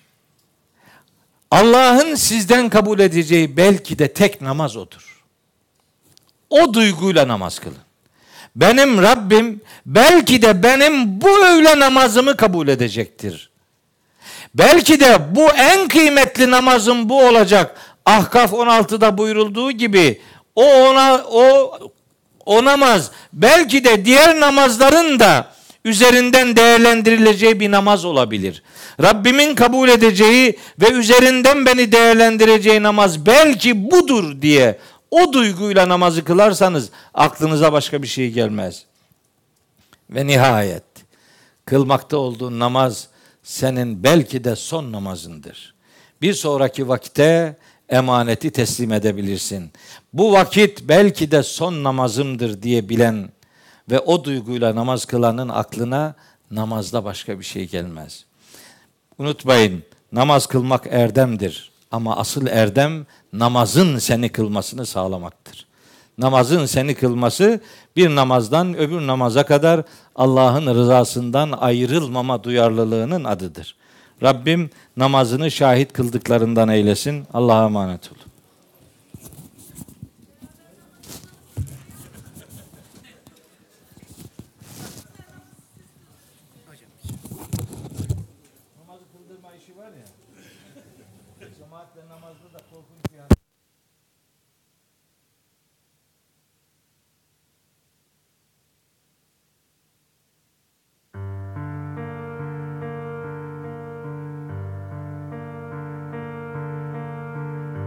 Allah'ın sizden kabul edeceği belki de tek namaz odur. O duyguyla namaz kılın. Benim Rabbim belki de benim bu öğle namazımı kabul edecektir. Belki de bu en kıymetli namazım bu olacak. Ahkaf on altıda buyurulduğu gibi o ona o o namaz belki de diğer namazların da üzerinden değerlendirileceği bir namaz olabilir. Rabbimin kabul edeceği ve üzerinden beni değerlendireceği namaz belki budur diye o duyguyla namazı kılarsanız aklınıza başka bir şey gelmez. Ve nihayet kılmakta olduğun namaz senin belki de son namazındır. Bir sonraki vakte emaneti teslim edebilirsin. Bu vakit belki de son namazımdır diye bilen ve o duyguyla namaz kılanın aklına namazda başka bir şey gelmez. Unutmayın, namaz kılmak erdemdir ama asıl erdem namazın seni kılmasını sağlamaktır. Namazın seni kılması bir namazdan öbür namaza kadar Allah'ın rızasından ayrılmama duyarlılığının adıdır. Rabbim namazını şahit kıldıklarından eylesin. Allah'a emanet olun. Namazı kıldırma işi var ya. Cemaatle namazda da korkunç bir